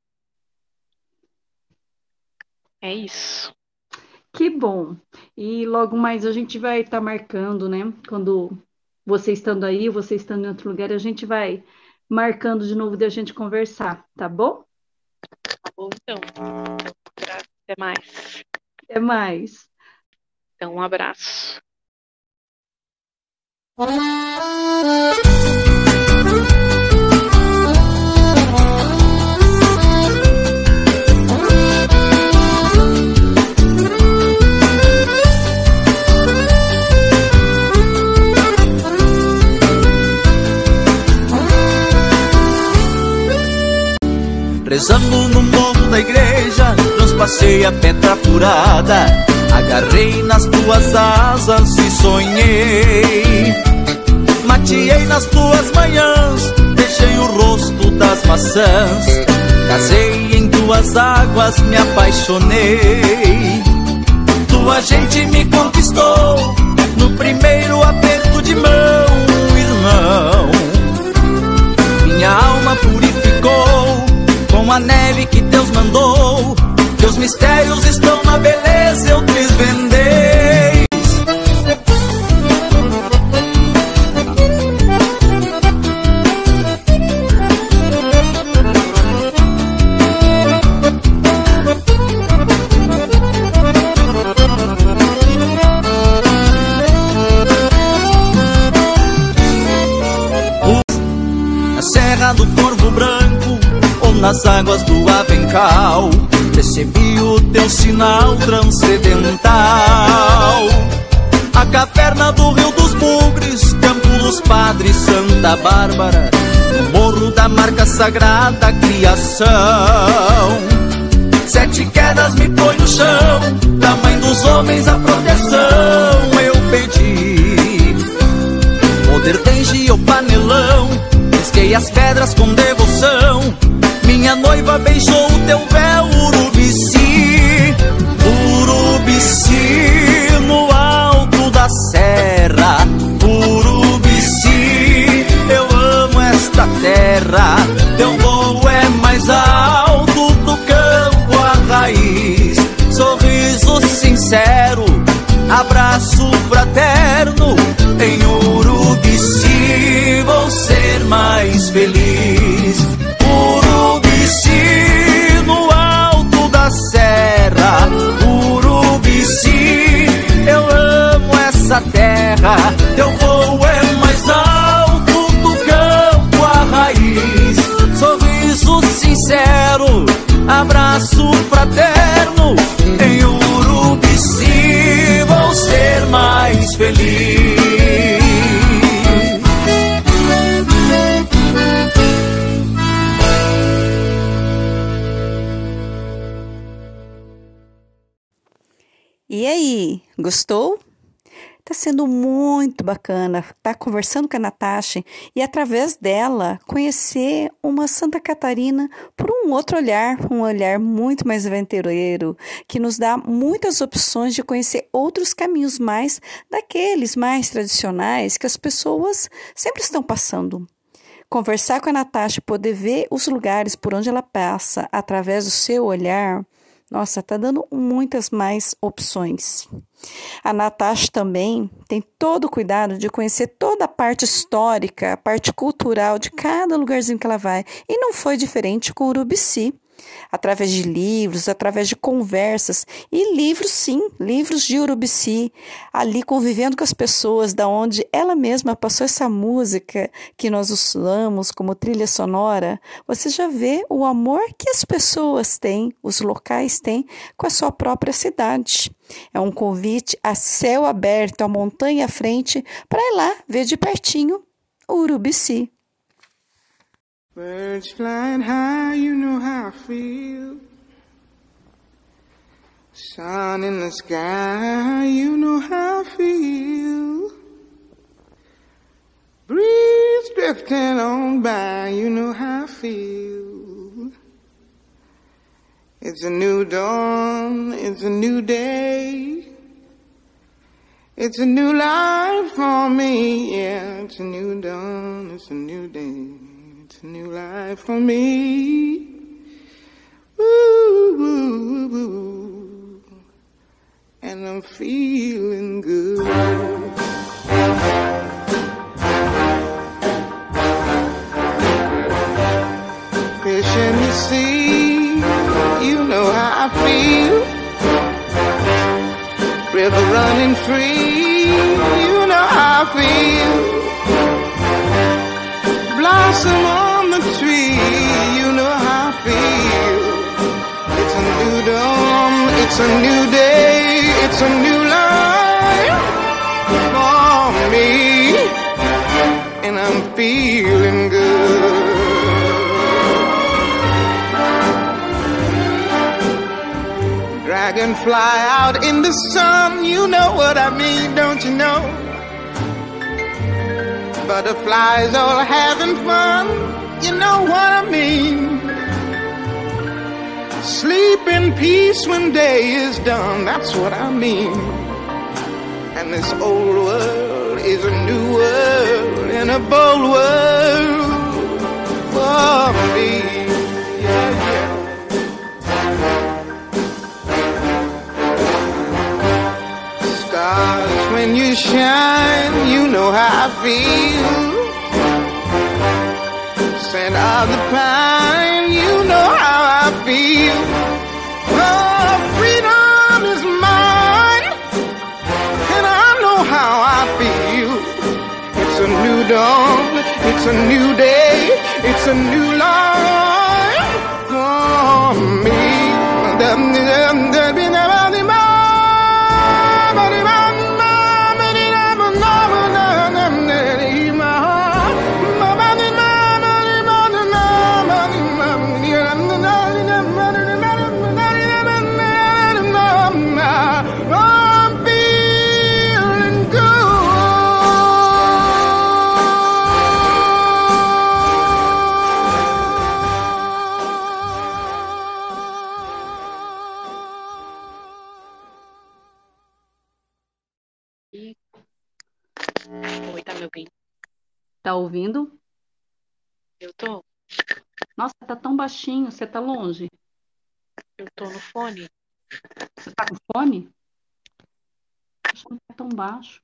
É isso. Que bom. E logo mais a gente vai estar marcando, né? Quando você estando aí, você estando em outro lugar, a gente vai marcando de novo de a gente conversar, tá bom? Tá bom, então. Até mais. Até mais. Então, um abraço. Represando no morro da igreja, transpassei a pedra furada, agarrei nas tuas asas e sonhei. Mateei nas tuas manhãs, deixei o rosto das maçãs, casei em tuas águas, me apaixonei. Tua gente me conquistou no primeiro aperto de mão, irmão. Minha alma purificou com a neve que Deus mandou. Teus mistérios estão na beleza, eu te desvendei. Na Serra do Corvo Branco ou nas águas do Avencal, recebi o teu sinal transcendental. A caverna do Rio dos Bugres, Campo dos Padres, Santa Bárbara, no morro da marca sagrada criação. 7 quedas me põe no chão, da mãe dos homens a proteção eu pedi. Poder tem o panelão, risquei as pedras com devoção. Minha noiva beijou o teu véu, Urubici. Urubici no alto da serra, Urubici, eu amo esta terra. Teu voo é mais alto do campo à raiz. Sorriso sincero, abraço fraterno. Em Urubici vou ser mais feliz. Urubici no alto da serra, Urubici, eu amo essa terra. Teu voo é mais alto do campo à raiz. Sorriso sincero, abraço fraterno. Em Urubici vou ser mais feliz. E aí, gostou? Tá sendo muito bacana estar conversando com a Natasha e, através dela, conhecer uma Santa Catarina por um outro olhar, um olhar muito mais aventureiro, que nos dá muitas opções de conhecer outros caminhos mais daqueles mais tradicionais que as pessoas sempre estão passando. Conversar com a Natasha, poder ver os lugares por onde ela passa através do seu olhar, nossa, tá dando muitas mais opções. A Natasha também tem todo o cuidado de conhecer toda a parte histórica, a parte cultural de cada lugarzinho que ela vai. E não foi diferente com Urubici. Através de livros, através de conversas. E livros, sim, livros de Urubici. Ali convivendo com as pessoas, da onde ela mesma passou essa música que nós usamos como trilha sonora. Você já vê o amor que as pessoas têm, os locais têm com a sua própria cidade. É um convite a céu aberto, a montanha à frente, para ir lá ver de pertinho Urubici. Birds flying high, you know how I feel. Sun in the sky, you know how I feel. Breeze drifting on by, you know how I feel. It's a new dawn, it's a new day. It's a new life for me, yeah. It's a new dawn, it's a new day. It's a new life for me. Ooh, ooh, ooh. And I'm feeling good. Fish in the sea, you know how I feel. River running free, you know how I feel. Blossom on the tree, you know how I feel. It's a new dawn, it's a new day, it's a new life for me, and I'm feeling good. and fly out in the sun. You know what I mean, don't you know? Butterflies all having fun. You know what I mean. Sleep in peace when day is done. That's what I mean. And this old world is a new world and a bold world for me. Yeah, yeah. Stars, when you shine, you know how I feel. Scent of the pine, you know how I feel. Oh, freedom is mine, and I know how I feel. It's a new dawn, it's a new day, it's a new life for me. Oi, tá me ouvindo? Tá ouvindo? Eu tô? Nossa, tá tão baixinho, você tá longe. Eu tô no fone. Você tá com fone? Acho que não tá tão baixo.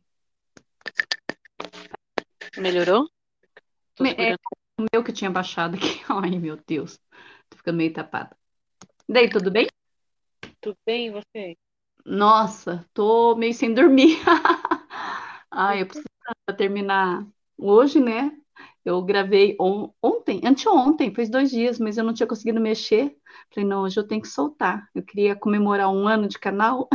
Melhorou? Tô É segurando. o meu que tinha baixado aqui. Ai, meu Deus. Tô ficando meio tapada. Daí, tudo bem? Tudo bem, e você? Nossa, tô meio sem dormir. Ai, eu preciso terminar hoje, né? Eu gravei ontem, anteontem, fez 2 dias, mas eu não tinha conseguido mexer. Falei, não, hoje eu tenho que soltar. Eu queria comemorar 1 ano de canal.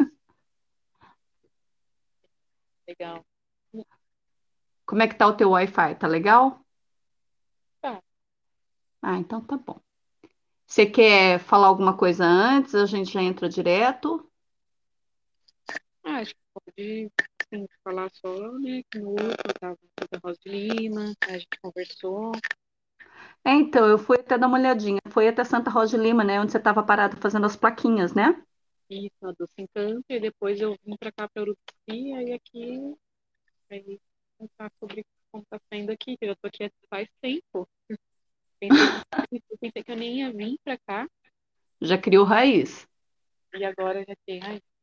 Legal. Como é que tá o teu Wi-Fi? Tá legal? Tá. Ah, então tá bom. Você quer falar alguma coisa antes? A gente já entra direto. Acho que pode sim, falar só, né? Que no último eu tava com Santa Rosa de Lima, a gente conversou. Então, eu fui até dar uma olhadinha. Foi até Santa Rosa de Lima, né? Onde você estava parado fazendo as plaquinhas, né? Isso, na Doce Encanto, e depois eu vim pra cá pra Urubici, aí aqui, aí contar sobre como tá saindo aqui, que eu já tô aqui faz tempo. Pensei que eu nem ia vir pra cá, Já criou raiz. e agora já tem. Ai,